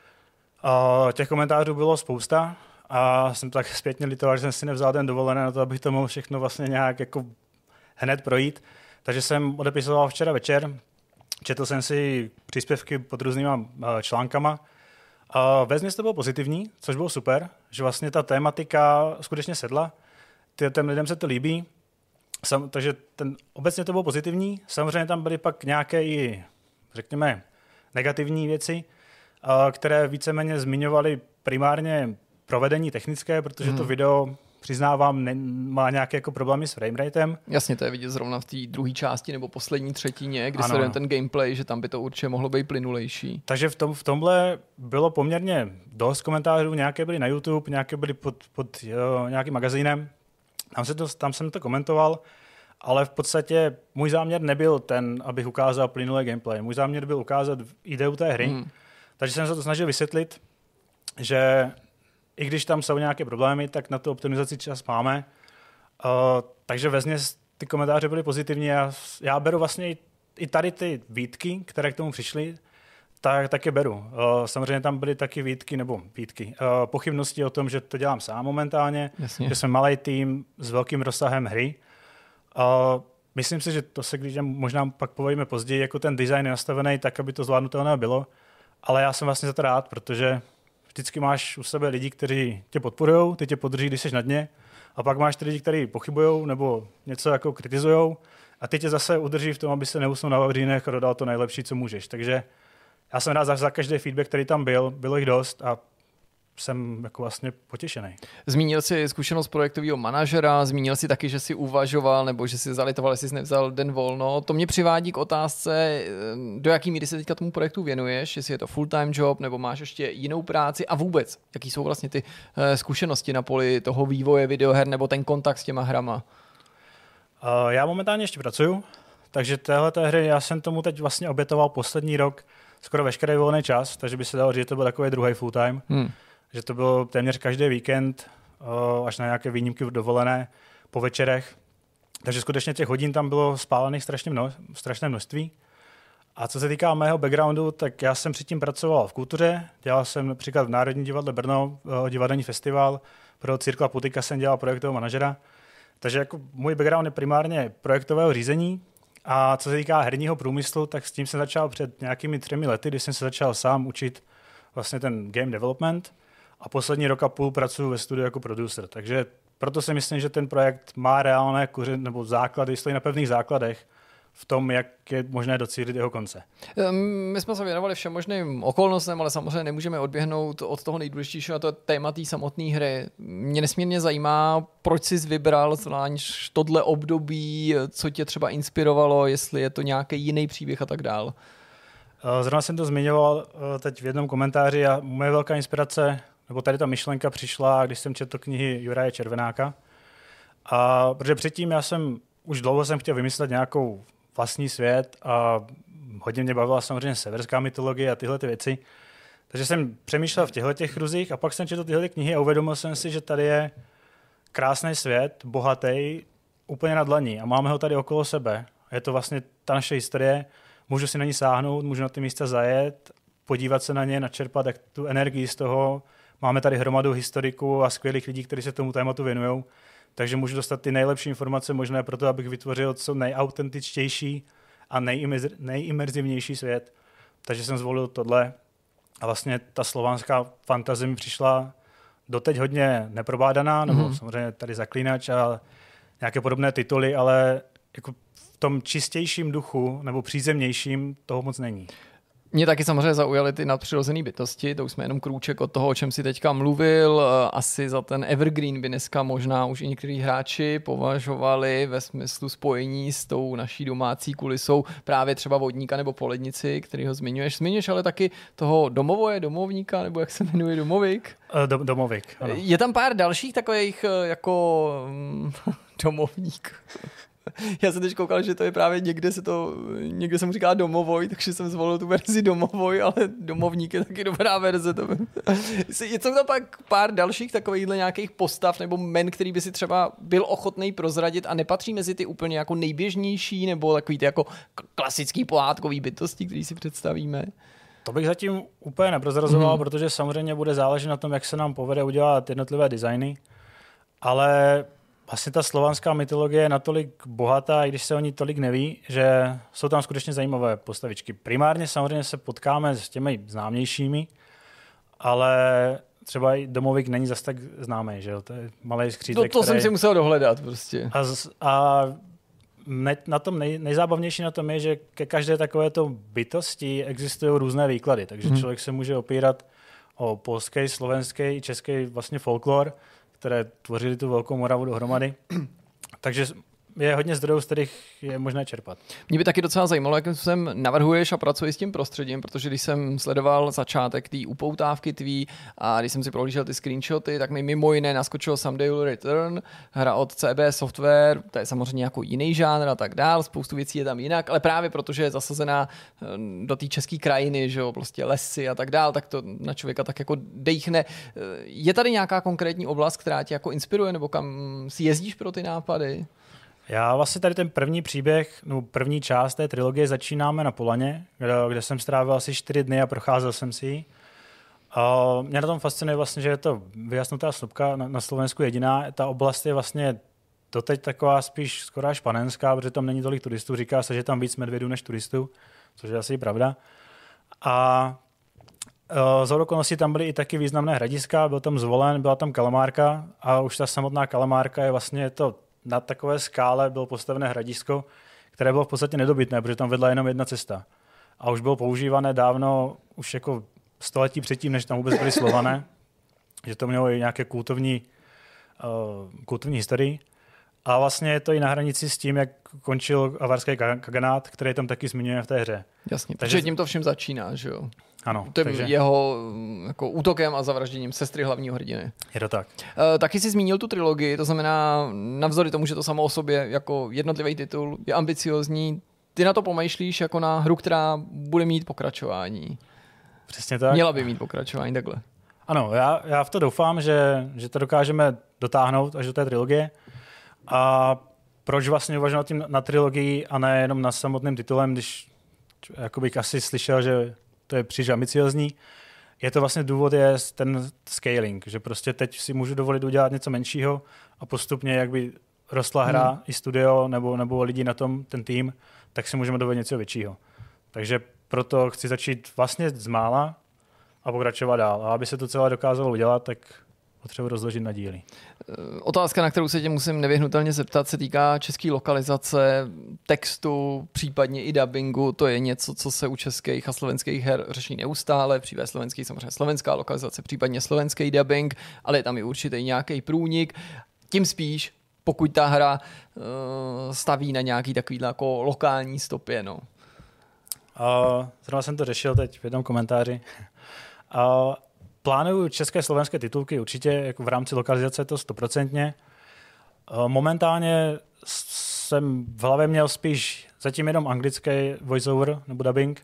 Těch komentářů bylo spousta a jsem tak zpětně litoval, že jsem si nevzal ten dovolené na to, abych to mohl všechno vlastně nějak jako hned projít. Takže jsem odepisoval včera večer, četl jsem si příspěvky pod různýma článkama. Vezměs to bylo pozitivní, což bylo super, že vlastně ta tématika skutečně sedla. Těm lidem se to líbí, takže obecně to bylo pozitivní. Samozřejmě tam byly pak nějaké i, řekněme, negativní věci, které víceméně zmiňovaly primárně provedení technické, protože to video, přiznávám, má nějaké jako problémy s frameratem. Jasně, to je vidět zrovna v té druhé části nebo poslední třetině, kdy sledujeme ten gameplay, že tam by to určitě mohlo být plynulejší. Takže v tomhle bylo poměrně dost komentářů, nějaké byly na YouTube, nějaké byly pod nějakým magazínem, Tam jsem to komentoval, ale v podstatě můj záměr nebyl ten, abych ukázal plynulé gameplay. Můj záměr byl ukázat ideu té hry, takže jsem se to snažil vysvětlit, že i když tam jsou nějaké problémy, tak na tu optimizaci čas máme. Takže vezmě ty komentáře byly pozitivní a já beru vlastně i tady ty výtky, které k tomu přišly, tak je beru. Samozřejmě tam byly taky výtky, pochybnosti o tom, že to dělám sám momentálně, že jsme malý tým s velkým rozsahem hry. Myslím si, že to se když možná pak povíme později, jako ten design je nastavený tak, aby to zvládnutelné bylo, ale já jsem vlastně za to rád, protože vždycky máš u sebe lidi, kteří tě podporujou, ty tě podrží, když jsi na dně, a pak máš ty lidi, kteří pochybujou nebo něco jako kritizujou a ty tě zase udrží v tom, aby se neusnul na vavřínech a dodal to nejlepší, co můžeš. Takže já jsem rád za každý feedback, který tam bylo jich dost a jsem jako vlastně potěšený. Zmínil jsi zkušenost projektového manažera, zmínil jsi taky, že jsi uvažoval nebo že jsi zalitoval, jestli jsi nevzal den volno. To mě přivádí k otázce, do jaký míry se teďka tomu projektu věnuješ, jestli je to full-time job nebo máš ještě jinou práci a vůbec, jaký jsou vlastně ty zkušenosti na poli toho vývoje videoher nebo ten kontakt s těma hrama? Já momentálně ještě pracuju, takže téhleté hry já jsem tomu teď vlastně obětoval poslední rok skoro veškerý volný čas, takže by se dalo říct, že to byl takový druhý full-time. Že to bylo téměř každý víkend, až na nějaké výjimky dovolené po večerech. Takže skutečně těch hodin tam bylo spálených strašné množství. A co se týká mého backgroundu, tak já jsem předtím pracoval v kultuře. Dělal jsem například v Národním divadle Brno, divadelní festival. Pro Cirkla Putika jsem dělal projektového manažera. Takže jako můj background je primárně projektového řízení. A co se týká herního průmyslu, tak s tím jsem začal před nějakými 3 lety, kdy jsem se začal sám učit vlastně ten game development. A poslední rok a půl pracuji ve studiu jako producer. Takže proto si myslím, že ten projekt má reálné nebo základy, stojí na pevných základech v tom, jak je možné docílit jeho konce. My jsme se věnovali všem možným okolnostem, ale samozřejmě nemůžeme odběhnout od toho nejdůležitějšího, a to je téma té samotné hry. Mě nesmírně zajímá, proč jsi vybral zvlášť tohle období, co tě třeba inspirovalo, jestli je to nějaký jiný příběh a tak dál. Zrovna jsem to zmiňoval teď v jednom komentáři a moje velká inspirace nebo tady ta myšlenka přišla, když jsem četl knihy Juraje Červenáka. A protože předtím už dlouho jsem chtěl vymyslet nějakou vlastní svět a hodně mě bavila samozřejmě severská mytologie a tyhle ty věci. Takže jsem přemýšlel v těchto kruzích a pak jsem četl tyhle knihy a uvědomil jsem si, že tady je krásný svět, bohatý, úplně na dlaní a máme ho tady okolo sebe. Je to vlastně ta naše historie, můžu si na ní sáhnout, můžu na ty místa zajet, podívat se na ně, načerpat jak tu energii z toho. Máme tady hromadu historiků a skvělých lidí, kteří se tomu tématu věnují, takže můžu dostat ty nejlepší informace možné pro to, abych vytvořil co nejautentičtější a nejimerzivnější svět. Takže jsem zvolil tohle a vlastně ta slovanská fantazie mi přišla doteď hodně neprobádaná, nebo samozřejmě tady Zaklínač a nějaké podobné tituly, ale jako v tom čistějším duchu nebo přízemnějším toho moc není. Mě taky samozřejmě zaujaly ty nadpřirozené bytosti, to už jsme jenom krůček od toho, o čem si teďka mluvil. Asi za ten evergreen by dneska možná už i někteří hráči považovali ve smyslu spojení s tou naší domácí kulisou právě třeba vodníka nebo polednici, který ho zmiňuješ. Zmiňuješ ale taky toho domovníka, nebo jak se jmenuje, domovík? Domovík, ano. Je tam pár dalších takových jako domovník. Já jsem teď koukal, že to je právě někde se mu říká domovoj, takže jsem zvolil tu verzi domovoj, ale domovník je taky dobrá verze. Je to tam pak pár dalších takovýchhle nějakých postav nebo men, který by si třeba byl ochotný prozradit a nepatří mezi ty úplně jako nejběžnější nebo takový ty jako klasický pohádkový bytosti, který si představíme? To bych zatím úplně neprozrazoval, protože samozřejmě bude záležet na tom, jak se nám povede udělat jednotlivé designy, ale vlastně ta slovanská mytologie je natolik bohatá, i když se o ní tolik neví, že jsou tam skutečně zajímavé postavičky. Primárně samozřejmě se potkáme s těmi známějšími, ale třeba i Domovík není zas tak známý, že jo? To je malej skřítek. To jsem si musel dohledat prostě. A na tom nejzábavnější na tom je, že ke každé takovéto bytosti existují různé výklady, takže člověk se může opírat o polský, slovenský i český vlastně folklor, které tvořili tu Velkou Moravu dohromady. Takže je hodně zdrojů, z kterých je možné čerpat. Mě by taky docela zajímalo, jakým způsobem navrhuješ a pracuješ s tím prostředím, protože když jsem sledoval začátek té upoutávky tvý a když jsem si prohlížel ty screenshoty, tak mi mimo jiné naskočil Someday Will Return, hra od CB Software, to je samozřejmě jako jiný žánr a tak dál, spoustu věcí je tam jinak, ale právě protože je zasazená do té české krajiny, že jo, prostě lesy a tak dál, tak to na člověka tak jako dejchne. Je tady nějaká konkrétní oblast, která tě jako inspiruje, nebo kam si jezdíš pro ty nápady? Já vlastně tady ten první příběh, no první část té trilogie začínáme na Polaně, kde jsem strávil asi 4 dny a procházel jsem si ji. Mě na tom fascinuje vlastně, že je to vyjasnutá snupka na Slovensku jediná. Ta oblast je vlastně doteď taková spíš skoro až panenská, protože tam není tolik turistů. Říká se, že tam víc medvědů než turistů, což je asi pravda. A z okolností tam byly i taky významné hradiska, byl tam Zvolen, byla tam Kalamárka a už ta samotná Kalamárka je vlastně to na takové skále bylo postavené hradisko, které bylo v podstatě nedobytné, protože tam vedla jenom jedna cesta. A už bylo používané dávno, už jako století předtím, než tam vůbec byly Slované, že to mělo i nějaké kultovní historii. A vlastně je to i na hranici s tím, jak končil avarský kaganát, který tam taky zmiňuje v té hře. Jasně, takže tím to všem začíná, že jo? Ano. To je jeho jako útokem a zavražděním sestry hlavního hrdiny. Je to tak. Taky jsi zmínil tu trilogii, to znamená, navzdory tomu, že to samo o sobě jako jednotlivý titul je ambiciozní, ty na to pomýšlíš jako na hru, která bude mít pokračování. Přesně tak. Měla by mít pokračování, takhle. Ano, já v to doufám, že to dokážeme dotáhnout až do té trilogie. A proč vlastně uvažovat tím na trilogii a ne jenom na samotným titulem, když jako bych asi slyšel, že to je příliš ambiciozní. Je to vlastně důvod je ten scaling, že prostě teď si můžu dovolit udělat něco menšího a postupně, jak by rostla hra i studio nebo lidi na tom, ten tým, tak si můžeme dovolit něco většího. Takže proto chci začít vlastně z mála a pokračovat dál. A aby se to celé dokázalo udělat, tak potřebuji rozložit na díly. Otázka, na kterou se tě musím nevyhnutelně zeptat, se týká české lokalizace, textu, případně i dabingu. To je něco, co se u českých a slovenských her řeší neustále. Přívé slovenský, samozřejmě slovenská lokalizace, případně slovenský dubbing, ale je tam i určitý nějaký průnik. Tím spíš, pokud ta hra staví na nějaký takový jako lokální stopě. No. Zrovna jsem to řešil teď v jednom komentáři. Plánuju české a slovenské titulky určitě jako v rámci lokalizace to 100%. Momentálně jsem v hlavě měl spíš zatím jenom anglický voiceover nebo dubbing,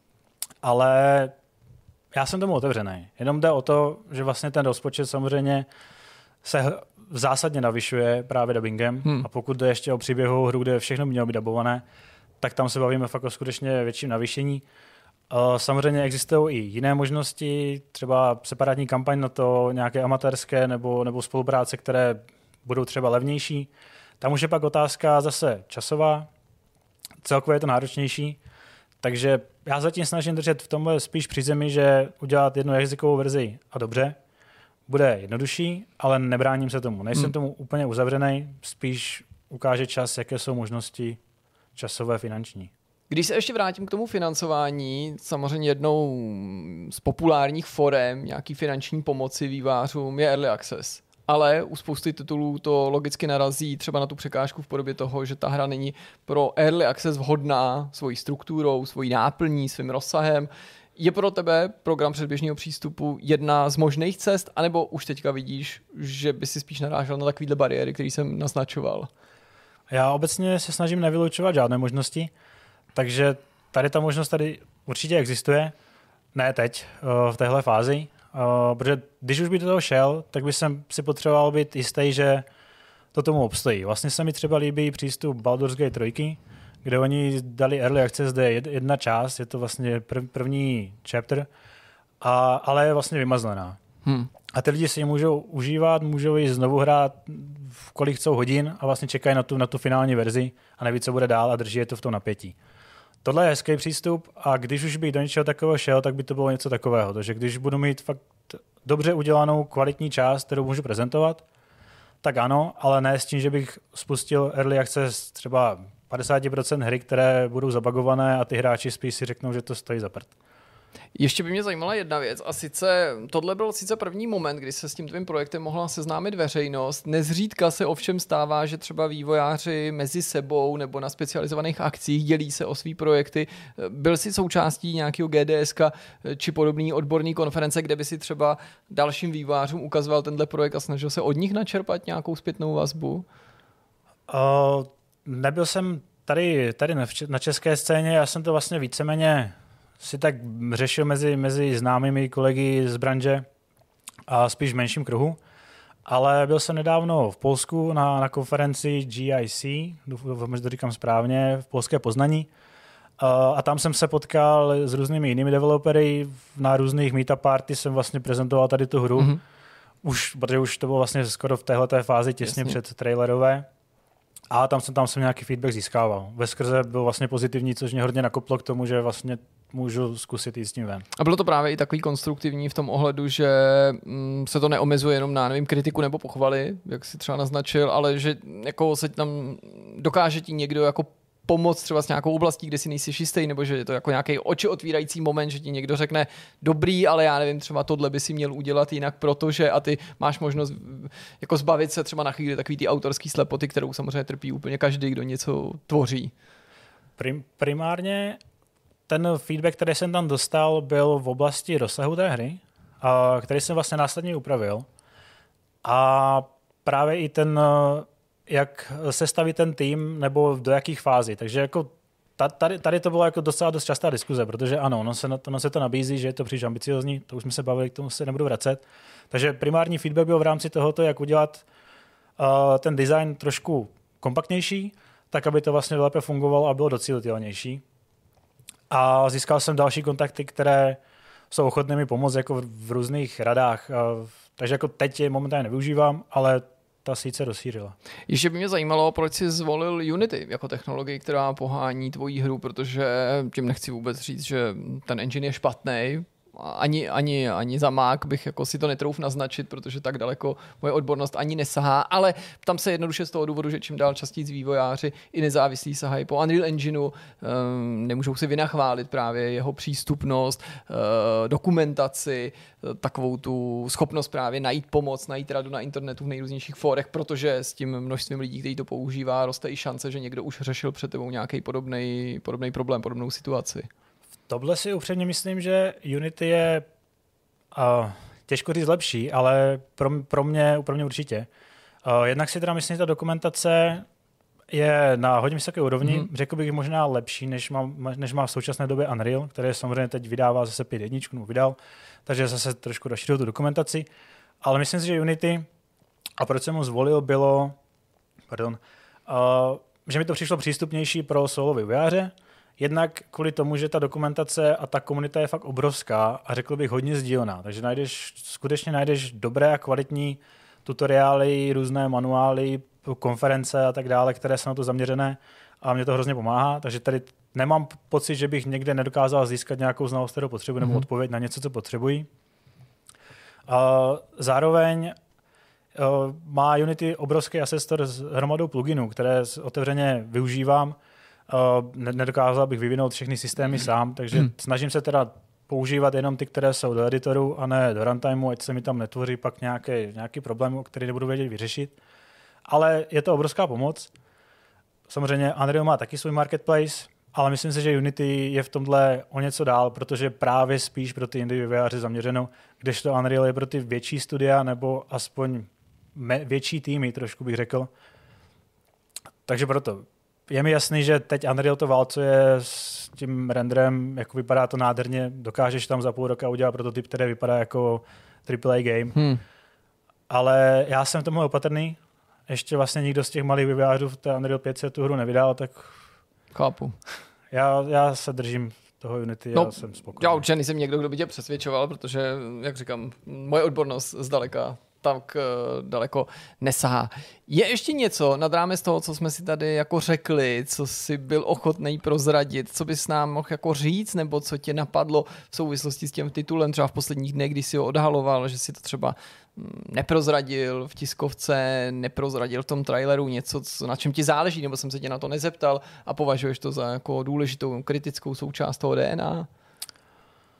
ale já jsem tomu otevřený. Jenom jde o to, že vlastně ten rozpočet samozřejmě se zásadně navyšuje právě dubbingem a pokud jde ještě o příběhovou hru, kde všechno mělo být dubované, tak tam se bavíme fakt o skutečně větším navýšení. Samozřejmě existují i jiné možnosti, třeba separátní kampaň na to, nějaké amatérské nebo spolupráce, které budou třeba levnější. Tam už je pak otázka zase časová, celkově je to náročnější, takže já zatím snažím držet v tomhle spíš při zemi, že udělat jednu jazykovou verzi a dobře, bude jednodušší, ale nebráním se tomu. Nejsem tomu úplně uzavřený, spíš ukáže čas, jaké jsou možnosti časové, finanční. Když se ještě vrátím k tomu financování, samozřejmě jednou z populárních forem nějaký finanční pomoci vývářům je Early Access. Ale u spousty titulů to logicky narazí třeba na tu překážku v podobě toho, že ta hra není pro Early Access vhodná svojí strukturou, svojí náplní, svým rozsahem. Je pro tebe program předběžného přístupu jedna z možných cest, anebo už teďka vidíš, že by si spíš narážel na takovýhle bariéry, které jsem naznačoval? Já obecně se snažím nevylučovat žádné možnosti, takže tady ta možnost tady určitě existuje. Ne teď, v téhle fázi, protože když už by do toho šel, tak by jsem si potřeboval být jistý, že to tomu obstojí. Vlastně se mi třeba líbí přístup Baldur's Gate 3, kde oni dali Early Access, kde je jedna část, je to vlastně první chapter, ale je vlastně vymazlená. A ty lidi si ji můžou užívat, můžou ji znovu hrát v kolik chcou hodin a vlastně čekají na tu finální verzi a neví, co bude dál a drží je to v tom napětí. Tohle je hezký přístup a když už bych do něčeho takového šel, tak by to bylo něco takového. Takže když budu mít fakt dobře udělanou kvalitní část, kterou můžu prezentovat, tak ano, ale ne s tím, že bych spustil Early Access třeba 50% hry, které budou zabagované a ty hráči spíš si řeknou, že to stojí za prd. Ještě by mě zajímala jedna věc a sice tohle byl sice první moment, kdy se s tím tvým projektem mohla seznámit veřejnost. Nezřídka se ovšem stává, že třeba vývojáři mezi sebou nebo na specializovaných akcích dělí se o svý projekty. Byl jsi součástí nějakého GDSK či podobný odborný konference, kde by si třeba dalším vývojářům ukazoval tenhle projekt a snažil se od nich načerpat nějakou zpětnou vazbu? Nebyl jsem tady na české scéně, já jsem to vlastně víceméně si tak řešil mezi známými kolegy z branže a spíš v menším kruhu. Ale byl jsem nedávno v Polsku na konferenci GIC, doufám, že to říkám správně, v polské Poznaní. A tam jsem se potkal s různými jinými developery, na různých meetup party jsem vlastně prezentoval tady tu hru. Protože už to bylo vlastně skoro v téhleté fázi těsně před trailerové. A tam jsem nějaký feedback získával. Veskrze byl vlastně pozitivní, což mě hodně nakoplo k tomu, že vlastně můžu zkusit jít s tím ven. A bylo to právě i takový konstruktivní v tom ohledu, že se to neomezuje jenom na kritiku nebo pochvaly, jak si třeba naznačil, ale že jako se tam dokáže ti někdo jako pomoct třeba s nějakou oblastí, kde si nejsi jistý, nebo že je to jako nějaký oči otvírající moment, že ti někdo řekne dobrý, ale já nevím, třeba tohle by si měl udělat jinak, protože a ty máš možnost jako zbavit se třeba na chvíli takový ty autorský slepoty, kterou samozřejmě trpí úplně každý, kdo něco tvoří. Primárně ten feedback, který jsem tam dostal, byl v oblasti rozsahu té hry, který jsem vlastně následně upravil. A právě i ten, jak sestavit ten tým, nebo do jakých fází. Takže jako tady to bylo jako docela dost častá diskuze, protože ano, ono se to nabízí, že je to příliš ambiciozní, to už jsme se bavili, k tomu se nebudu vracet. Takže primární feedback byl v rámci tohoto, jak udělat ten design trošku kompaktnější, tak aby to vlastně lépe fungovalo a bylo docílitelnější. A získal jsem další kontakty, které jsou ochotné mi pomoct jako v různých radách. Takže jako teď je momentálně nevyužívám, ale ta síť se rozšířila. Ještě by mě zajímalo, proč jsi zvolil Unity jako technologii, která pohání tvoji hru, protože tím nechci vůbec říct, že ten engine je špatný. Ani za Mac bych jako si to netrouf naznačit, protože tak daleko moje odbornost ani nesahá, ale tam se jednoduše z toho důvodu, že čím dál častěji vývojáři i nezávislí sahají po Unreal Engineu, nemůžou si vynachválit právě jeho přístupnost, dokumentaci, takovou tu schopnost právě najít pomoc, najít radu na internetu v nejrůznějších fórech, protože s tím množstvím lidí, kteří to používá, roste i šance, že někdo už řešil před tebou nějaký podobný problém, podobnou situaci. Tohle si upřímně myslím, že Unity je těžko říct lepší, ale pro mě určitě. Jednak si teda myslím, že ta dokumentace je na hodně vysoké úrovni. Řekl bych možná lepší, než má v současné době Unreal, který samozřejmě teď vydává zase 5.1, vydal, takže zase trošku rozšířil tu dokumentaci. Ale myslím si, že Unity, a proč jsem ho zvolil, bylo, že mi to přišlo přístupnější pro solo vývojáře. Jednak kvůli tomu, že ta dokumentace a ta komunita je fakt obrovská a řekl bych hodně sdílená. Takže skutečně najdeš dobré a kvalitní tutoriály, různé manuály, konference a tak dále, které jsou na to zaměřené a mě to hrozně pomáhá. Takže tady nemám pocit, že bych někde nedokázal získat nějakou znalost, kterou potřebuji, nebo odpověď na něco, co potřebuji. Zároveň má Unity obrovský asestor s hromadou pluginů, které otevřeně využívám. Nedokázal bych vyvinout všechny systémy sám, takže snažím se teda používat jenom ty, které jsou do editoru a ne do runtimeu, ať se mi tam netvoří pak nějaký problém, který nebudu vědět vyřešit. Ale je to obrovská pomoc. Samozřejmě Unreal má taky svůj marketplace, ale myslím si, že Unity je v tomhle o něco dál, protože právě spíš pro ty indie vývojáře zaměřeno, kdežto Unreal je pro ty větší studia nebo aspoň větší týmy, trošku bych řekl. Takže proto je mi jasný, že teď Unreal to válcuje s tím renderem, jako vypadá to nádherně, dokážeš tam za půl roka udělat prototyp, který vypadá jako AAA game. Ale já jsem tomu opatrný, ještě vlastně nikdo z těch malých vývojářů v té Unreal 5 tu hru nevydal, tak chápu. Já se držím toho Unity, já jsem spokojený. Já určitě nejsem někdo, kdo by tě přesvědčoval, protože, jak říkám, moje odbornost zdaleka tak daleko nesahá. Je ještě něco nad rámec toho, co jsme si tady jako řekli, co jsi byl ochotný prozradit, co bys nám mohl jako říct, nebo co tě napadlo v souvislosti s tím titulem třeba v posledních dnech, když jsi ho odhaloval, že si to třeba neprozradil v tiskovce, neprozradil v tom traileru něco, na čem ti záleží, nebo jsem se tě na to nezeptal a považuješ to za jako důležitou kritickou součást toho DNA?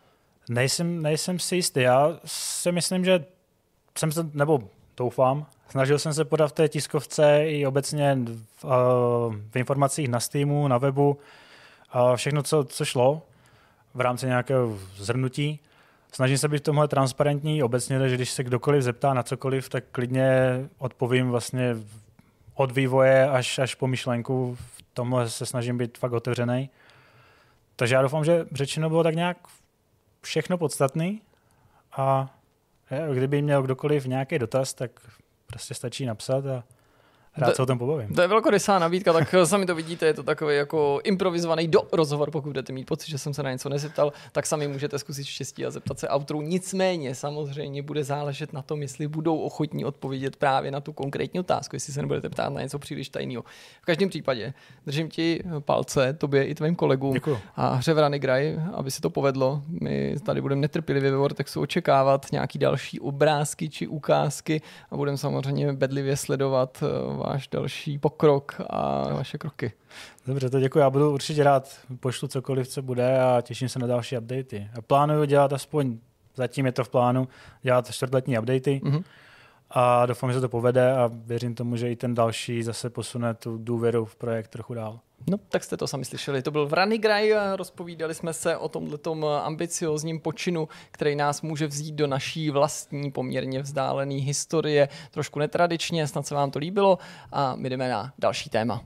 Nejsem si jistý. Já si myslím, že doufám, snažil jsem se podat v té tiskovce i obecně v informacích na Steamu, na webu, všechno, co šlo v rámci nějakého zhrnutí. Snažím se být v tomhle transparentní obecně, že když se kdokoliv zeptá na cokoliv, tak klidně odpovím vlastně od vývoje až po myšlenku. V tomhle se snažím být fakt otevřený. Takže já doufám, že řečeno bylo tak nějak všechno podstatný a kdyby měl kdokoliv nějaký dotaz, tak prostě stačí napsat a rád se o tom pobavím. To je velkorysá nabídka, tak sami to vidíte, je to takový jako improvizovaný rozhovor, pokud budete mít pocit, že jsem se na něco nezeptal, tak sami můžete zkusit štěstí a zeptat se autorů. Nicméně samozřejmě bude záležet na tom, jestli budou ochotní odpovědět právě na tu konkrétní otázku, jestli se nebudete ptát na něco příliš tajného. V každém případě držím ti palce, tobě i tvým kolegům. Děkuju. A hře v Runny Gry, aby se to povedlo. My tady budeme netrpělivě ve Vortexu očekávat nějaký další obrázky či ukázky a budeme samozřejmě bedlivě sledovat váš další pokrok a vaše kroky. Dobře, to děkuji. Já budu určitě rád, pošlu cokoliv, co bude a těším se na další updaty. Plánuju dělat aspoň, zatím je to v plánu, dělat čtvrtletní updaty a doufám, že se to povede a věřím tomu, že i ten další zase posune tu důvěru v projekt trochu dál. No, tak jste to sami slyšeli. To byl v Runny Gry, rozpovídali jsme se o tomhletom ambiciozním počinu, který nás může vzít do naší vlastní poměrně vzdálené historie, trošku netradičně, snad se vám to líbilo a my jdeme na další téma.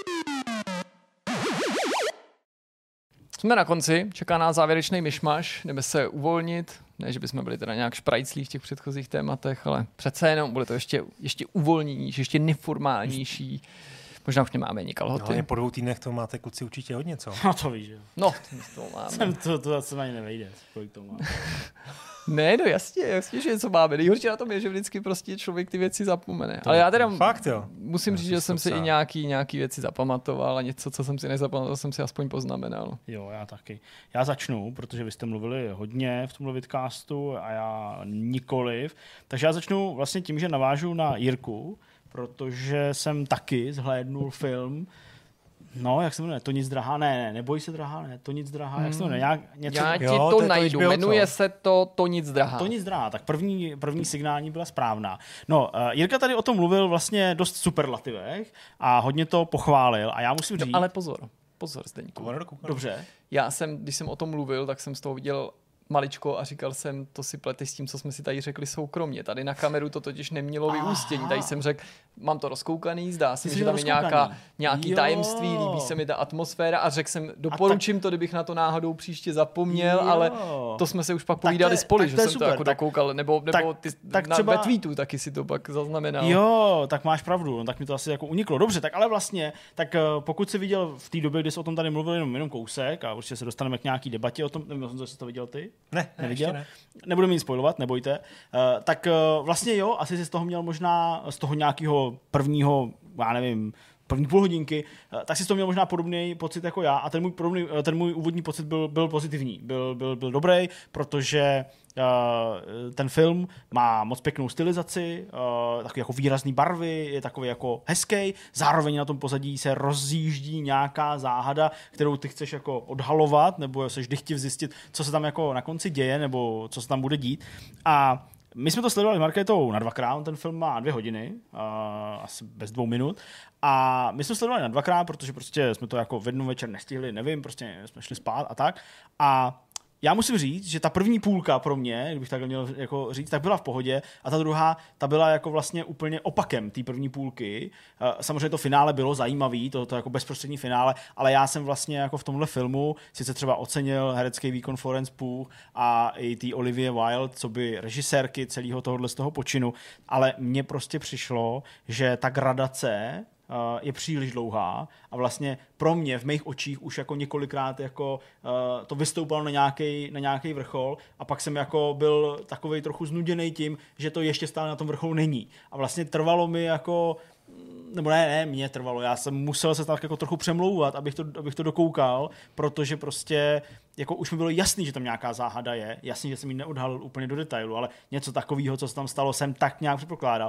Jsme na konci, čeká nás závěrečný myšmaš, jdeme se uvolnit, ne, že bychom byli teda nějak šprajclí v těch předchozích tématech, ale přece jenom bude to ještě uvolněnější, ještě neformálnější. Možná už nemáme ani kalhoty. No, po 2 týdnech to máte kluci určitě hodně, co? No to víš, jo. No, to máme. To zase ani nevejde, kolik to máme. Ne, no jasně, že něco máme. Nejhorší na tom je, že vždycky prostě člověk ty věci zapomene. Ale já teda fakt, jo. Musím říct, že jsem si i nějaký věci zapamatoval a něco, co jsem si nezapamatoval, jsem si aspoň poznamenal. Jo, já taky. Já začnu, protože vy jste mluvili hodně v tomhle vidcastu a já nikoliv. Takže já začnu vlastně tím, že navážu na Jirku, protože jsem taky zhlédnul film. No, jak se jmenuje? To nic drahá? Ne, neboj se drahá, ne, to nic drahá. Jak se jmenuje? Já ti to najdu. Jmenuje se to nic drahá. To nic drahá, tak první signální byla správná. No, Jirka tady o tom mluvil vlastně dost superlativech a hodně to pochválil a já musím říct... Ale pozor, Zdeňku. Dobře. Když jsem o tom mluvil, tak jsem z toho viděl maličko a říkal jsem, to si plete s tím, co jsme si tady řekli soukromně. Tady na kameru to totiž nemělo vyústění. Tady jsem řekl, mám to rozkoukaný, zdá se mi, že tam je nějaký tajemství, líbí se mi ta atmosféra a řekl jsem, doporučím to, kdybych na to náhodou příště zapomněl, ale to jsme se už pak povídali spolu, že jsem super. To jako dokoukal, nebo ty třeba... ve tweetu taky si to pak zaznamenal. Jo, tak máš pravdu, tak mi to asi jako uniklo. Dobře, tak ale vlastně, tak pokud jsi viděl v té době, kdy jsi o tom tady mluvil jenom kousek a určitě se dostaneme k nějaký debatě o tom, nevím, jestli to viděl ty. Ne, neviděl? Ne. Nebudeme nic spoilovat, nebojte. Tak vlastně jo, asi jsi z toho měl možná z toho nějakého prvního, já nevím, první půlhodinky, tak si to měl možná podobný pocit jako já a ten můj úvodní pocit byl pozitivní, byl dobrý, protože ten film má moc pěknou stylizaci, takový jako výrazný barvy, je takový jako hezký, zároveň na tom pozadí se rozjíždí nějaká záhada, kterou ty chceš jako odhalovat, nebo seš dychtiv zjistit, co se tam jako na konci děje, nebo co se tam bude dít. A my jsme to sledovali Markétou na 2x, ten film má 2 hodiny, asi bez 2 minut. A my jsme sledovali na 2x, protože prostě jsme to jako v jednu večer nestihli, nevím, prostě jsme šli spát a tak. A já musím říct, že ta první půlka pro mě, kdybych takhle měl jako říct, tak byla v pohodě a ta druhá, ta byla jako vlastně úplně opakem té první půlky. Samozřejmě to finále bylo zajímavý, to jako bezprostřední finále, ale já jsem vlastně jako v tomhle filmu sice třeba ocenil herecký výkon Florence Pugh a i té Olivia Wilde, co by režisérky celého tohohle z toho počinu, ale mně prostě přišlo, že ta gradace je příliš dlouhá a vlastně pro mě v mých očích už jako několikrát jako to vystoupalo na nějaký vrchol a pak jsem jako byl takovej trochu znuděnej tím, že to ještě stále na tom vrcholu není. A vlastně trvalo mi jako nebo ne, mě trvalo, já jsem musel se tak jako trochu přemlouvat, abych to dokoukal, protože prostě jako už mi bylo jasný, že tam nějaká záhada je, jasný, že jsem ji neodhalil úplně do detailu, ale něco takového, co se tam stalo, jsem tak nějak předpokládal.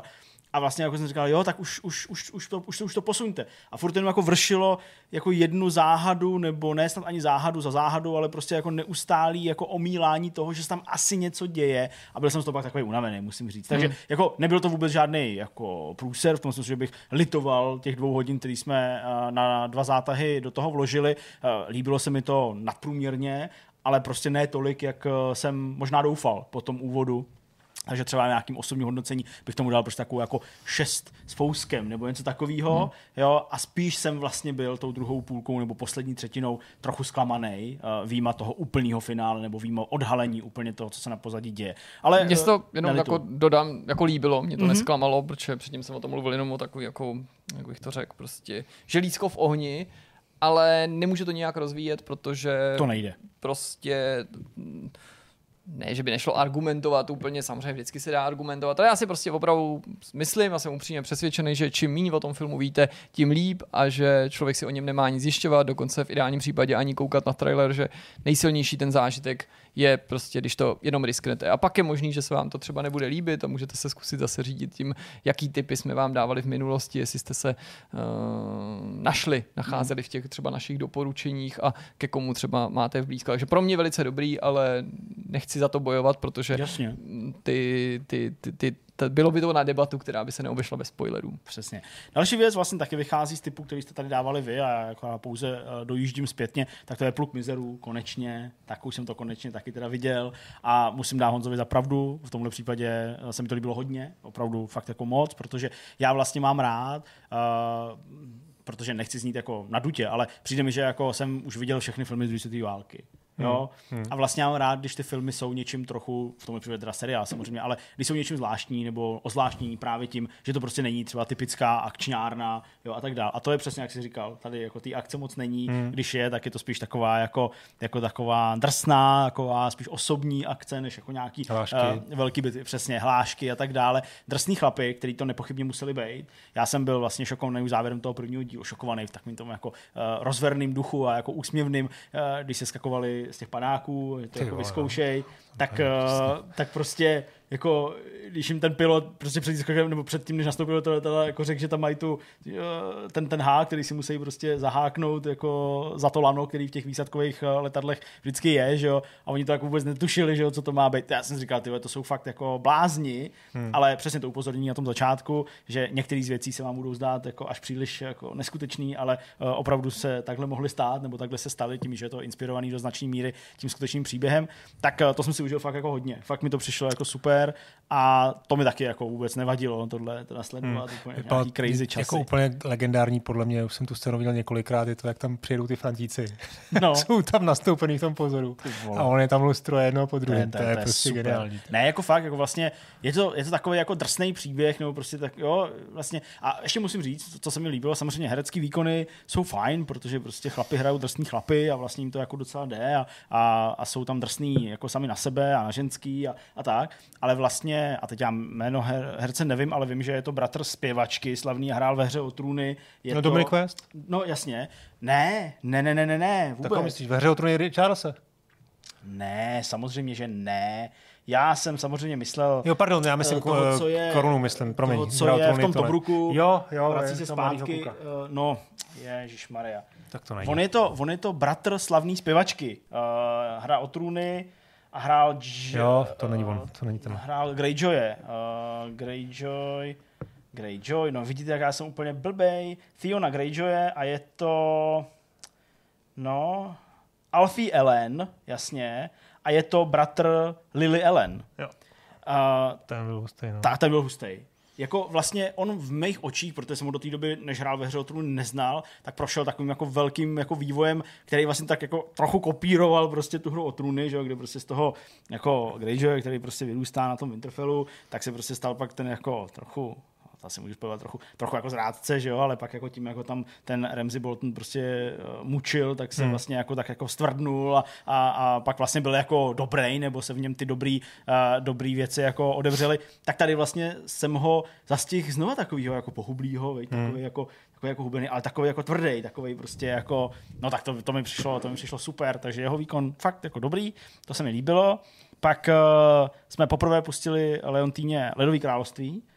A vlastně jako jsem říkal, jo, tak už to posuňte. A furt jenom jako vršilo jako jednu záhadu, nebo ne snad ani záhadu za záhadu, ale prostě jako neustálý jako omílání toho, že se tam asi něco děje. A byl jsem z toho pak takový unavený, musím říct. Takže jako nebyl to vůbec žádný jako průser, v tom smyslu, že bych litoval těch 2 hodin, které jsme na 2 zátahy do toho vložili. Líbilo se mi to nadprůměrně, ale prostě ne tolik, jak jsem možná doufal po tom úvodu. Takže třeba nějakým osobním hodnocení bych tomu dal prostě takovou jako 6 s fouskem nebo něco takového. Jo? A spíš jsem vlastně byl tou druhou půlkou nebo poslední třetinou trochu zklamanej, výjima toho úplného finále nebo výjima odhalení úplně toho, co se na pozadí děje. Ale mně to jenom jako dodám, jako líbilo, mě to nesklamalo, protože předtím jsem o tom mluvil jenom o takový, jako, jak bych to řekl, prostě želízko v ohni, ale nemůže to nějak rozvíjet, protože to nejde. Prostě ne, že by nešlo argumentovat úplně, samozřejmě vždycky se dá argumentovat, ale já si prostě opravdu myslím a jsem upřímně přesvědčený, že čím méně o tom filmu víte, tím líp a že člověk si o něm nemá nic zjišťovat, dokonce v ideálním případě ani koukat na trailer, že nejsilnější ten zážitek je prostě, když to jenom risknete. A pak je možný, že se vám to třeba nebude líbit a můžete se zkusit zase řídit tím, jaký tipy jsme vám dávali v minulosti, jestli jste se nacházeli v těch třeba našich doporučeních a ke komu třeba máte v blízku. Takže pro mě velice dobrý, ale nechci za to bojovat, protože bylo by to na debatu, která by se neobešla bez spoilerů. Přesně. Další věc vlastně taky vychází z typu, který jste tady dávali vy a jako já pouze dojíždím zpětně, tak to je Pluk mizerů, konečně, tak už jsem to konečně taky teda viděl a musím dát Honzovi za pravdu, v tomhle případě se mi to líbilo hodně, opravdu fakt jako moc, protože já vlastně mám rád, protože nechci znít jako na dutě, ale přijde mi, že jako jsem už viděl všechny filmy z 20. války. Jo? A vlastně mám rád, když ty filmy jsou něčím trochu, v tom případě teda seriál samozřejmě, ale když jsou něčím zvláštní nebo ozvláštní právě tím, že to prostě není třeba typická akčňárna, jo, a tak dále. A to je přesně, jak jsi říkal, tady jako ty akce moc není, když je, tak je to spíš taková jako taková drsná, taková spíš osobní akce, než jako nějaký velký bitvy, přesně hlášky a tak dále. Drsný chlapy, který to nepochybně museli být. Já jsem byl vlastně šokovaný už závěrem toho prvního dílu, šokovaný v takovém tom jako rozverným duchu a jako úsměvným, když se skakovali z těch padáků, to jako vyzkoušej, tak prostě jako, když jim ten pilot prostě před skokem, nebo předtím, než nastoupil to letadlo, jako řekl, že tam mají ten hák, který si musí prostě zaháknout jako za to lano, který v těch výsadkových letadlech vždycky je, že jo, a oni to jako vůbec netušili, že jo, co to má být. Já jsem říkal, to jsou fakt jako blázni, ale přesně to upozornění na tom začátku, že některé z věcí se vám budou zdát jako až příliš jako neskutečný, ale opravdu se takhle mohly stát, nebo takhle se staly tím, že je to inspirovaný do značné míry tím skutečným příběhem. Tak to jsem si užil fakt jako hodně. Fakt mi to přišlo jako super. A to mi taky jako vůbec nevadilo tohle teda sledovat úplně nějaký crazy časy. Jako úplně legendární podle mě, už jsem tu scénu viděl několikrát, je to, jak tam přijedou ty Frantíci. No. Jsou tam nastoupený v tom pozoru. A on je tam lustruje jedno po druhém. To je prostě super. Geniální. Ne, jako fakt, jako vlastně je to takový jako drsný příběh, nebo prostě tak, jo, vlastně. A ještě musím říct, co se mi líbilo, samozřejmě herecký výkony jsou fajn, protože prostě chlapi hrajou drsný chlapy a vlastně jim to jako docela jde a jsou tam drsný jako sami na sebe a na ženský a tak. Ale vlastně, a teď já jméno herce nevím, ale vím, že je to bratr zpěvačky, slavný a hrál ve Hře o trůny. No Dominic West? No jasně. Ne, vůbec. Tak myslíš, ve Hře o trůny Charlesa? Ne, samozřejmě, že ne. Já jsem samozřejmě myslel... Jo, pardon, já myslím Korunu, myslím, promiň. Toho, co je v tom Tobruku, jo, vrací se zpátky. No, ježišmarja. Tak to není. On je to bratr slavný zpěvačky. Hra o trůny a hrál... Jo, to není on, to není ten. Hrál Greyjoye. Greyjoy, no vidíte, jak já jsem úplně blbej. Theona Greyjoye a je to... No... Alfie Ellen, jasně. A je to bratr Lily Ellen. Jo. Ten byl hustej, no. Ten byl hustej. Jako vlastně on v mých očích, protože jsem ho do té doby, než hrál ve Hře o trůny, neznal, tak prošel takovým jako velkým jako vývojem, který vlastně tak jako trochu kopíroval prostě tu Hru o trůny, že, kde prostě z toho jako Greyjoy, který prostě vyrůstá na tom Winterfellu, tak se prostě stal pak ten jako trochu, asi můžu spojovat trochu jako zrádce, že jo, ale pak jako tím, jako tam ten Ramsay Bolton prostě mučil, tak se vlastně jako tak jako stvrdnul a pak vlastně byl jako dobrý, nebo se v něm ty dobrý věci jako odevřely, tak tady vlastně jsem ho zastihl znova takovýho jako pohublýho, takový jako hubený, ale takový jako tvrdý, takový prostě jako, no tak to mi přišlo super, takže jeho výkon fakt jako dobrý, to se mi líbilo. Pak jsme poprvé pustili Leontýně Ledový království.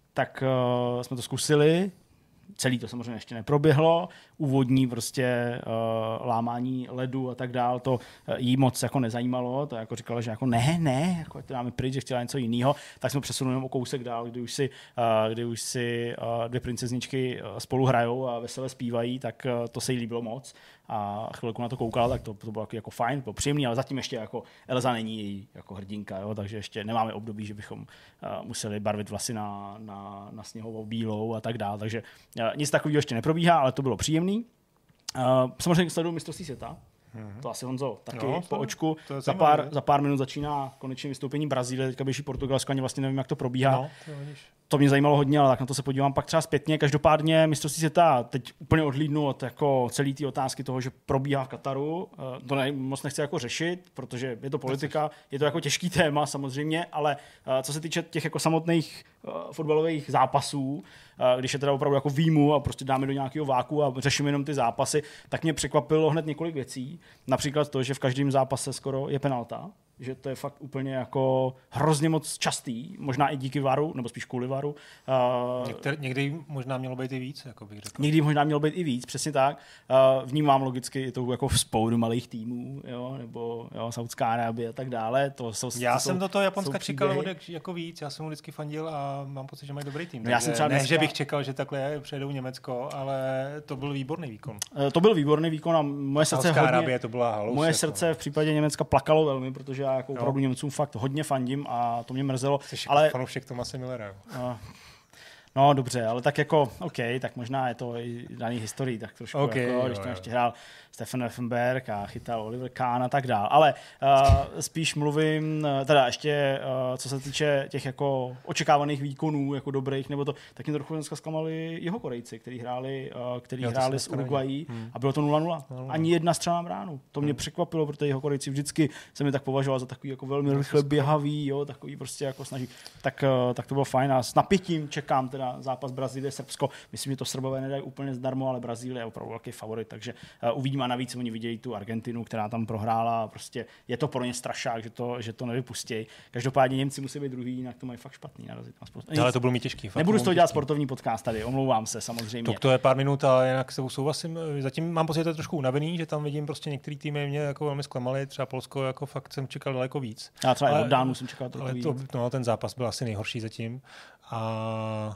tak jsme to zkusili. Celý to samozřejmě ještě neproběhlo. Úvodní prostě lámání ledu a tak dál, to jí moc jako nezajímalo. To jako říkala, že jako ne, jako to dáme pryč, že chtěla něco jiného. Tak jsme přesunuli jenom o kousek dál, kdy už si dvě princezničky spolu hrajou a veselé zpívají, tak to se jí líbilo moc. A chvilku na to koukala, tak to bylo jako fajn, bylo příjemný, ale zatím ještě jako Elza není její jako hrdinka, jo, takže ještě nemáme období, že bychom museli barvit vlasy na sněhovou bílou a tak dále, takže nic takového ještě neprobíhá, ale to bylo příjemný. Samozřejmě sleduju mistrovství světa. To asi Honzo taky po očku. Za pár minut začíná konečně vystoupení Brazílie, teďka běží Portugalsko, ani vlastně nevím, jak to probíhá. To mě zajímalo hodně, ale tak na to se podívám pak třeba zpětně. Každopádně mistrovství světa teď úplně odhlídnu od jako celý ty otázky toho, že probíhá v Kataru. To moc nechci jako řešit, protože je to politika, je to jako těžký téma samozřejmě, ale co se týče těch jako samotných fotbalových zápasů, když je teda opravdu jako výjmu a prostě dáme do nějakého váku a řešíme jenom ty zápasy, tak mě překvapilo hned několik věcí. Například to, že v každém zápase skoro je penalta, že to je fakt úplně jako hrozně moc častý, možná i díky VARu, nebo spíš kvůli VARu. Někdy možná mělo být i víc, jako bych řekl. Někdy možná mělo být i víc, přesně tak. Vnímám logicky to jako v spoudu malých týmů, jo, nebo jo, Saudská Arábie a tak dále. Já jsem do toho Japonska čekal jako víc, já jsem mu vždycky fandil a mám pocit, že mají dobrý tým. Já jsem třeba že bych čekal, že takhle přejedou Německo, ale to byl výborný výkon. To byl výborný výkon a moje srdce Arábie, to byla halus, moje srdce v případě Německa plakalo velmi, protože já jako opravdu Němcům fakt hodně fandím a to mě mrzelo. Jsi ale fanoušek Thomase Müllera. No dobře, ale tak jako, OK, tak možná je to i daný historii, tak trošku, jako, když tam ještě hrál Stefan Effenberg a chytal Oliver Kahn a tak dál. Ale spíš mluvím, teda ještě, co se týče těch jako očekávaných výkonů, jako dobrých, nebo to, tak mě trochu dneska zklamali jeho Korejci, kteří hráli s Uruguayí a bylo to 0-0. Ani jedna střela na bránu. To mě překvapilo, protože jeho Korejci vždycky jsem je tak považoval za takový jako velmi rychle běhavý, jo, takový prostě jako snaží. Tak to bylo fajn a s napětím čekám teda zápas Brazílie, Srbsko. Myslím, že to Srbové nedají úplně zdarmo, ale Brazílie je opravdu velký favorit, takže uvidíme a navíc oni vidějí tu Argentinu, která tam prohrála a prostě je to pro ně strašák, že to nevypustí. Každopádně Němci musí být druhý, jinak to mají fakt špatný narazit na sport. Ale to bylo mi těžký. Nebudu z toho dělat sportovní podcast tady, omlouvám se samozřejmě. To je pár minut a jinak se souhlasím. Zatím mám pocit, že to je trošku unavený, že tam vidím prostě některý týmy mě jako velmi zklamaly, třeba Polsko jako fakt jsem čekal daleko víc. Já třeba od Dánu jsem čekal trochu víc. Ten zápas byl asi nejhorší zatím. A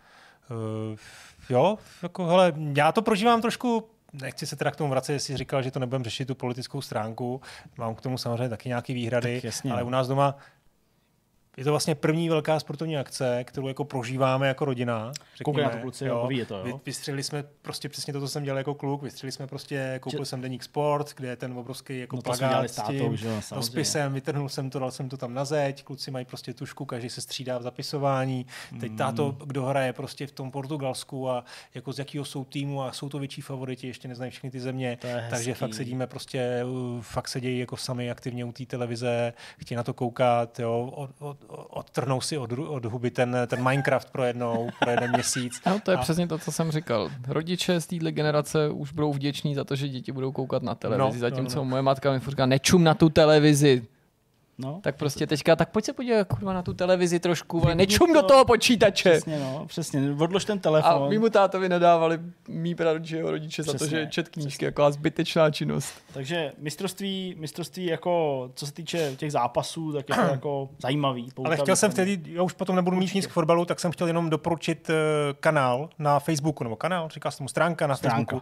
jo, jako hele, já to prožívám trošku, nechci se teda k tomu vracet, jestli říkal, že to nebudeme řešit tu politickou stránku, mám k tomu samozřejmě taky nějaké výhrady, ale u nás doma je to vlastně první velká sportovní akce, kterou jako prožíváme jako rodina. Koukej na to kluci, baví je to, jo. Vystřelili jsme prostě přesně to, co jsem dělal jako kluk, koupil jsem Deník Sport, kde je ten obrovský jako plakát s tím rozpisem, vytrhnul jsem to, dal jsem to tam na zeď, kluci mají prostě tušku, každý se střídá v zapisování. Teď táto, kdo hraje prostě v tom Portugalsku a jako z jakého jsou týmu a jsou to větší favoriti, ještě neznají všechny ty země, takže fakt sedíme prostě, fakt sedějí jako sami aktivně u té televize, chtějí na to koukat, jo, odtrhnou si od huby ten Minecraft pro jeden měsíc. No, to je přesně to, co jsem říkal. Rodiče z téhle generace už budou vděční za to, že děti budou koukat na televizi, zatímco moje matka mi furt říká, nečum na tu televizi. No, tak prostě teďka, tak pojď se podívat kurva na tu televizi trošku, ale nečum do toho počítače. Přesně, odlož ten telefon. A mýmu tátovi nadávali mý rodiče za to, že čet knížky, jako zbytečná činnost. Takže mistrovství jako, co se týče těch zápasů, tak je to jako zajímavý. Ale chtěl jsem vtedy, já už potom nebudu mít nic k fotbalu, tak jsem chtěl jenom doporučit kanál na Facebooku, nebo kanál, říkal jsem mu stránka na Facebooku,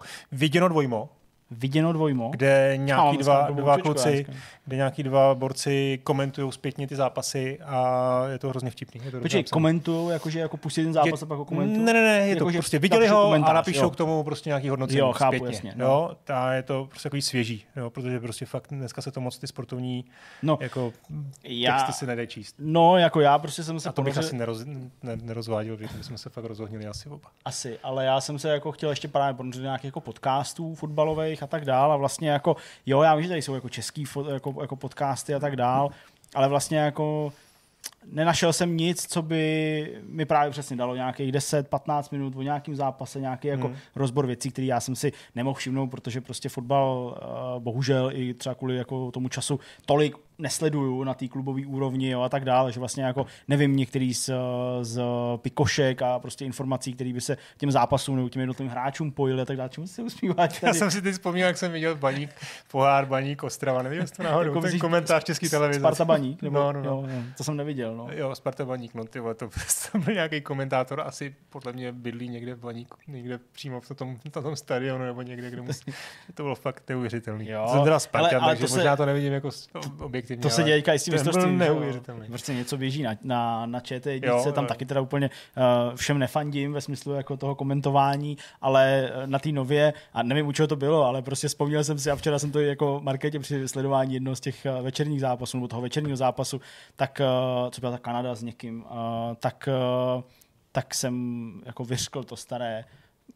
Viděno dvojmo, kde nějaký dva kluci, kde nějaký dva borci komentují zpětně ty zápasy a je to hrozně vtipný. Počkej, komentují, jakože jako pustí ten zápas a pak ho komentují? Ne, je to prostě viděli ho a napíšou k tomu prostě nějaký hodnocení zpětně. Jasně, jo, a je to prostě takový svěží, jo, protože prostě fakt dneska se to moc ty sportovní jako texty si nedej číst. No, jako já prostě jsem se... A to bych asi nerozváděl, že jsme se fakt rozohnili asi oba. Asi, ale já jsem se jako chtěl ještě právě ponořit do nějakých jako podcastů fotbalových a tak dál a vlastně jako, jo, já vím, že tady jsou jako český jako podcasty a tak dál, ale vlastně jako nenašel jsem nic, co by mi právě přesně dalo nějakých 10-15 minut o nějakým zápase, nějaký jako rozbor věcí, který já jsem si nemohl všimnout, protože prostě fotbal bohužel i třeba kvůli jako tomu času tolik nesleduju na té klubové úrovni, jo, a tak dále, že vlastně jako nevím některý z pikošek a prostě informací, které by se těm zápasům nebo těm jednotlivým hráčům pojili a tak dále. Čemu se usmíváte tady? Já jsem si teď vzpomněl, jak jsem viděl pohár Baník Ostrava, neviděl jsi to náhodou, jako ten komentář České televize. Sparta Baník? Nebo, no. Jo, to jsem neviděl. No. Jo, Sparta Baník, no ty vole, to byl nějaký komentátor, asi podle mě bydlí někde v Baníku, někde přímo na tom stadionu nebo někde, kde to bylo fakt neuvěřitelný. Jsem teda Spartan, takže možná to nevidím jako objektivně. To se děje i s tím mistrovstvím. Neuvěřitelný. Prostě něco běží na ČT1, tam taky teda úplně všem nefandím ve smyslu jako toho komentování, ale na té nově, a nevím, u čeho to bylo, ale prostě vzpomněl jsem si a včera jsem to jako Markétě při sledování jednoho z těch večerních zápasů, nebo toho večerního zápasu, tak co byla ta Kanada s někým, tak jsem jako vyřkl to staré,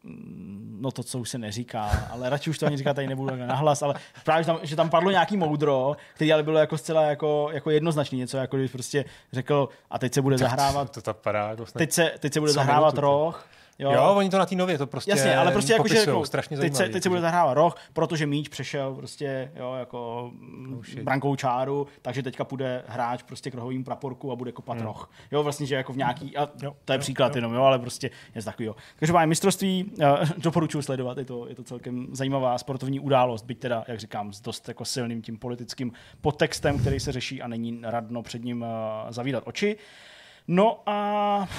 no to, co už se neříká, ale radši už to ani říkat tady nebudu nahlas, ale právě, že tam padlo nějaký moudro, který ale bylo jako zcela jako jednoznačný, něco jako když prostě řekl, a teď se bude zahrávat, to padá, teď se bude zahrávat roh. Jo, oni to na té nově to prostě jasně, ale prostě jako, že jako, strašně zajímavý. Teď se bude zahrávat roh, protože míč přešel prostě, jo, jako brankou čáru, takže teďka půjde hráč prostě k rohovým praporku a bude kopat roh. Jo, vlastně, že jako v nějaký, a to je příklad jenom, jo, ale prostě je to takový. Každopádně mistrovství doporučuji sledovat, je to celkem zajímavá sportovní událost, byť teda, jak říkám, s dost jako silným tím politickým podtextem, který se řeší a není radno před ním zavírat oči. No a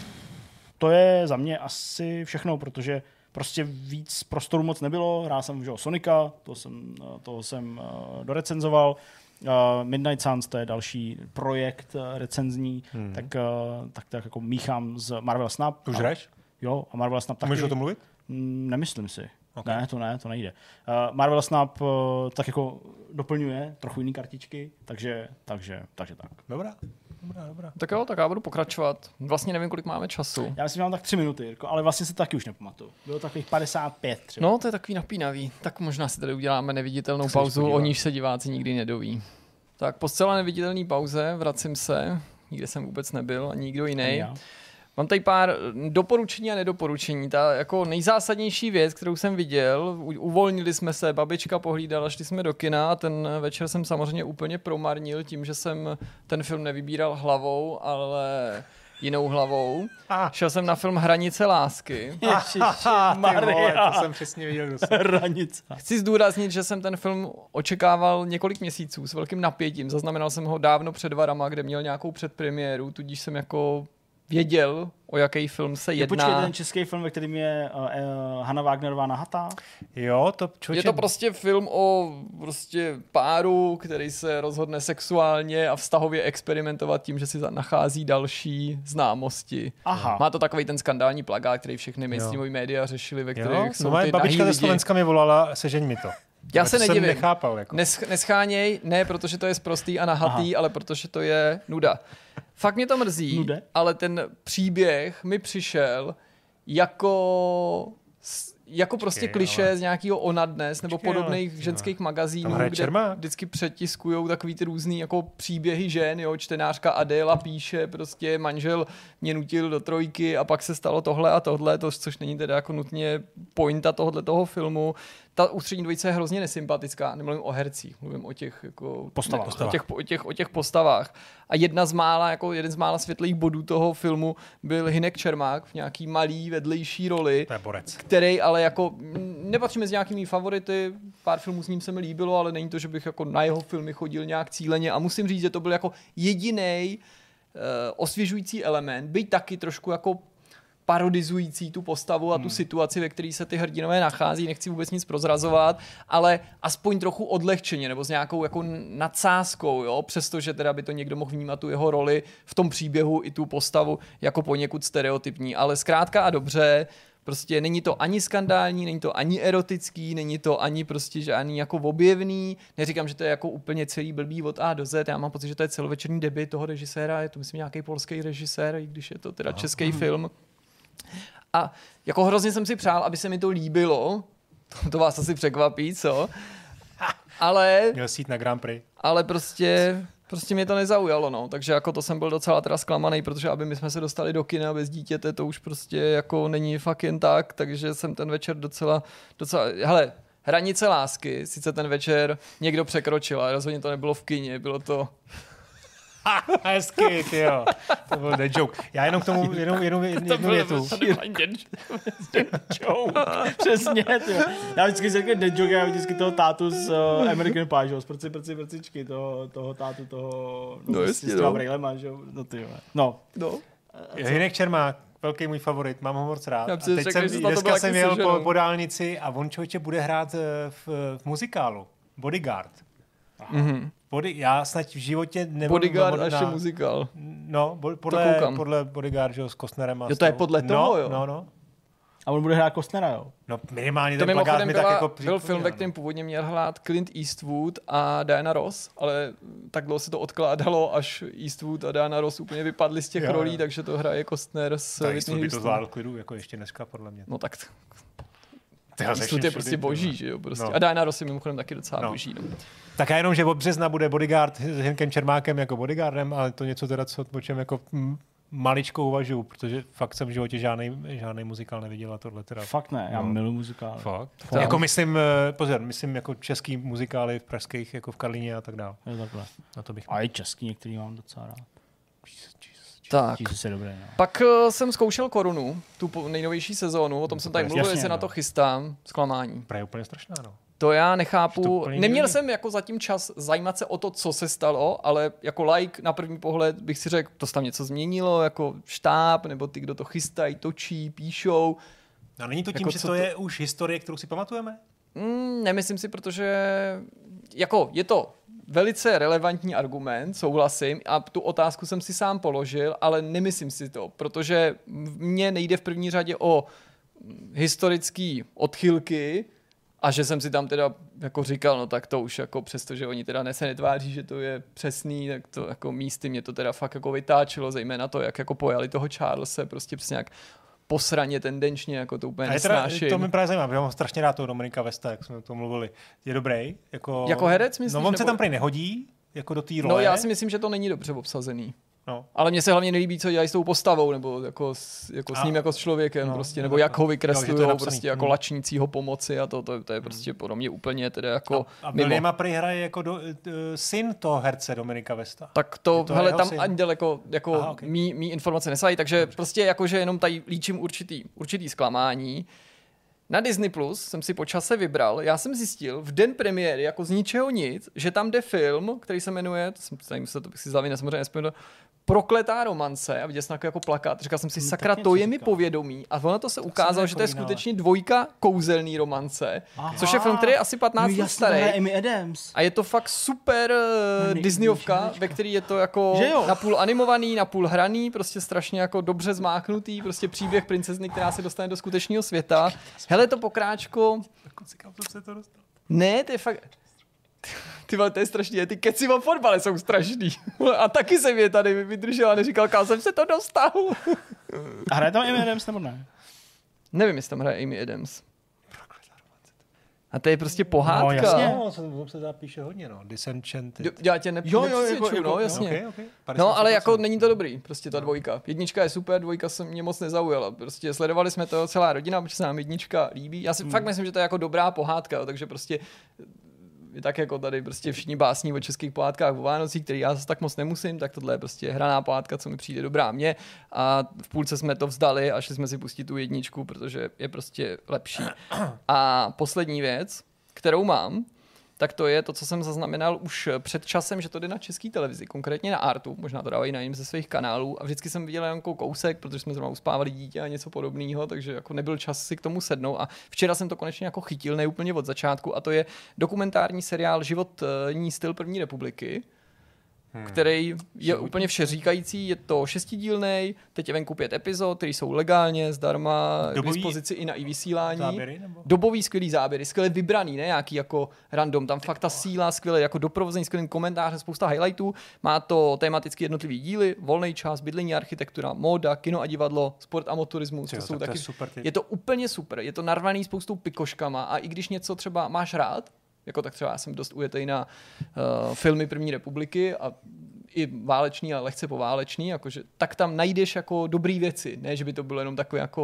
to je za mě asi všechno, protože prostě víc prostoru moc nebylo. Hrál jsem Sonika, toho jsem dorecenzoval. Midnight Suns, to je další projekt recenzní, tak jako míchám z Marvel Snap. Už hraješ? Jo, a Marvel Snap taky. Můžeš o tom mluvit? Nemyslím si. Okay. To nejde. Marvel Snap tak jako doplňuje trochu jiný kartičky, takže tak. Dobrá. Tak jo, tak já budu pokračovat. Vlastně nevím, kolik máme času. Já myslím, že mám tak 3 minuty, ale vlastně se taky už nepamatuju. Bylo takových 55 třeba. No, to je takový napínavý. Tak možná si tady uděláme neviditelnou pauzu, o níž se diváci nikdy nedoví. Tak po zcela neviditelné pauze vracím se, nikde jsem vůbec nebyl a nikdo jiný. Mám tady pár doporučení a nedoporučení. Ta jako nejzásadnější věc, kterou jsem viděl, uvolnili jsme se, babička pohlídala, šli jsme do kina a ten večer jsem samozřejmě úplně promarnil tím, že jsem ten film nevybíral hlavou, ale jinou hlavou. Šel jsem na film Hranice lásky. Ježišmarja. To jsem přesně viděl. Hranice. Chci zdůraznit, že jsem ten film očekával několik měsíců s velkým napětím. Zaznamenal jsem ho dávno před varama, kde měl nějakou předpremiéru, tudíž jsem jako věděl, o jaký film se jedná. Počkej, ten český film, ve kterým je Hana Wagnerová nahatá? Jo, je to prostě film o prostě páru, který se rozhodne sexuálně a vztahově experimentovat tím, že si nachází další známosti. Aha. Má to takový ten skandální plakát, který všechny mainstreamový média řešili, ve kterých jsou ty babička ze Slovenska mi volala, sežeň mi to. Já se nedivím. Nechápal, jako. Nescháněj, ne protože to je sprostý a nahatý, ale protože to je nuda. Fakt mě to mrzí, ale ten příběh mi přišel jako prostě klišé z nějakého Ona Dnes nebo podobných ženských magazínů, kde vždycky přetiskujou takový ty různý jako příběhy žen, jo, čtenářka Adéla píše, prostě manžel mě nutil do trojky a pak se stalo tohle a tohle, což není teda jako nutně pointa toho filmu. Ta ústřední dvojice je hrozně nesympatická, nemluvím o hercích, mluvím o těch jako o těch postavách. A jeden z mála světlých bodů toho filmu byl Hynek Čermák v nějaký malý vedlejší roli, který ale jako nepatří mezi nějakými favority, pár filmů s ním se mi líbilo, ale není to, že bych jako na jeho filmy chodil nějak cíleně a musím říct, že to byl jako jedinej osvěžující element, byť taky trošku jako parodizující tu postavu a tu situaci, ve které se ty hrdinové nachází, nechci vůbec nic prozrazovat, ale aspoň trochu odlehčeně nebo s nějakou jako nadsázkou, jo, přestože teda by to někdo mohl vnímat tu jeho roli v tom příběhu i tu postavu jako poněkud stereotypní, ale zkrátka a dobře, prostě není to ani skandální, není to ani erotický, není to ani prostě žádný jako objevný, neříkám, že to je jako úplně celý blbý od A do Z, já mám pocit, že to je celovečerní debut toho režiséra, je to myslím nějaký polský režisér, i když je to teda český film. A jako hrozně jsem si přál, aby se mi to líbilo. To vás asi překvapí, co? Ale měl jít na Grand Prix. Ale prostě mě to nezaujalo, no. Takže jako to jsem byl docela teda zklamaný, protože aby my jsme se dostali do kina bez dítěte, to už prostě jako není fakt jen tak, takže jsem ten večer docela hele, Hranice lásky, sice ten večer někdo překročil, ale rozhodně to nebylo v kině, bylo to... Hezky, tyjo. To byl dead joke. Já jenom k tomu jednu větu. Přesně, tyjo. Já vždycky si řekl dead joke, já vždycky toho tátu z American Pie, že jo, z prcičky, toho tátu, toho... No jasně, s těma brejlema, že jo, no tyjo. No. Hinek Čermák, velký můj favorit, mám ho moc rád. Já dneska jsem jel po dálnici a on člověče bude hrát v muzikálu Bodyguard. Já snad v životě nebudu... Bodyguard a ještě muzikál. No, podle Bodyguard, že jo, s Costnerem. Jo, to je podle toho, jo? No. A on bude hrát Costnera, jo? No minimálně ten plakát mi tak jako... Byl film, ve kterém původně měl hrát Clint Eastwood a Diana Ross, ale tak dlouho se to odkládalo, až Eastwood a Diana Ross úplně vypadli z těch rolí, takže to hraje Costner s Whitney Houston. by to zvládl klidu, jako ještě dneska, podle mě. No tak... Eastwood je prostě boží, že jo? Prostě. No. A Diana Ross je mimochodem taky docela boží. No. Tak a jenom, že od března bude Bodyguard s Hinkem Čermákem jako bodyguardem, ale to něco teda, o čem jako maličko uvažuju, protože fakt jsem v životě žádný muzikál neviděl a tohle teda. Fakt ne, já miluji muzikály. Fakt. Jako myslím jako český muzikály v pražských, jako v Karlíně a tak dále. Je takhle. Na to bych... A i český některý mám docela rád. Tak. Je dobré, no. Pak jsem zkoušel Korunu, tu nejnovější sezónu, o tom jsem tady mluvil, jestli na to chystám, zklamání. Právě úplně strašná, no. To já nechápu. Neměl jsem jako zatím čas zajímat se o to, co se stalo, ale jako like na první pohled bych si řekl, to se tam něco změnilo, jako štáb, nebo ty, kdo to chystají, točí, píšou. A není to tím, jako že to je už historie, kterou si pamatujeme? Nemyslím si, protože jako je to velice relevantní argument, souhlasím, a tu otázku jsem si sám položil, ale nemyslím si to, protože mně nejde v první řadě o historické odchylky, a že jsem si tam teda jako říkal, no tak to už jako přesto, že oni teda se netváří, že to je přesný, tak to jako místy mě to teda fakt jako vytáčelo, zejména to, jak jako pojali toho Charlese, prostě přesně jak posraně tendenčně, jako to úplně nesnáším. To mi právě zajímá, protože mám strašně rád toho Dominika Westa, jak jsme o tom mluvili. Je dobrý? Jako herec, myslíš? No on se tam prý nehodí, jako do té role. No já si myslím, že to není dobře obsazený. No. Ale mně se hlavně nelíbí, co dělají s tou postavou, nebo jako s ním jako s člověkem, prostě, nebo jak ho vykreslujou, prostě jako lačnícího pomoci a to je prostě pro mě úplně teda jako a Williama prý hraje jako syn toho herce Dominika Westa. Tak to hele, tam syn. Ani daleko jako okay. mý informace nesají, takže prostě jakože jenom tady líčím určitý zklamání. Na Disney Plus jsem si po čase vybral, já jsem zjistil v den premiéry, jako z ničeho nic, že tam jde film, který se jmenuje, to bych si z hlavy samozřejmě nespomněl, Prokletá romance, a viděl jsem jako plakát. Říkal jsem si, sakra, to je mi povědomí. A ono to se ukázalo, že to je skutečně dvojka kouzelný romance, což je film, který je asi 15 let starý. Amy Adams. A je to fakt super Disneyovka, ve který je to jako napůl animovaný, napůl hraný, prostě strašně jako dobře zmáknutý, prostě příběh princezny, která se dostane do skutečného světa. Hele, to pokráčko... Ne, to je fakt... Ty vole, to je strašný, ty keci o fotbale jsou strašný. A taky jsem je tady vydržel a neříkal, kam jsem se to dostal. A hraje tam Amy Adams nebo ne? Nevím, jestli tam hraje Amy Adams. A to je prostě pohádka. No jasně, se zapíše hodně, no. Disenchanted. Já tě nepřesvědčuju, no jasně. Okay. No ale jako není to dobrý, prostě ta dvojka. Jednička je super, dvojka se mě moc nezaujala. Prostě sledovali jsme to celá rodina, protože se nám jednička líbí. Já si fakt myslím, že to je jako dobrá pohádka, takže prostě tak jako tady prostě všichni básní o českých pohádkách o Vánocích, který já zase tak moc nemusím, tak tohle je prostě hraná pohádka, co mi přijde dobrá mně. A v půlce jsme to vzdali a šli jsme si pustit tu jedničku, protože je prostě lepší. A poslední věc, kterou mám, tak to je to, co jsem zaznamenal už před časem, že to jde na české televizi, konkrétně na Artu, možná to dávají na jiném ze svých kanálů a vždycky jsem viděl nějakou kousek, protože jsme zrovna uspávali dítě a něco podobného, takže jako nebyl čas si k tomu sednout a včera jsem to konečně jako chytil, ne úplně od začátku a to je dokumentární seriál Životní styl první republiky, který je úplně všeříkající, je to 6dílnej, teď je venku 5 epizod, které jsou legálně, zdarma, k dispozici i na i-vysílání. Záběry, nebo? Dobový skvělý záběry, skvěle vybraný, ne nějaký jako random, tam fakt ta síla, skvěle jako doprovozený skvělým komentářem, spousta highlightů, má to tematicky jednotlivý díly, volný čas, bydlení, architektura, móda, kino a divadlo, sport a motorismus, to jsou taky, je to úplně super, je to narvaný spoustou pikoškama a i když něco třeba máš rád, jako tak třeba já jsem dost ujetej na filmy první republiky a i válečný a lehce poválečný, jakože, tak tam najdeš jako dobrý věci, ne, že by to bylo jenom takové jako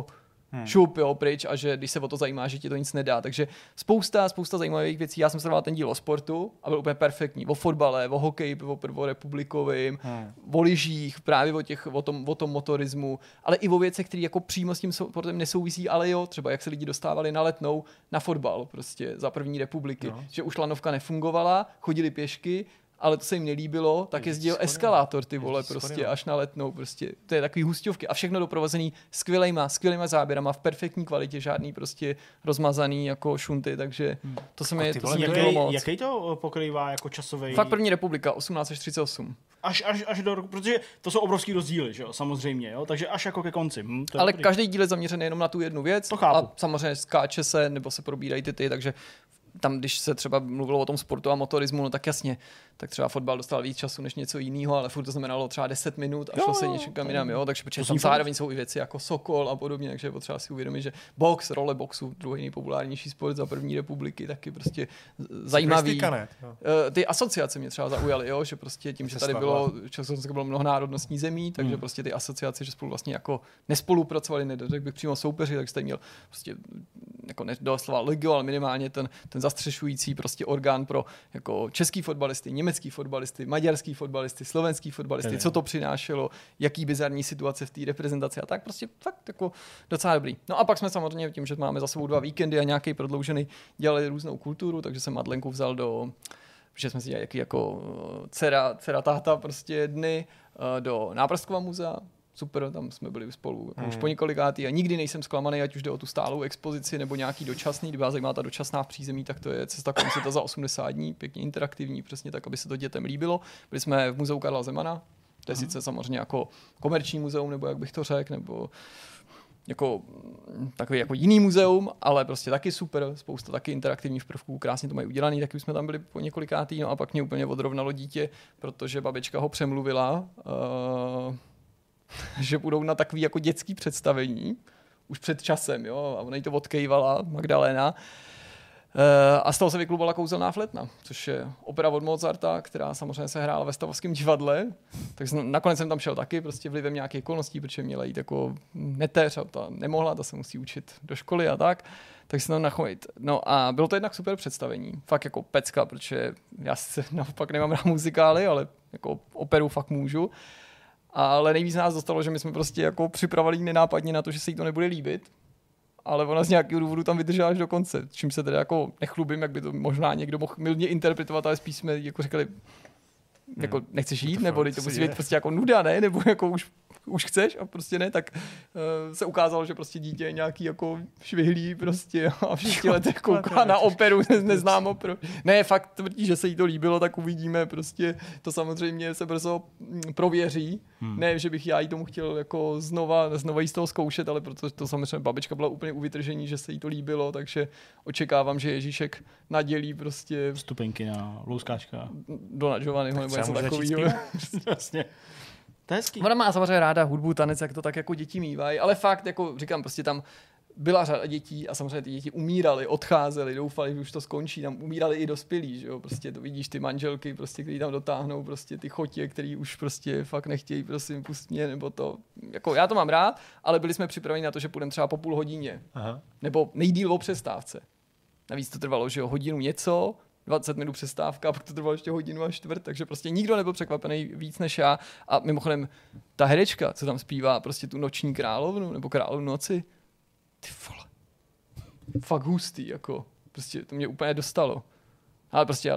šup, jo, pryč a že když se o to zajímá, že ti to nic nedá. Takže spousta zajímavých věcí. Já jsem sledoval ten díl o sportu a byl úplně perfektní. O fotbale, o hokeji, o prvorepublikovým, o lyžích, právě o tom motorismu, ale i o věcech, které jako přímo s tím sportem nesouvisí, ale jo, třeba jak se lidi dostávali na Letnou na fotbal prostě za první republiky, že už lanovka nefungovala, chodili pěšky, ale to se jim nelíbilo, tak jezdil eskalátor, ty vole, prostě až na Letnou, prostě. To je takový husťovky a všechno doprovozený skvělejma záběrama v perfektní kvalitě, žádný prostě rozmazaný jako šunty, takže to se mi líbilo moc. Jaký to pokrývá jako časový? Fakt první republika, 18 až 38. Až do roku, protože to jsou obrovský rozdíly, že jo, samozřejmě, jo, takže až jako ke konci. Ale každý díl je zaměřený jenom na tu jednu věc. To chápu. A samozřejmě skáče se, nebo se probírají ty, takže tam, když se třeba mluvilo o tom sportu a motorismu, no tak jasně, tak třeba fotbal dostal víc času než něco jiného, ale furt to znamenalo třeba 10 minut a šlo se něčem jinam, jo, takže protože tam zároveň jsou i věci jako Sokol a podobně, takže je potřeba si uvědomit, že role boxu, druhý nejpopulárnější sport za první republiky, taky prostě zajímavý. Ty asociace mě třeba zaujaly, jo, že prostě tím, že tady bylo mnohonárodnostní zemí, takže prostě ty asociace, že spolu vlastně jako nespolupracovali, neřekl bych přímo soupeři, takže jste měl prostě jako doslova ligu, ale minimálně ten zastřešující prostě orgán pro jako český fotbalisty, německý fotbalisty, maďarský fotbalisty, slovenský fotbalisty, co to přinášelo, jaký bizarní situace v té reprezentaci a tak prostě fakt jako docela dobrý. No a pak jsme samozřejmě tím, že máme za sebou 2 víkendy a nějaký prodloužený, dělali různou kulturu, takže jsem Madlenku vzal že jsme si dělali jako dcera táta prostě dny do Náprskova muzea. Super, tam jsme byli spolu už po několikátý a nikdy nejsem zklamaný, ať už jde o tu stálou expozici nebo nějaký dočasný. Kdyby vás zajímá ta dočasná v přízemí, tak to je cesta kolem světa za 80 dní, pěkně interaktivní, přesně tak, aby se to dětem líbilo. Byli jsme v muzeu Karla Zemana, to je sice samozřejmě jako komerční muzeum, nebo jak bych to řekl, nebo jako takový jako jiný muzeum, ale prostě taky super, spousta taky interaktivních prvků, krásně to mají udělaný, taky jsme tam byli po několikátý, no a pak mě úplně odrovnalo dítě, protože babička ho přemluvila, že budou na takový jako dětský představení, už před časem, jo, a ona jí to odkejvala, Magdalena, a z toho se vyklubala Kouzelná flétna, což je opera od Mozarta, která samozřejmě se hrála ve Stavovském divadle, tak nakonec jsem tam šel taky, prostě vlivem nějakých okolností, protože měla jít jako neteř a ta nemohla, ta se musí učit do školy a tak se tam nachojit. No a bylo to jednak super představení, fakt jako pecka, protože já se naopak nemám rád muzikály, ale jako operu fakt můžu. Ale nejvíc nás dostalo, že my jsme prostě jako připravili nenápadně na to, že se jí to nebude líbit, ale ona z nějakého důvodu tam vydržela až do konce, čím se teda jako nechlubím, jak by to možná někdo mohl milně interpretovat, ale spíš jsme jako říkali, jako nechceš jít, nebo to musí být prostě jako nuda, ne, nebo jako už chceš a prostě ne, tak se ukázalo, že prostě dítě je nějaký jako švihlý prostě a v 6 letech kouká na operu, neznám operu. Ne, fakt tvrdí, že se jí to líbilo, tak uvidíme, prostě to samozřejmě se brzo prověří. Ne, že bych já jí tomu chtěl jako znova jí z toho zkoušet, ale protože to samozřejmě babička byla úplně u vytržení, že se jí to líbilo, takže očekávám, že Ježíšek nadělí prostě vstupenky na Louskáčka. Do Nadžovaného nebo něco takového. Vlastně. Ona má samozřejmě ráda hudbu, tanec, jak to tak jako děti mývají, ale fakt, jako říkám, prostě tam byla řada dětí a samozřejmě ty děti umírali, odcházely, doufali, že už to skončí, tam umírali i dospělí, že jo, prostě to vidíš ty manželky, prostě, který tam dotáhnou, prostě ty chotě, který už prostě fakt nechtějí, prosím, pust mě, nebo to, jako já to mám rád, ale byli jsme připraveni na to, že půjdeme třeba po půl hodině, nebo nejdýl o přestávce. Navíc to trvalo, že jo, hodinu něco, 20 minut přestávka, a pak to trvalo ještě hodinu a čtvrt, takže prostě nikdo nebyl překvapený víc než já. A mimochodem, ta herečka, co tam zpívá, prostě tu Noční královnu, nebo Královnu noci, ty vole, fakt hustý, jako, prostě to mě úplně dostalo. Ale prostě,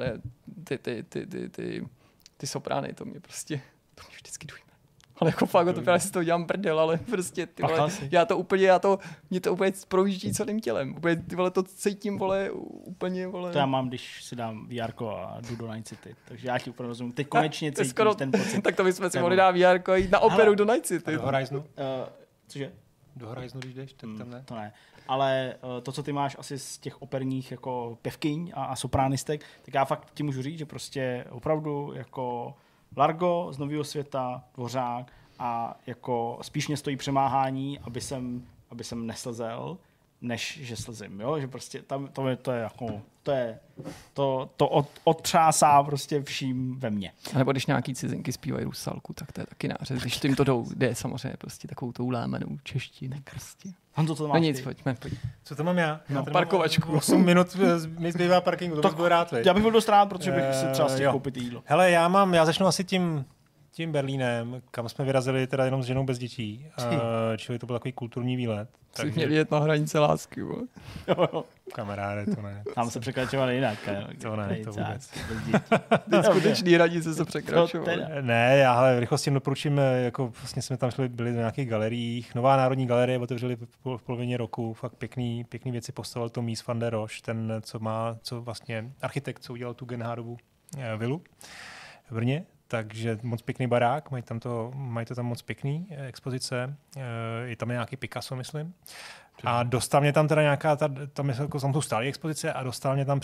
ty soprány, to mě vždycky dojme. Ale jako fakt, to si to dělám prdel, ale prostě, ty vole, mě to úplně projíždí celým tělem. Úplně, ty vole, to cítím, vole, úplně, vole. To já mám, když si dám VRko a jdu do Night City, takže já ti úplně rozumím. Teď konečně cítíš ten pocit. Tak to bychom si mohli dát VRko a jít na operu do Night City. Do Horizonu? Cože? Do Horizonu, když jdeš, tak tam ne? To ne. Ale to, co ty máš asi z těch operních jako pěvkyň a sopránistek, tak já fakt ti můžu říct, že prostě opravdu jako Largo z Nového světa, Dvořák a jako spíš mě stojí přemáhání, aby jsem neslzel, než že slzím, jo? Že prostě tam to je jako, to otřásá prostě vším ve mně. A nebo když nějaký cizinky zpívají Rusalku, tak to je taky nářez. Když tím to jde samozřejmě prostě takovou tou lámanou češtinu prostě. Honzo, co to máš? No nic, pojďme. Co to mám já? No, parkovačku. 8 minut mi zbývá parkingu, to bych byl rád, Já bych byl dost rád, protože bych si třeba stihl koupit jídlo. Hele, já začnu asi tím Berlínem, kam jsme vyrazili teda jenom s ženou bez dětí. Čili to byl takový kulturní výlet. Jsi měl jet na hranice lásky, jo. Kamaráde, to ne. Tam se překračovali jinak. To ne, to vůbec. Ty skutečný hranice se překračovaly. Ne, já v rychlosti doporučím, jako vlastně jsme tam byli v nějakých galeriích. Nová Národní galerie otevřeli v polovině roku. Fakt pěkný věci postavil to Mies van der Rohe, ten, co vlastně architekt, co udělal tu Genharovu vilu v Brně. Takže moc pěkný barák, mají to tam moc pěkný expozice, je tam nějaký Picasso, myslím. A dostal mě tam teda nějaká, tam jsou stálé expozice a dostal mě tam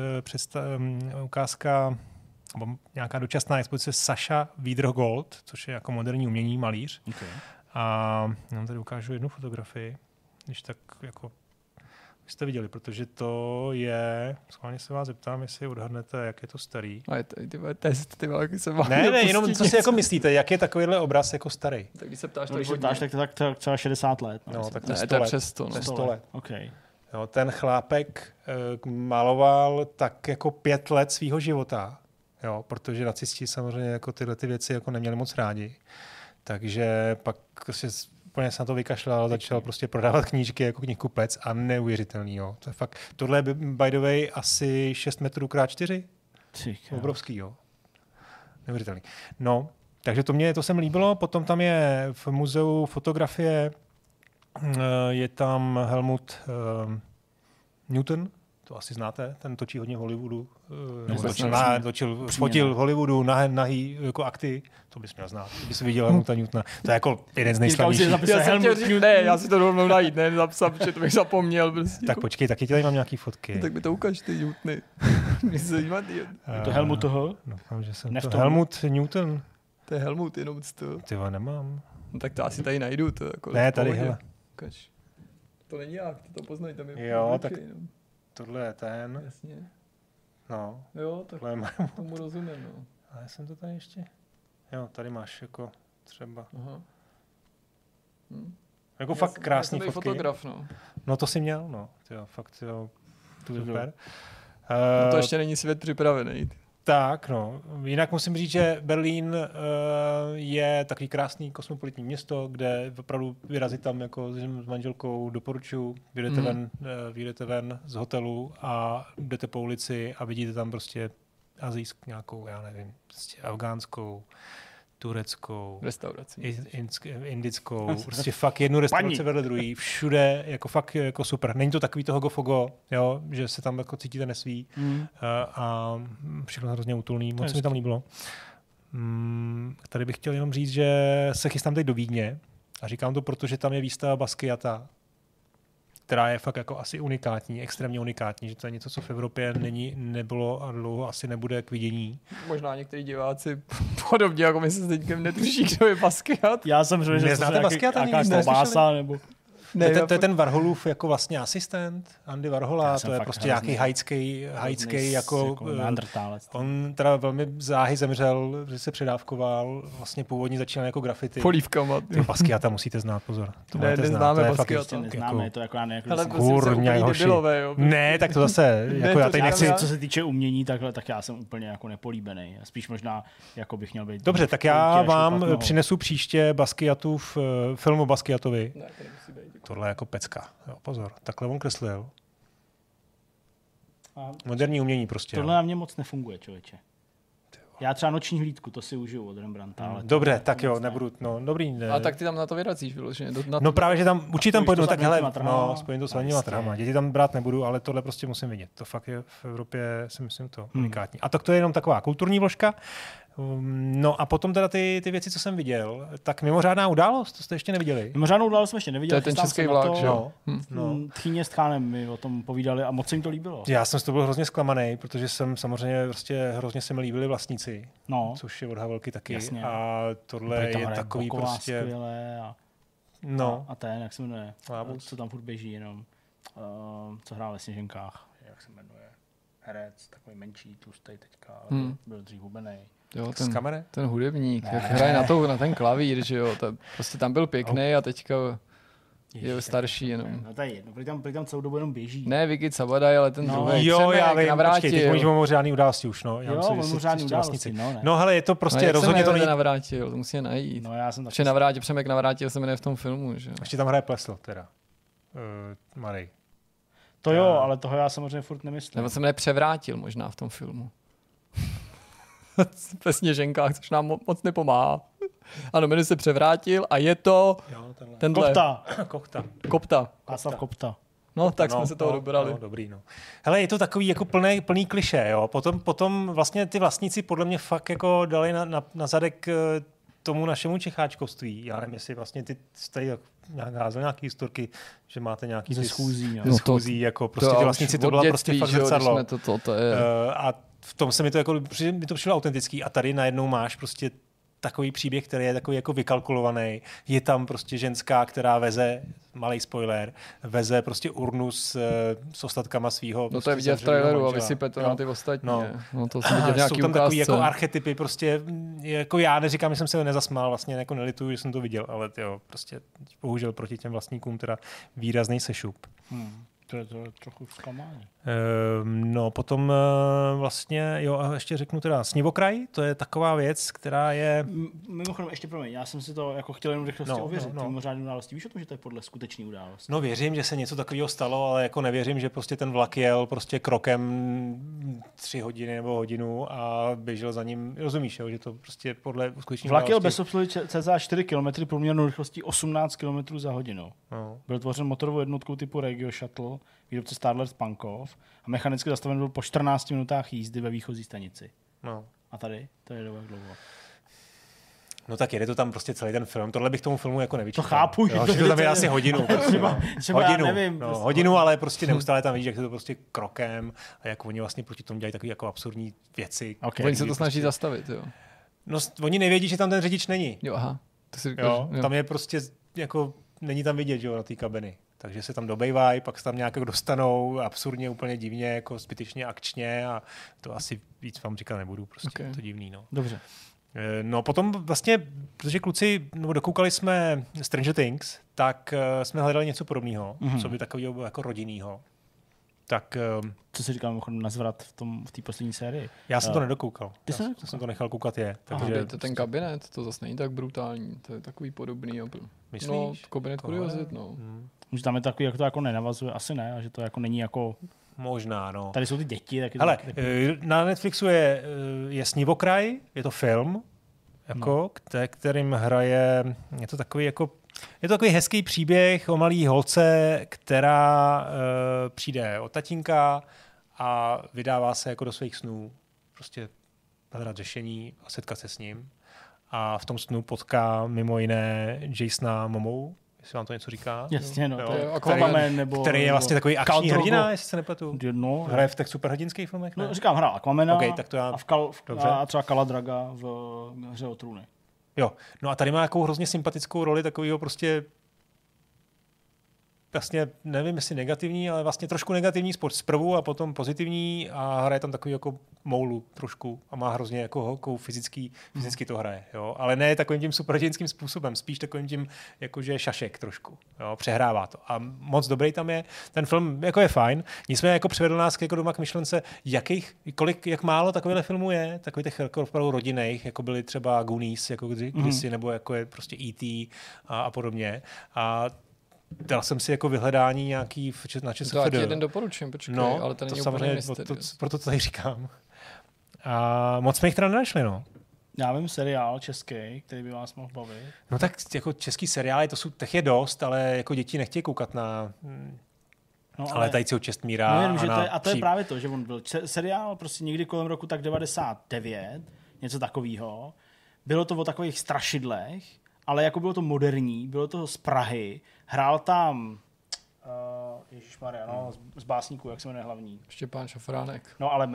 ukázka, nebo nějaká dočasná expozice Saša Wiedergold, což je jako moderní umění, malíř. Okay. A já tady ukážu jednu fotografii, když tak jako jste viděli, protože to je, schválně se vás zeptám, jestli odhadnete, jak je to starý. A je to test, jak se má. Ne, jenom co si jako myslíte, jak je takovýhle obraz jako starý? Tak když se ptáš, tak třeba 60 let. No, tak to je 100 let. Přes 100, no. 100 let. Okay. Jo, ten chlápek maloval tak jako 5 let svýho života, jo, protože nacisti samozřejmě jako tyhle ty věci jako neměli moc rádi. Takže pak prostě úplně se na to vykašlal, začal prostě prodávat knížky jako knihkupec a neuvěřitelný. Jo. To je fakt, tohle je by the way asi 6 metrů krát 4. Obrovský, jo. Neuvěřitelný. No, takže to se mi líbilo. Potom tam je v muzeu fotografie, je tam Helmut Newton, to asi znáte, ten točí hodně v Hollywoodu. Fotil v Hollywoodu nahý jako akty, to bys měl znát, kdybys viděl Helmuta Newtona. To je jako jeden z nejslavnějších. Já si to rovnou najít, ne zapsat, protože to bych zapomněl. Prostě. Tak počkej, taky tady mám nějaký fotky. Tak mi to ukaž, ty Newtony. Mě se zajímat. To Helmut toho? Doufám, že jsem to. Helmut Newton. To je Helmut, jenom to. Tyva, nemám. No, tak to asi tady najdu. To jako ne, tady, hele. Ukaž. To není jak, ty to poznají, tam je. Jo, tak tohle je ten. Jasně. No. Jo, tak tomu rozumím, no. A já jsem to tady ještě... Jo, tady máš jako třeba... Aha. Jako fakt krásný fotky. Fotograf, no. No to si měl, no. Tyjo, fakt, jo, super. No to ještě není svět připravený. Tak, no. Jinak musím říct, že Berlín je takový krásný kosmopolitní město, kde opravdu vyrazit tam jako s manželkou doporučuji. Vyjdete ven z hotelu a jdete po ulici a vidíte tam prostě asijskou nějakou, já nevím, prostě afgánskou, tureckou, restauraci, indickou, prostě fakt jednu restauraci vedle druhý, všude jako fakt jako super. Není to takový toho gofogo, jo, že se tam jako cítíte nesví a všechno hrozně útulný, moc se mi tam líbilo. Tady bych chtěl jenom říct, že se chystám teď do Vídně a říkám to, protože tam je výstava Basquiata, která je fakt jako asi unikátní, extrémně unikátní, že to je něco, co v Evropě nebylo a dlouho asi nebude k vidění. Možná někteří diváci podobně, jako my se s teďkem netuší, kdo je Basquiat. Já jsem řekl, že to je nějaká klobása, nebo... Ne, to je ten Warholův jako vlastně asistent, Andy Warhola, to je prostě nějaký haitský jako on teda velmi záhy zemřel, že se předávkoval, vlastně původně začínal jako graffiti. Polívkama. Basquiata musíte znát, pozor. To neznáme Basquiata. Neznáme, to jako ne, tak to zase, jako já tady nechci. Co se týče umění, tak já jsem úplně jako nepolíbený. Spíš možná jako bych měl být. Dobře, tak já vám přinesu příště Basquiatův filmu Basquiatovi. Tohle je jako pecka. Jo, pozor, takhle on kreslil. Moderní umění prostě. Tohle na mě moc nefunguje, člověče. Já třeba Noční hlídku, to si užiju od Rembrandta. Ale dobře, tak jo, nebudu, no dobrý. Ne. A tak ty tam na to vyrazíš vyloženě. No právě, že tam, určitě tam pojedu, tak hele, spojím to s hlavníma trhama. Děti tam brát nebudu, ale tohle prostě musím vidět. To fakt je v Evropě, si myslím, to unikátní. A tak to je jenom taková kulturní vložka. No a potom teda ty věci, co jsem viděl, tak mimořádná událost, to jste ještě neviděli. Mimořádnou událost jsme ještě neviděli. To je ten český vlak, že jo? Tchýně s Tchánem mi o tom povídali a moc se jim to líbilo. Já jsem z toho byl hrozně zklamaný, protože jsem samozřejmě prostě hrozně se mi líbili Vlastníci, což je od Havelky taky. Jasně. A tohle je takový Boková prostě... A ten, jak se jmenuje, co tam furt běží jenom. co hrál ve Sněženkách, jak se jmenuje, herec, takový menší, tlustej teďka, byl dřív hubenej. Jo, ten hudebník, jak hraje na ten klavír, že jo, prostě tam byl pěkný a teďka je starší jenom. No to je jedno, prý tam celou dobu jenom běží. Ne, Vicky Sabadaj, ale ten druhý. Jo, já vím, počkej, teď mluvíš o mimořádný události už, no. Jo, mimořádný události, no hele, je to prostě rozhodně to není. Navrátil, to musí najít. No já jsem taky. Přemek Navrátil se jmenuje v tom filmu, že jo. Ještě tam hraje Plesl, teda. Marej. To jo, ale toho já samozřejmě furt nemyslím. Nebo se jmenuje Převrátil možná v tom filmu. Ve Sněženkách, což nám moc nepomáhá. Ano, jmenuje se Převrátil a je to tenhle. Kopta. Václav Kopta. No, tak jsme se toho dobrali. No, dobrý, no. Hele, je to takový jako plný klišé, jo. Potom vlastně ty vlastníci podle mě fakt jako dali na zadek tomu našemu čecháčkovství. Já nevím, jestli vlastně ty tady nějaký historky, že máte nějaký ze schůzí, ze schůzí, jako prostě ty vlastníci, to byla prostě fakt zrcadlo. A v tom se mi to jako, mi to přišlo autentický a tady najednou máš prostě takový příběh, který je takový jako vykalkulovaný. Je tam prostě ženská, která veze, malej spoiler, veze prostě urnu s ostatkama svýho. No prostě to je vidět v traileru a vysype to na ty ostatní. No to jsem viděl nějaký jsou tam ukázce. takový jako archetypy, prostě jako já neříkám, že jsem se nezasmál, vlastně jako nelituju, že jsem to viděl, ale jo, prostě bohužel proti těm vlastníkům teda výrazný sešup. To je trochu zklamání. No potom vlastně, jo a ještě řeknu teda Snivokraj, to je taková věc, která je... Mimochodem, ještě promiň, já jsem si to jako chtěl jenom rychlosti ověřit, ty mimořádné události. Víš o tom, že to je podle skutečné události? No věřím, že se něco takového stalo, ale jako nevěřím, že prostě ten vlak jel prostě krokem 3 hodiny nebo hodinu a běžel za ním, rozumíš, jo, že to prostě podle skutečné vlak jel bez obsluhy cca 4 km průměrnou rychlostí 18 km za hodinu. No. Byl tvořen motorovou jednotkou typu Regio Shuttle, výrobce Stadler Pankov a mechanicky zastaven byl po 14 minutách jízdy ve výchozí stanici. No. A tady? To je dlouho. No tak jede to tam prostě celý ten film. Tohle bych tomu filmu jako nevyčítal. To chápu. Jo, že to tam je asi hodinu. třeba hodinu, nevím, no, hodinu, ale prostě neustále tam vidíš, jak se to prostě krokem a jak oni vlastně proti tomu dělají takové jako absurdní věci. Okay. Oni se to snaží zastavit, jo. No oni nevědí, že tam ten řidič není. Jo, aha. To si říkáš, jo. Tam je prostě jako není tam vidět, jo, na té kabiny. Takže se tam dobejvají, pak se tam nějak dostanou absurdně, úplně divně, jako zbytečně akčně a to asi víc vám říkat nebudu, prostě to divný, no. Dobře. No potom vlastně, protože kluci, no dokoukali jsme Stranger Things, tak jsme hledali něco podobného, co by takového jako rodinnýho. Tak, co si říkám, na zvrat v té poslední sérii? Já jsem to nedokoukal. Já jsem to nechal koukat Takže ten kabinet, to zase není tak brutální, to je takový podobný. Myslíš? No, kabinet kuriozit, no. Že tam je takový, jak to jako nenavazuje, asi ne, a že to jako není jako... Možná, no. Tady jsou ty děti. Taky hele, na Netflixu je Snivokraj, je to film, jako, kterým hraje, je to takový hezký příběh o malý holce, která přijde od tatínka a vydává se jako do svých snů. Prostě hledat řešení a setkat se s ním. A v tom snu potká mimo jiné Jasona Momou, jestli vám to něco říká. Jasně, no. Jo, který je vlastně takový akční hrdina, jestli se nepletu. No, hraje v těch superhrdinských filmech? No, říkám, hrál Aquamena tak to já... a třeba Khal Draga v Hře o trůny. Jo, no a tady má takovou hrozně sympatickou roli takového prostě vlastně nevím, jestli negativní, ale vlastně trošku negativní zprvu a potom pozitivní a hraje tam takový jako moulu trošku a má hrozně jako fyzicky to hraje, jo, ale ne takovým tím superhrdinským způsobem, spíš takovým tím jakože šašek trošku, jo, přehrává to a moc dobrý tam je, ten film jako je fajn, nicméně jako přivedl nás jako doma k myšlence, jak málo takovýchhle filmů je, takových těch jako opravdu rodinných, jako byly třeba Goonies, jako kdysi, nebo jako je prostě E.T. a podobně a dal jsem si jako vyhledání nějaký na ČSFD. To já ti jeden doporučím, počkej, ale to není úplně proto to tady říkám. A moc jsme jich teda nenašli, no. Já vím seriál český, který by vás mohl bavit. No tak jako český seriály, těch je dost, ale jako děti nechtějí koukat na ale tajícího Čestmíra. No, a to je právě to, že on byl seriál prostě někdy kolem roku tak 99, něco takového. Bylo to o takových strašidlech, ale jako bylo to moderní, bylo to z Prahy, hrál tam ježišmarja, no, z básníků, jak se jmenuje hlavní. Štěpán Šafránek. No ale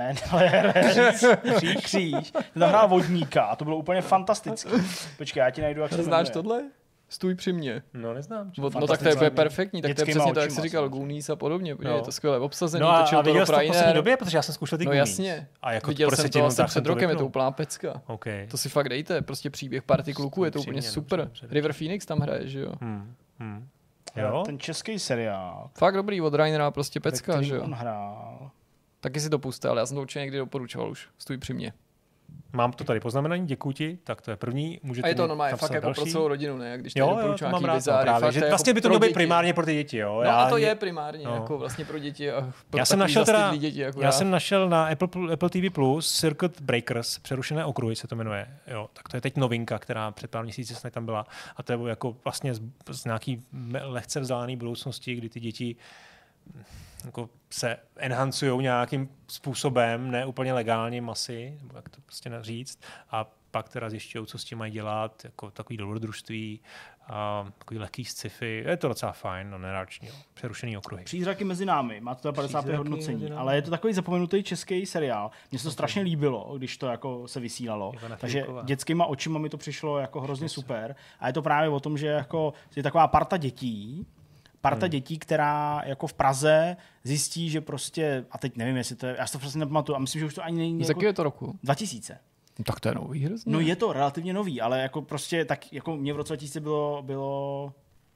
Kříž. Ten hrál vodníka a to bylo úplně fantastický. Počkej, já ti najdu, jak se jmenuje. Znáš tohle? Stůj při mně. No, neznám. No tak to je perfektní, tak to je přesně to, jak jsi říkal, Goonies a podobně, je to skvěle obsazený, no točil to viděl jsi to v poslední době, protože já jsem zkušel ty Goonies. No jasně, a jako viděl jsem to asi před rokem, je to úplná pecka. Okay. To si fakt dejte, prostě příběh party kluků, je to úplně super. Dobře. River Phoenix tam hraje, že jo? Jo? Ten český seriál. Fakt dobrý, od Rainera, prostě pecka, že jo? On hrál. Taky si to puste, ale já jsem to určitě někdy doporučoval už. Stůj při mě. Mám to tady poznamenaný, děkuji ti, tak to je první. Můžete a je to normálně fakt jako pro celou rodinu, ne? Když tady doporučuji nějaký bizáry. Že vlastně by to mělo být primárně pro ty děti, jo? No a to je primárně, jako vlastně pro děti a pro děti. Já jsem našel na Apple TV Plus Circuit Breakers, přerušené okruhy se to jmenuje. Jo, tak to je teď novinka, která před pár měsíci snad tam byla. A to je jako vlastně z nějaký lehce vzdálené budoucnosti, kdy ty děti jako se enhancujou nějakým způsobem, ne úplně legálním asi, nebo jak to prostě říct, a pak teda zjišťují, co s tím mají dělat, jako takový dobrodružství, a takový lehký sci-fi. Je to docela fajn, no nenáročný, přerušený okruhy. Přízraky mezi námi, má to 55 hodnocení, ale je to takový zapomenutý český seriál. Mně se to strašně líbilo, když to jako se vysílalo. Takže dětskýma očima mi to přišlo jako hrozně super. A je to právě o tom, že jako je taková parta dětí, která jako v Praze zjistí, že prostě, a teď nevím, jestli to je, já si to přesně nepamatuju, a myslím, že už to ani není. Z jakého je to roku? 2000. No, tak to je nový hrozně. No je to relativně nový, ale jako prostě, tak jako mě v roce 2000 bylo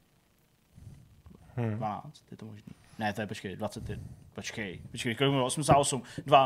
12, je to možný. Ne, to je, počkej, kolik bylo? 88,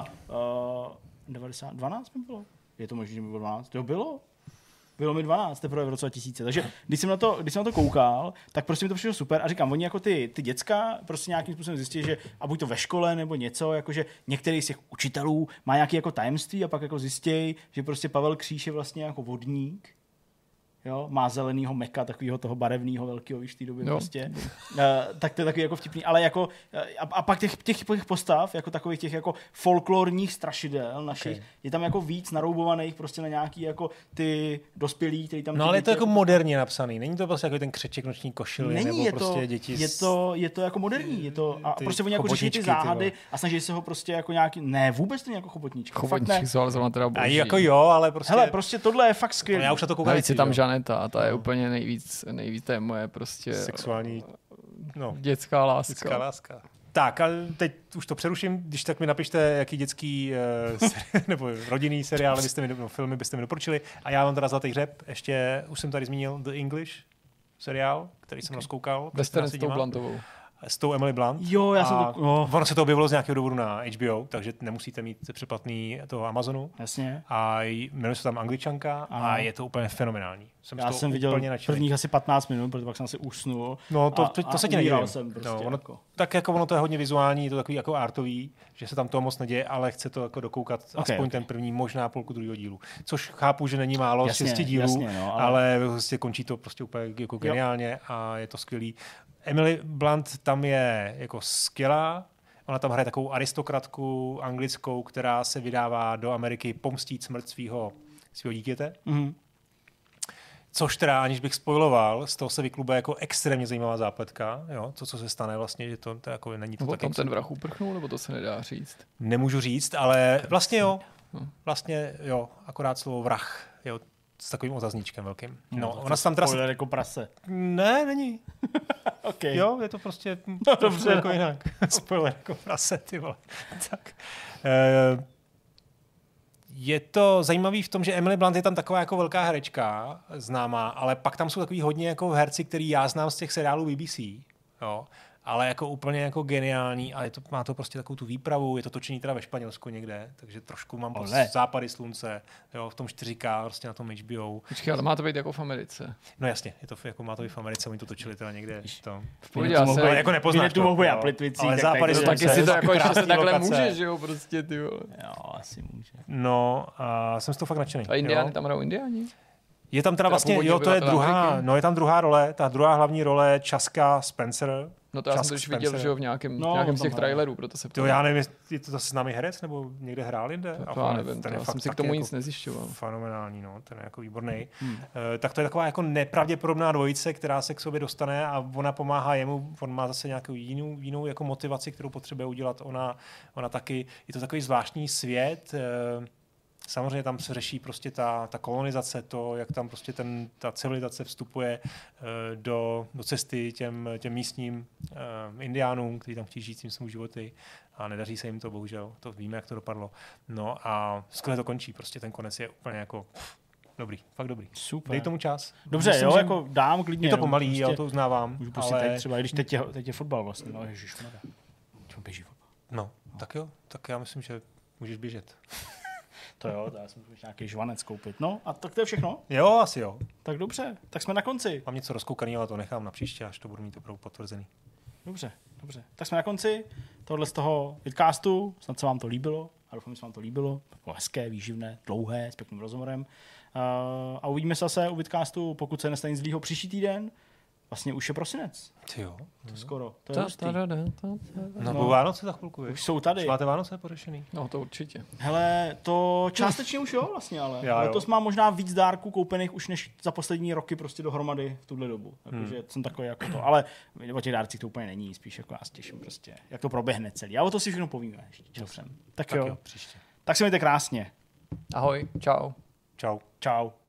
90, 12 mi bylo? Je to možný, že mi bylo 12? To bylo? Bylo mi 12, teprve v roce 2000. Takže když jsem na to koukal, tak prostě mi to přišlo super. A říkám, oni jako ty děcka prostě nějakým způsobem zjistí, že a buď to ve škole nebo něco, jakože některý z těch učitelů má nějaké jako tajemství a pak jako zjistějí, že prostě Pavel Kříž je vlastně jako vodník. Jo, má zelenýho meka, takového toho barevného velkého, víš, v té době prostě. Tak to je takový jako vtipný, ale jako a pak těch postav, jako takových těch jako folklorních strašidel našich, je tam jako víc naroubovaných prostě na nějaký jako ty dospělí, který tam... No ale je to jako moderně napsaný, není to prostě jako ten křeček noční košily, nebo je prostě to, děti... Je to jako moderní, je to, a prostě oni jako řeší ty záhady a snaží se ho prostě jako nějaký, ne, vůbec to jako chobotnička. Chobotničky jsou ale zrovna teda boží. A jako jo, ale prostě... Hele, prostě tohle je fakt skvělý. Já už na to koukám. Navíc je tam Žaneta, ta je úplně nejvíc to je moje prostě... Sexuální, dětská láska. Tak a teď už to přeruším, když tak mi napište, jaký dětský nebo rodinný seriál filmy byste mi doporučili. A já mám teda zlatý hřeb, ještě už jsem tady zmínil The English seriál, který jsem rozkoukal. Western s tou Blantovou. S tou Emily Blunt. Jo, já jsem to... Ono se to objevilo z nějakého důvodu na HBO, takže nemusíte mít předplatný toho Amazonu. Jasně. A jmenuje se tam Angličanka a je to úplně fenomenální. Já jsem viděl prvních asi 15 minut, protože pak jsem asi usnul. No to se ti neděje. Prostě tak jako ono to je hodně vizuální, je to takový jako artový, že se tam toho moc neděje, ale chce to jako dokoukat aspoň ten první, možná půlku druhého dílu. Což chápu, že není málo, 6 dílů, ale vlastně končí to prostě úplně jako geniálně a je to skvělý. Emily Blunt tam je jako skvělá. Ona tam hraje takovou aristokratku anglickou, která se vydává do Ameriky pomstít smrt svého dítěte. Mm-hmm. Což teda, aniž bych spoiloval, z toho se vyklube jako extrémně zajímavá zápletka. Jo? To, co se stane vlastně, že to jako není to nebo tak... tam ten vrah uprchnul, nebo to se nedá říct? Nemůžu říct, ale vlastně jo. Vlastně jo, akorát slovo vrah. Jo, s takovým otazníčkem velkým. No, ona se tam teda... Spoiler jako prase. Ne, není. Okay. Jo, je to prostě dobře jako jinak. Spoiler jako prase, ty vole. Tak. Je to zajímavý v tom, že Emily Blunt je tam taková jako velká herečka, známá, ale pak tam jsou takový hodně jako herci, který já znám z těch seriálů BBC. Jo. Ale jako úplně jako geniální a má to prostě takovou tu výpravu, je to točení teda ve Španělsku někde, takže trošku mám západy slunce, jo, v tom 4K, prostě na tom HBO. Počkej, ale má to být jako v Americe. No jasně, je to jako má to být v Americe, oni to točili teda někde tam. V pohodě, jako nepoznáš to. Ale západy slunce. Tak jestli to jako ještě se takhle může, že jo, prostě ty vole. Jo, asi může. No, a jsem z toho fakt nadšený. A Indiány tam hrajou Indiáni? Je tam teda vlastně, jo, to je druhá, no je tam druhá role, ta druhá hlavní role Chaska Spencer. No to já jsem to už viděl, že jo, v nějakém z těch trailerů, proto se ptám. To já nevím, je to zase známý herec, nebo někde hrál jinde? To já nevím, já jsem si k tomu nic nezjišťoval. Fenomenální, no, ten je jako výborný. Tak to je taková jako nepravděpodobná dvojice, která se k sobě dostane a ona pomáhá jemu, on má zase nějakou jinou jako motivaci, kterou potřebuje udělat ona taky. Je to takový zvláštní svět, Samozřejmě tam se řeší prostě ta kolonizace, to, jak tam prostě ta civilizace vstupuje do cesty těm místním indiánům, kteří tam chtějí žít tím svým životy a nedaří se jim to, bohužel. To víme, jak to dopadlo. No a skvěle to končí. Prostě ten konec je úplně jako dobrý, fakt dobrý. Super. Dej tomu čas. Dobře, myslím, jo, jako dám klidně. Je to pomalý, prostě, já to uznávám. Můžu pustit teď třeba, když teď je fotbal vlastně. No, ježišmarja. Běží fotbal. No, tak jo. Tak já myslím, že můžeš běžet. To jo, to já si můžu nějaký žvanec koupit. No a tak to je všechno? Jo, asi jo. Tak dobře, tak jsme na konci. Mám něco rozkoukaný, ale to nechám na příště, až to budu mít opravdu potvrzený. Dobře. Tak jsme na konci tohle z toho vidcastu. Snad se vám to líbilo. A doufám, že se vám to líbilo. Bylo hezké, výživné, dlouhé, s pěkným rozhovorem. A uvidíme se zase u vidcastu, pokud se nestane nic zlýho příští týden. Vlastně už je prosinec. Jo. To skoro. To je hustý. No, po Vánoce za chvilku, už jsou tady. Už máte Vánoce pořešený? No, to určitě. Hele, to částečně už jo vlastně, ale letos mám možná víc dárků koupených už než za poslední roky prostě dohromady v tuhle dobu. Takže jsem takový jako to, ale o těch dárcích to úplně není, spíš jako já se těším prostě, jak to proběhne celý. A o to si všechno povíme ještě časem. Tak jo, příště. Tak se mějte krásně. Ahoj, čau. Čau. Čau.